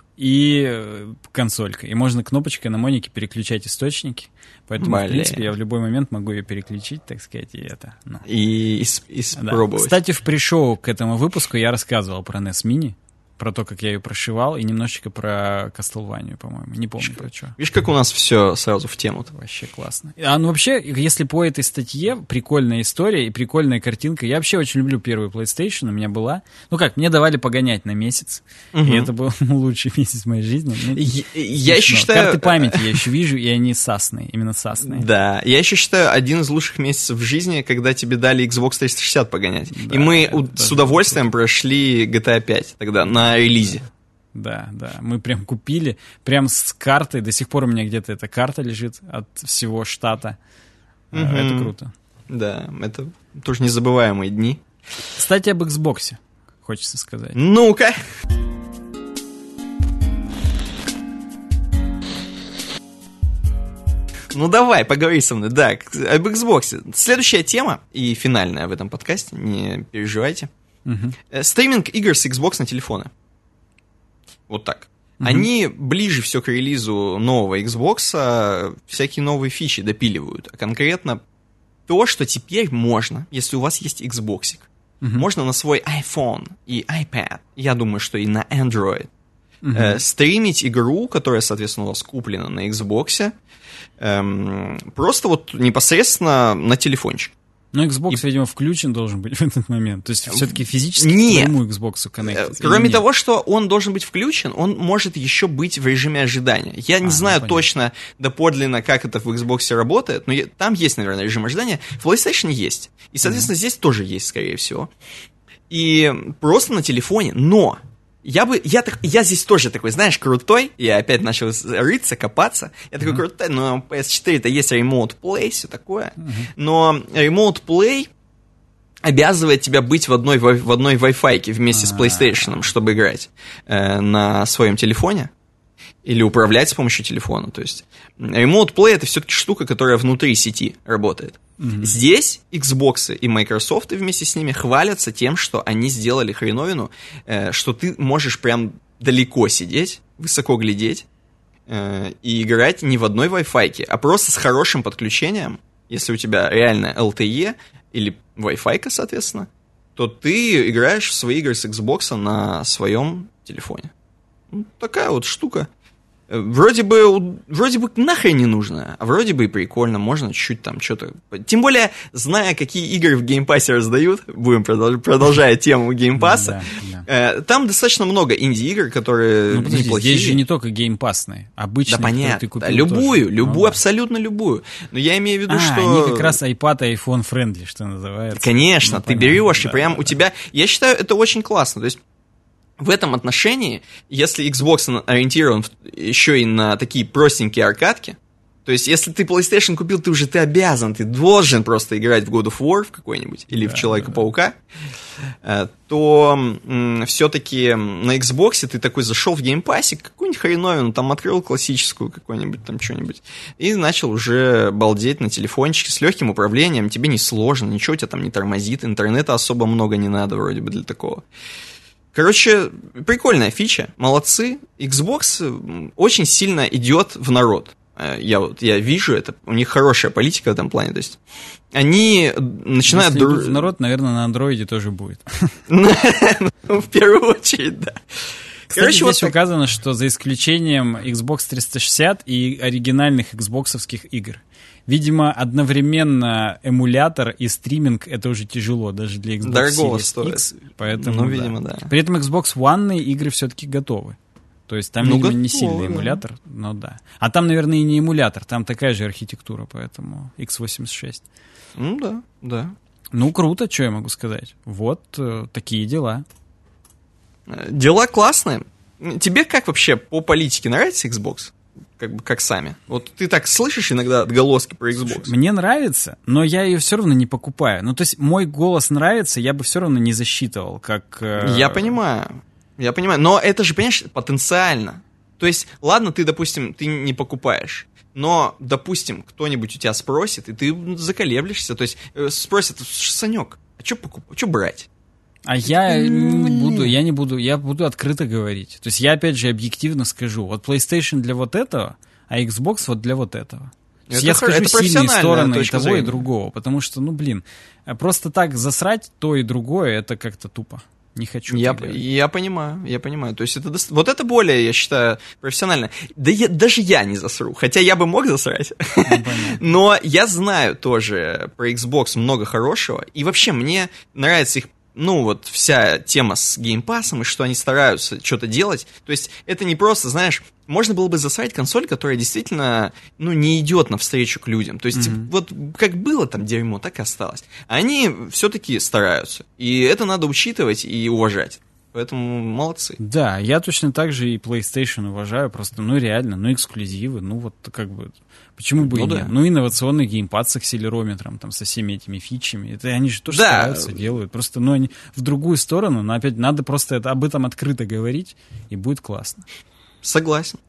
и консолька. И можно кнопочкой на монике переключать источники. Поэтому, в принципе, я в любой момент могу ее переключить, так сказать, и это. Ну. И спробовать. Да. Кстати, в пришоу к этому выпуску я рассказывал про NES Mini, про то, как я ее прошивал, и немножечко про Castlevania, по-моему. Не помню про что. Видишь, как у нас все сразу в тему-то. Вообще классно. Ну вообще, если по этой статье, прикольная история и прикольная картинка. Я вообще очень люблю первую PlayStation, у меня была. Ну как, мне давали погонять на месяц, и это был лучший месяц в моей жизни. Я еще считаю... Карты памяти я еще вижу, и они сасные, именно сасные. Да, я еще считаю, один из лучших месяцев в жизни, когда тебе дали Xbox 360 погонять. Да, и мы с удовольствием прошли GTA 5 тогда, на релизе. Да, да, мы прям купили, прям с картой, до сих пор у меня где-то эта карта лежит от всего штата. Это круто. Да, это тоже незабываемые дни. Кстати, об Xbox'е хочется сказать. Ну-ка! Ну давай, поговори со мной. Да, об Xbox. Следующая тема и финальная в этом подкасте, не переживайте. Стриминг игр с Xbox на телефоны. Вот так. Они ближе все к релизу нового Xbox, всякие новые фичи допиливают. А конкретно то, что теперь можно, если у вас есть Xboxик, можно на свой iPhone и iPad, я думаю, что и на Android, стримить игру, которая, соответственно, у вас куплена на Xbox, просто вот непосредственно на телефончик. Но Xbox, видимо, включен должен быть в этот момент. То есть все-таки физически к своему Xbox connected. Кроме того, что он должен быть включен, он может еще быть в режиме ожидания. Я не знаю точно доподлинно, как это в Xbox работает, но там есть, наверное, режим ожидания. В PlayStation есть. И, соответственно, здесь тоже есть, скорее всего. И просто на телефоне. Но я здесь тоже такой, знаешь, крутой. Я опять начал рыться, копаться. Я такой крутой, но PS4-то есть Remote Play, все такое. Но Remote Play обязывает тебя быть в одной Wi-Fi вместе с PlayStation, чтобы играть на своем телефоне. Или управлять с помощью телефона. То есть Remote Play — это все-таки штука, которая внутри сети работает. Здесь Xbox и Microsoft и вместе с ними хвалятся тем, что они сделали хреновину, что ты можешь прям далеко сидеть, высоко глядеть и играть не в одной Wi-Fi, а просто с хорошим подключением. Если у тебя реально LTE или Wi-Fi, соответственно, то ты играешь в свои игры с Xbox на своем телефоне. Ну, такая вот штука. Вроде бы нахрен не нужно, а вроде бы и прикольно, можно чуть-чуть там что-то... Тем более, зная, какие игры в геймпассе раздают, будем продолжая тему геймпасса, там достаточно много инди-игр, которые неплохие. Здесь же не только геймпассные, обычные, да, понятно, ты купил любую, абсолютно любую. Но я имею в виду, что... они как раз iPad и iPhone friendly, что называется. Конечно, ты берешь, и прям у тебя... Я считаю, это очень классно, то есть в этом отношении, если Xbox ориентирован еще и на такие простенькие аркадки, то То есть, если ты PlayStation купил, ты обязан, ты должен просто играть в God of War в какой-нибудь, или в Человека-паука, то все-таки на Xbox ты такой зашел в геймпассик, какую-нибудь хреновину, там открыл классическую какую-нибудь, там что-нибудь, и начал уже балдеть на телефончике с легким управлением, тебе не сложно, ничего тебя там не тормозит, интернета особо много не надо вроде бы для такого. Короче, прикольная фича, молодцы. Xbox очень сильно идет в народ. Я вижу это, у них хорошая политика в этом плане, то есть они начинают... Если идут в народ, наверное, на андроиде тоже будет. В первую очередь, да. Кстати, здесь указано, что за исключением Xbox 360 и оригинальных Xbox-овских игр. Видимо, одновременно эмулятор и стриминг — это уже тяжело, даже для Xbox Дорогого Series стоит. X. Поэтому, ну, видимо, да. При этом Xbox One игры все-таки готовы. То есть там, видимо, не сильный эмулятор, но да. А там, наверное, и не эмулятор, там такая же архитектура, поэтому x86. Ну да, да. Ну, круто, что я могу сказать. Вот такие дела. Дела классные. Тебе как вообще по политике нравится Xbox? Как сами. Вот ты так слышишь иногда отголоски про Xbox? Мне нравится, но я ее все равно не покупаю. Ну, то есть мой голос нравится, я бы все равно не засчитывал, как... Я понимаю, но это же, понимаешь, потенциально. То есть, ладно, ты, допустим, ты не покупаешь, но, допустим, кто-нибудь у тебя спросит, и ты заколеблешься, то есть спросит: Санек, а что брать? А я не буду, я буду открыто говорить. То есть я, опять же, объективно скажу, вот PlayStation для вот этого, а Xbox вот для вот этого. То есть я скажу сильные стороны и того, и другого, потому что, просто так засрать то и другое, это как-то тупо. Не хочу. Я понимаю. То есть вот это более, я считаю, профессионально. Даже я не засру, хотя я бы мог засрать. Но я знаю тоже про Xbox много хорошего, и вообще мне нравится их, вся тема с геймпассом, и что они стараются что-то делать. То есть это не просто, знаешь, можно было бы засрать консоль, которая действительно, не идет навстречу к людям. То есть вот как было там дерьмо, так и осталось. А они все-таки стараются. И это надо учитывать и уважать. Поэтому молодцы. Да, я точно так же и PlayStation уважаю, просто, реально, эксклюзивы, почему бы и нет? Да. Инновационный геймпад с акселерометром, там, со всеми этими фичами, это они же тоже стараются, делают, просто, они в другую сторону, но опять надо просто об этом открыто говорить, и будет классно. Согласен.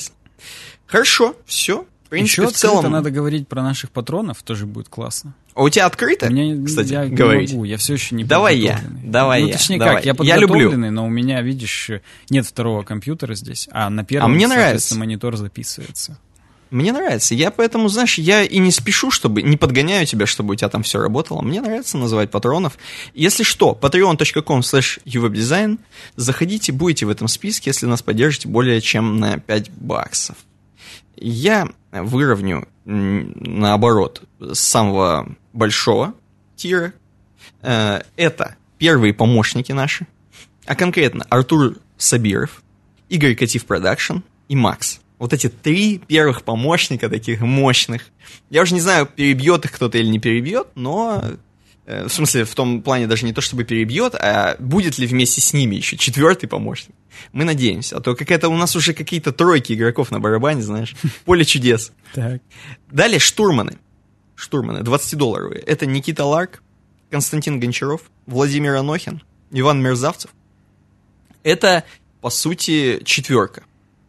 Хорошо, все. В принципе, еще в целом надо говорить про наших патронов, тоже будет классно. А у тебя открыто, кстати, я говорить? Не могу, я все еще не подготовленный. Давай я. Точнее как, я подготовленный, но у меня, видишь, нет второго компьютера здесь, а на первом, соответственно, монитор записывается. Мне нравится. Я поэтому, знаешь, я и не спешу, не подгоняю тебя, чтобы у тебя там все работало. Мне нравится называть патронов. Если что, patreon.com/uwebdesign. Заходите, будете в этом списке, если нас поддержите более чем на $5. Я выровню, наоборот, с самого большого тира. Это первые помощники наши, а конкретно Артур Сабиров, Игорь Катив Продакшн и Макс. Вот эти 3 первых помощника, таких мощных. Я уже не знаю, перебьет их кто-то или не перебьет, но... В смысле, в том плане даже не то, чтобы перебьет, а будет ли вместе с ними еще 4-й помощник. Мы надеемся. А то у нас уже какие-то тройки игроков на барабане, знаешь. Поле чудес. Так. Далее штурманы. Штурманы, $20. Это Никита Ларк, Константин Гончаров, Владимир Анохин, Иван Мерзавцев. Это, по сути, четверка.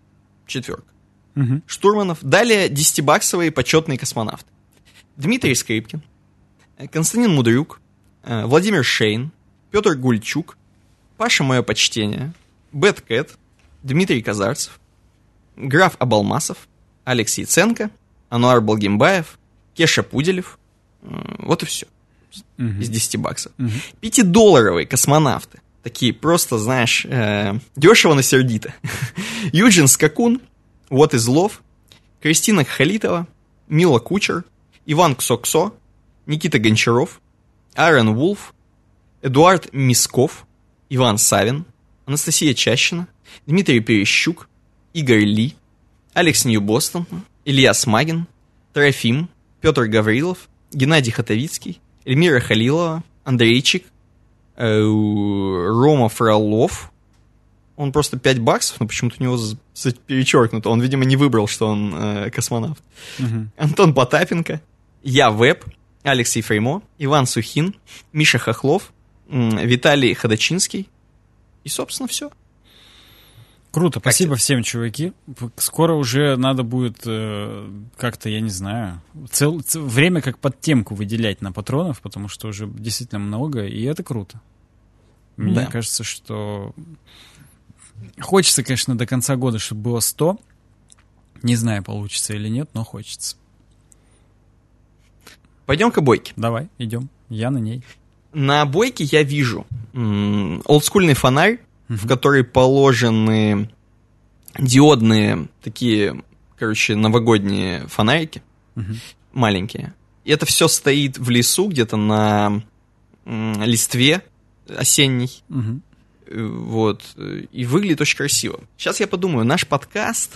Штурманов. Далее 10-баксовые почетные космонавты. Дмитрий Скрипкин, Константин Мудрюк, Владимир Шейн, Петр Гульчук, Паша Мое Почтение, Бэт Кэт, Дмитрий Казарцев, Граф Абалмасов, Алекс Яценко, Ануар Балгимбаев, Кеша Пуделев. Вот и все. Из 10 баксов. $5 космонавты. Такие просто, знаешь, дешево, но сердито. Юджин Скакун, What is Love, Кристина Халитова, Мила Кучер, Иван Ксоксо, Никита Гончаров, Аарон Вулф, Эдуард Мисков, Иван Савин, Анастасия Чащина, Дмитрий Перещук, Игорь Ли, Алекс Нью-Бостон, Илья Смагин, Трофим, Петр Гаврилов, Геннадий Хатовицкий, Эльмира Халилова, Андрейчик, Рома Фролов, Он просто $5, но почему-то у него перечеркнуто. Он, видимо, не выбрал, что он космонавт. Антон Потапенко, я Веб, Алекс Ефремо, Иван Сухин, Миша Хохлов, Виталий Ходочинский. И, собственно, все. Круто, спасибо всем, чуваки. Скоро уже надо будет как-то, я не знаю, время как подтемку выделять на патронов, потому что уже действительно много, и это круто. Мне кажется, что хочется, конечно, до конца года, чтобы было 100. Не знаю, получится или нет, но хочется. Пойдем к бойке. Давай, идем. Я на ней. На бойке я вижу олдскульный фонарь, в который положены диодные такие, короче, новогодние фонарики, маленькие. И это все стоит в лесу, где-то на листве осенней. Вот. И выглядит очень красиво. Сейчас я подумаю, наш подкаст...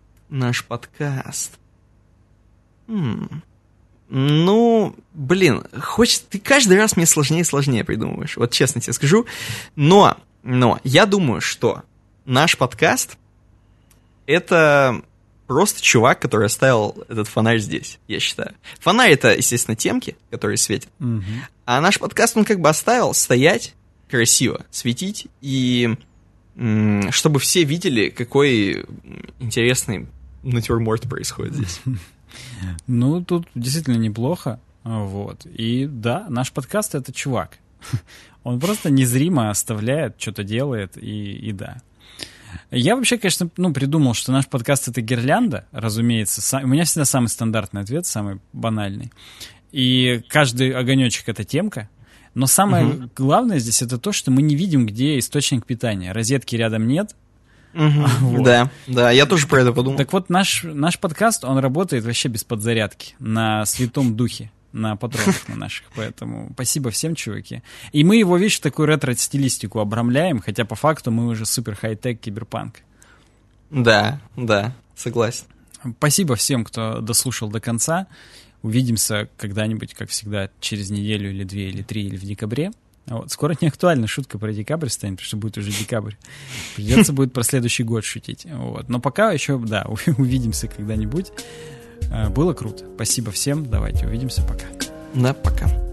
Ну, блин, ты каждый раз мне сложнее и сложнее придумываешь, вот честно тебе скажу. Но я думаю, что наш подкаст — это просто чувак, который оставил этот фонарь здесь, я считаю. Фонарь — это, естественно, темки, которые светят. А наш подкаст, он как бы оставил стоять красиво, светить, и чтобы все видели, какой интересный натюрморт происходит здесь. Ну, тут действительно неплохо. Вот. И да, наш подкаст — это чувак. Он просто незримо оставляет, что-то делает, и да. Я вообще, конечно, придумал, что наш подкаст — это гирлянда, разумеется. У меня всегда самый стандартный ответ, самый банальный. И каждый огонечек — это темка. Но самое главное здесь — это то, что мы не видим, где источник питания. Розетки рядом нет. Вот. Да, я тоже про это подумал. Так вот, наш подкаст, он работает вообще без подзарядки, на святом духе, на патронах на наших, поэтому спасибо всем, чуваки. И мы его, видишь, в такую ретро-стилистику обрамляем, хотя по факту мы уже супер хай-тек киберпанк. Да, согласен. Спасибо всем, кто дослушал до конца. Увидимся когда-нибудь, как всегда, через неделю или 2, или 3, или в декабре. Вот. Скоро не актуальна шутка про декабрь станет, потому что будет уже декабрь. Придется будет про следующий год шутить. Вот. Но пока еще, да, увидимся когда-нибудь. Было круто. Спасибо всем. Давайте увидимся. Пока. Да, пока.